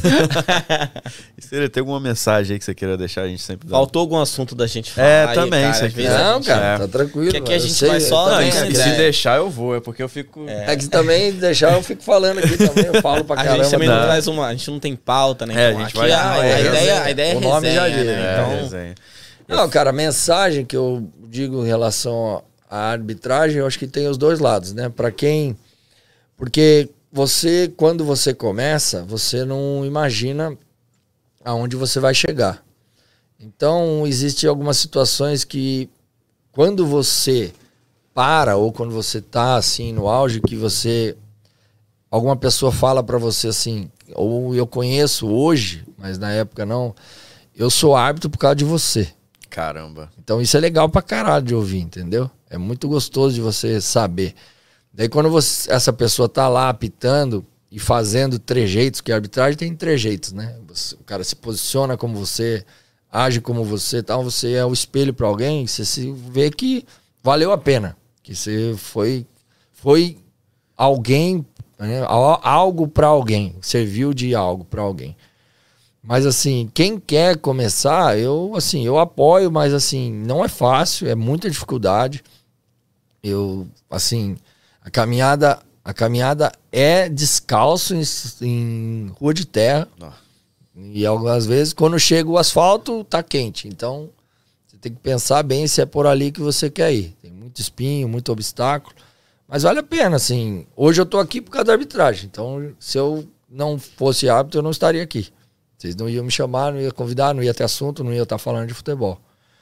E se tem alguma mensagem aí que você queira deixar, a gente sempre dá. Faltou algum assunto da gente falar? Também. Tá tranquilo. Que aqui a gente vai só... Se deixar eu vou, porque eu fico... É que também deixar eu fico falando aqui também, eu falo pra caramba. A gente também não traz a gente não tem pauta, né? Então, a gente vai... A ideia é o nome resenha, já diz, né? Então... Não, cara, a mensagem que eu digo em relação à arbitragem, eu acho que tem os dois lados, né? Pra quem... Porque... quando você começa, você não imagina aonde você vai chegar. Então, existem algumas situações que, quando você para, ou quando você tá assim no auge, que alguma pessoa fala pra você assim, ou eu conheço hoje, mas na época não, eu sou árbitro por causa de você. Caramba. Então isso é legal pra caralho de ouvir, entendeu? É muito gostoso de você saber. Daí quando essa pessoa tá lá apitando e fazendo trejeitos, que a arbitragem tem trejeitos, né? O cara se posiciona como você, age como você, tal, você é o espelho para alguém, você se vê que valeu a pena, que você foi alguém, né? Algo para alguém, serviu de algo para alguém. Mas assim, quem quer começar, eu apoio, mas assim, não é fácil, é muita dificuldade. A caminhada é descalço em rua de terra. E algumas vezes, quando chega o asfalto, tá quente. Então, você tem que pensar bem se é por ali que você quer ir. Tem muito espinho, muito obstáculo. Mas vale a pena, assim. Hoje eu tô aqui por causa da arbitragem. Então, se eu não fosse árbitro, eu não estaria aqui. Vocês não iam me chamar, não iam convidar, não ia ter assunto, não ia estar falando de futebol.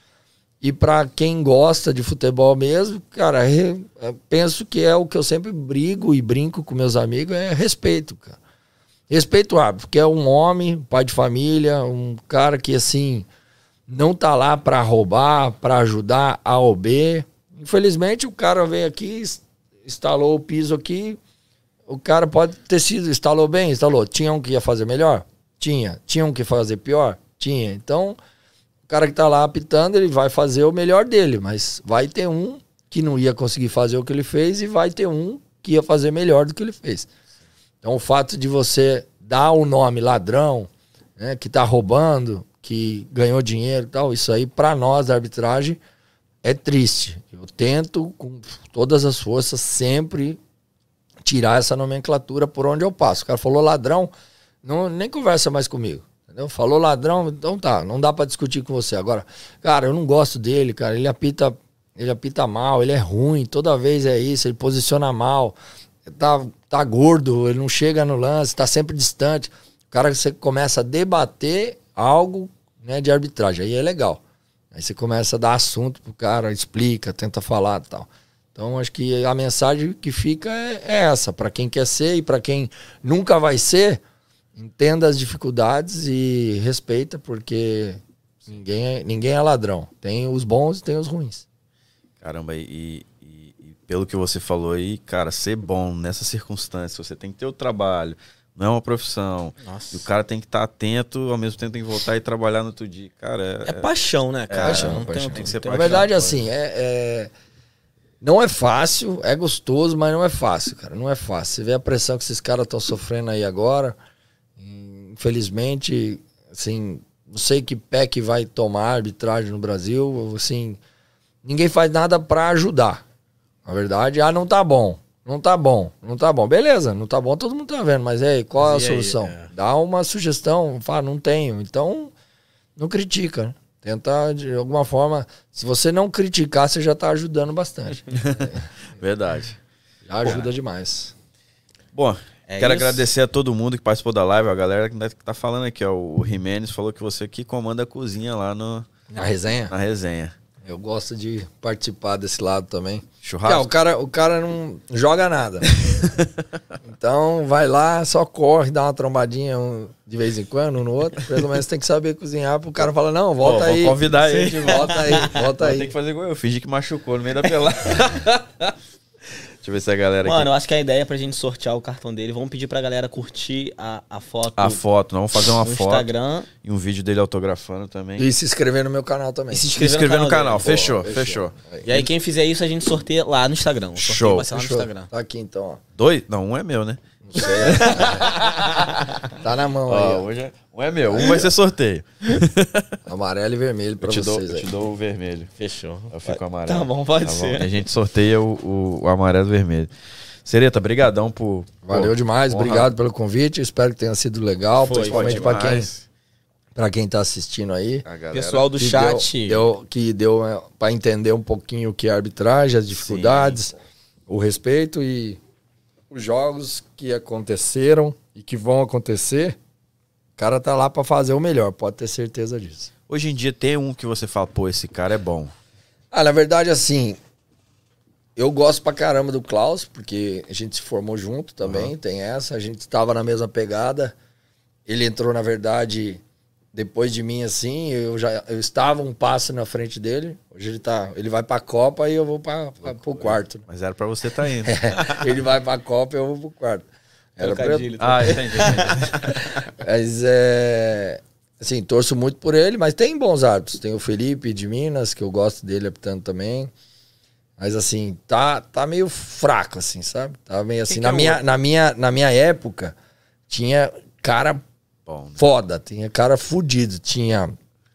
E para quem gosta de futebol mesmo, cara, eu penso que é o que eu sempre brigo e brinco com meus amigos, é respeito, cara. Respeito o árbitro, porque é um homem, pai de família, um cara que, assim, não tá lá para roubar, para ajudar A ou B. Infelizmente, o cara veio aqui, instalou o piso aqui, o cara pode ter sido, instalou bem, instalou. Tinha um que ia fazer melhor? Tinha. Tinha um que ia fazer pior? Tinha. Então, o cara que tá lá apitando, ele vai fazer o melhor dele, mas vai ter um que não ia conseguir fazer o que ele fez e vai ter um que ia fazer melhor do que ele fez. Então, o fato de você dar o nome ladrão, né, que tá roubando, que ganhou dinheiro e tal, isso aí, para nós da arbitragem, é triste. Eu tento, com todas as forças, sempre tirar essa nomenclatura por onde eu passo. O cara falou ladrão, nem conversa mais comigo. Entendeu? Falou ladrão, então tá, não dá pra discutir com você. Agora, cara, eu não gosto dele, cara, ele apita mal, ele é ruim, toda vez é isso, ele posiciona mal, tá gordo, ele não chega no lance, tá sempre distante. O cara, você começa a debater algo, né, de arbitragem, aí é legal. Aí você começa a dar assunto pro cara, explica, tenta falar e tal. Então, acho que a mensagem que fica é essa, para quem quer ser e para quem nunca vai ser, entenda as dificuldades e respeita, porque ninguém é ladrão. Tem os bons e tem os ruins. Caramba, e pelo que você falou aí, cara, ser bom nessa circunstância, você tem que ter o trabalho, não é uma profissão. Nossa. E o cara tem que estar atento, ao mesmo tempo tem que voltar e trabalhar no outro dia. Cara, é paixão, né, cara? Paixão. Tem que ser paixão. Na verdade, assim, não é fácil, é gostoso, mas não é fácil, cara. Não é fácil. Você vê a pressão que esses caras estão sofrendo aí agora. Infelizmente, assim, não sei que pé que vai tomar a arbitragem no Brasil. Assim, ninguém faz nada pra ajudar. Na verdade, não tá bom. Não tá bom. Não tá bom. Beleza, não tá bom, todo mundo tá vendo. Mas aí, qual é a solução? Dá uma sugestão. Fala, não tenho. Então, não critica, né? Tenta, de alguma forma, se você não criticar, você já tá ajudando bastante. Verdade. Já ajuda demais. Bom, quero agradecer a todo mundo que participou da live, a galera que tá falando aqui, ó. O Jimenez falou que você que comanda a cozinha lá na resenha. Na resenha. Eu gosto de participar desse lado também. Churrasco? O cara não joga nada. Então, vai lá, só corre, dá uma trombadinha de vez em quando, um no outro. Pelo menos tem que saber cozinhar pro cara falar, não, volta aí. Vou convidar ele de volta aí. Tem que fazer igual eu, fingi que machucou no meio da pelada. Deixa eu ver se a galera Mano, eu acho que a ideia é pra gente sortear o cartão dele. Vamos pedir pra galera curtir a foto. A foto, nós vamos fazer uma foto. Instagram. E um vídeo dele autografando também. E se inscrever no meu canal também. E se inscrever no canal. Fechou. E aí quem fizer isso, a gente sorteia lá no Instagram. Show. Vai ser lá no Instagram. Tá aqui então, ó. 2? Não, um é meu, né? Não sei. Tá na mão aí. Ó. Hoje um é meu, um vai ser sorteio. Amarelo e vermelho pra vocês aí. Eu te dou o vermelho. Fechou. Eu fico amarelo. Tá bom, pode ser. Bom? A gente sorteia o amarelo e vermelho. Sereta, brigadão por... Valeu demais, obrigado pelo convite. Espero que tenha sido legal, principalmente pra quem tá assistindo aí. Pessoal do chat. Que deu pra entender um pouquinho o que é arbitragem, as dificuldades, o respeito e os jogos que aconteceram e que vão acontecer. O cara tá lá pra fazer o melhor, pode ter certeza disso. Hoje em dia tem um que você fala, pô, esse cara é bom. Na verdade, assim, eu gosto pra caramba do Klaus, porque a gente se formou junto também, tem essa, a gente estava na mesma pegada. Ele entrou, na verdade, depois de mim, assim, eu estava um passo na frente dele. Hoje ele vai pra Copa e eu vou pro quarto. Mas era pra você estar indo. Ele vai pra Copa e eu vou pro quarto. Era entendi. Mas assim, torço muito por ele, mas tem bons árbitros. Tem o Felipe de Minas, que eu gosto dele apitando também. Mas assim, tá meio fraco, assim, sabe? Tá meio assim. Na minha época, tinha cara bom, né? Foda, tinha cara fudido. Tinha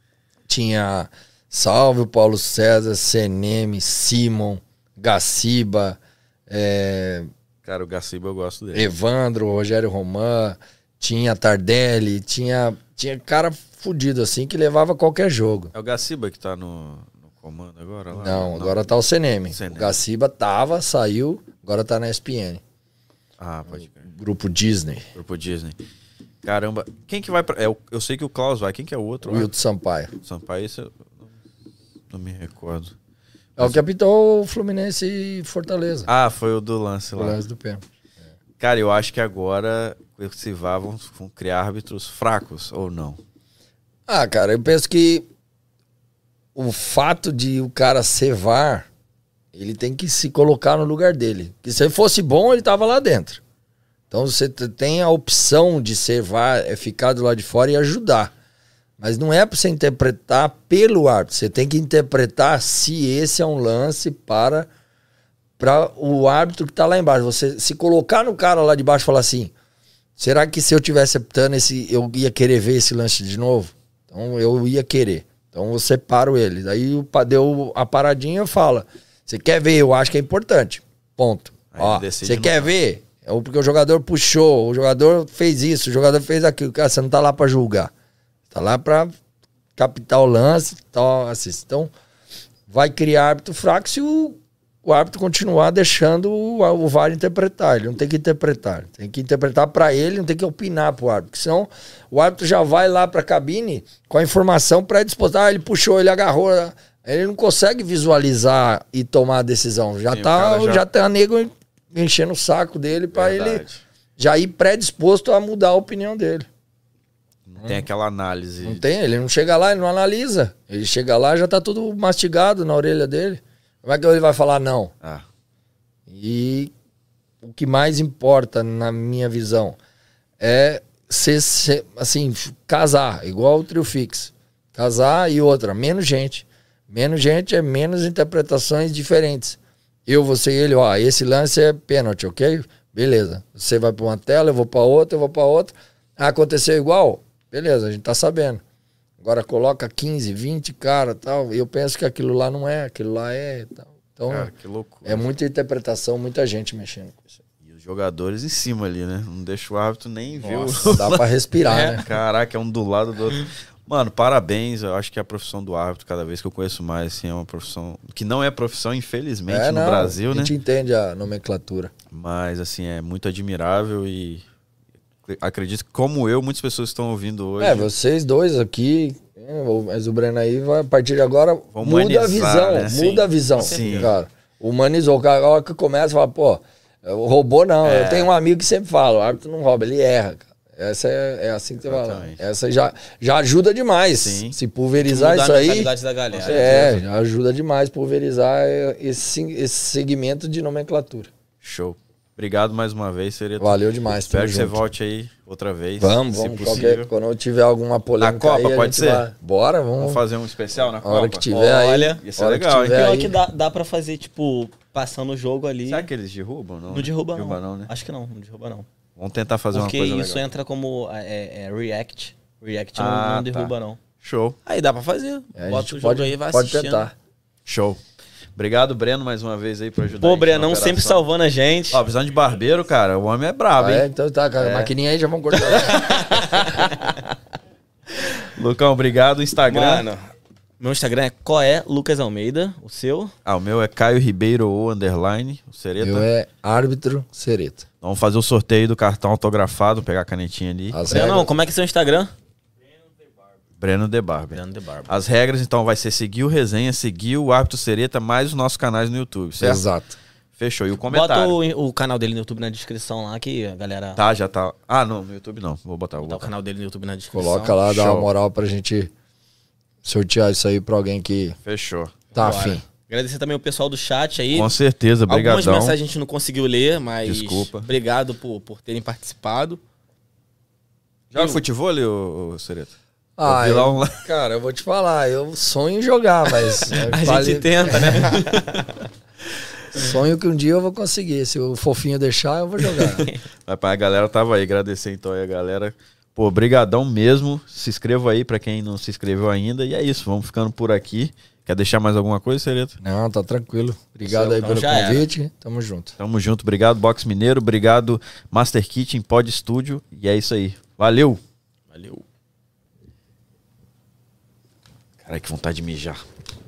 Salve o Paulo César, Seneme, Simon, Gaciba. Cara, o Gaciba eu gosto dele. Evandro, Rogério Roman, tinha Tardelli, tinha cara fudido assim que levava qualquer jogo. É o Gaciba que tá no comando agora? Lá? Não, agora tá o CNM. O Gaciba saiu, agora tá na ESPN. Ah, pode crer. Grupo Disney. Grupo Disney. Caramba, quem que vai pra... eu sei que o Klaus vai, quem que é o outro? O Wilton Sampaio. Sampaio, isso eu não me recordo. É o que apitou o Fluminense e Fortaleza. Ah, foi o do lance lá. O lance do pé. Cara, eu acho que agora se vão criar árbitros fracos, ou não? Ah, cara, eu penso que o fato de o cara ser VAR, ele tem que se colocar no lugar dele. Porque se ele fosse bom, ele tava lá dentro. Então você tem a opção de ser VAR, é ficar do lado de fora e ajudar. Mas não é para você interpretar pelo árbitro. Você tem que interpretar se esse é um lance para o árbitro que tá lá embaixo. Você se colocar no cara lá de baixo e falar assim, será que se eu tivesse apitando eu ia querer ver esse lance de novo? Então eu ia querer. Então eu separo ele. Daí deu a paradinha e fala, você quer ver? Eu acho que é importante. Ponto. Ó, você quer ver? É porque o jogador puxou, o jogador fez isso, o jogador fez aquilo. Cara, você não tá lá para julgar. Tá lá para captar o lance, tal, assim. Então vai criar árbitro fraco se o árbitro continuar deixando o VAR interpretar. Ele não tem que interpretar. Tem que interpretar para ele, não tem que opinar pro árbitro. Porque senão o árbitro já vai lá pra cabine com a informação pré-disposta. Ah, ele puxou, ele agarrou. Ele não consegue visualizar e tomar a decisão. Já tá nego enchendo o saco dele para ele já ir predisposto a mudar a opinião dele. Não tem aquela análise. Não tem, ele não chega lá, ele não analisa. Ele chega lá, já tá tudo mastigado na orelha dele. Como é que ele vai falar não? E o que mais importa, na minha visão, é assim, casar, igual o trio fix. Casar e outra, menos gente. Menos gente é menos interpretações diferentes. Você e ele, ó, esse lance é pênalti, ok? Beleza. Você vai para uma tela, eu vou para outra, eu vou para outra. Ah, aconteceu igual? Beleza, a gente tá sabendo. Agora coloca 15, 20 cara, tal. E eu penso que aquilo lá não é, aquilo lá é, tal. Então, cara, que loucura. É muita interpretação, muita gente mexendo com isso. E os jogadores em cima ali, né? Não deixa o árbitro nem ver o... Não dá pra respirar, né? Caraca, é um do lado do outro. Mano, parabéns. Eu acho que a profissão do árbitro, cada vez que eu conheço mais, assim, é uma profissão que não é profissão, infelizmente, no Brasil, né? A gente entende a nomenclatura. Mas, assim, é muito admirável e acredito que, como eu, muitas pessoas estão ouvindo hoje. Vocês dois aqui, mas o Breno aí vai, a partir de agora, muda a visão, né? Muda a visão, cara. Humanizou. O cara que começa a falar, pô, roubou não. Eu tenho um amigo que sempre fala, o árbitro não rouba, ele erra, cara. Essa é assim que você fala. Essa já ajuda demais. Sim. Se pulverizar isso aí. Da galera. Já ajuda demais pulverizar esse segmento de nomenclatura. Show. Obrigado mais uma vez, seria. Valeu demais. Espero que você volte aí outra vez. Vamos. Quando eu tiver alguma polêmica na Copa, aí, pode ser? Bora, vamos fazer um especial na Copa. A hora que tiver aí. Olha, ia ser legal, hein? Pior que dá pra fazer, tipo, passando o jogo ali. Será que eles derrubam? Não derruba não, né? Acho que não derruba não. Vamos tentar fazer uma coisa legal. Porque isso entra como React. React não derruba, não. Show. Aí dá pra fazer. Bota o jogo aí e vai pode assistindo. tentar. Show. Obrigado, Breno, mais uma vez aí por ajudar. Pô, Brenão sempre salvando a gente. Ó, precisando de barbeiro, cara, o homem é brabo, hein? Então tá, cara, maquininha aí já vamos cortar. Lucão, obrigado. Instagram. Mano, meu Instagram é Lucas Almeida, o seu? O meu é Caio Ribeiro ou _, o Sereta. O meu é Árbitro Sereta. Vamos fazer o sorteio do cartão autografado, pegar a canetinha ali. Não, como é que é seu Instagram? Breno The Barber. As regras, então, vai ser seguir o Resenha, seguir o Árbitro Sereta, mais os nossos canais no YouTube, certo? Exato. Fechou. E o comentário? Bota o canal dele no YouTube na descrição lá, que a galera... Tá, já tá. Ah, não, no YouTube não. Vou botar o canal dele no YouTube na descrição. Coloca lá, dá uma moral pra gente sortear isso aí pra alguém que... Fechou. Tá afim. Agradecer também o pessoal do chat aí. Com certeza, obrigadão. Algumas mensagens a gente não conseguiu ler, mas... Desculpa. Obrigado por terem participado. Joga futebol ali, ô Sereta? Cara, eu vou te falar, eu sonho em jogar, mas... a gente tenta, né? Sonho que um dia eu vou conseguir. Se o fofinho deixar, eu vou jogar. A galera tava aí, agradecer então aí a galera. Pô, brigadão mesmo. Se inscreva aí pra quem não se inscreveu ainda. E é isso, vamos ficando por aqui. Quer deixar mais alguma coisa, Sereta? Não, tá tranquilo. Obrigado aí pelo convite. Tamo junto. Tamo junto. Obrigado, Box Mineiro. Obrigado, Master Kitchen, Pod Studio. E é isso aí. Valeu! Valeu! Cara, que vontade de mijar.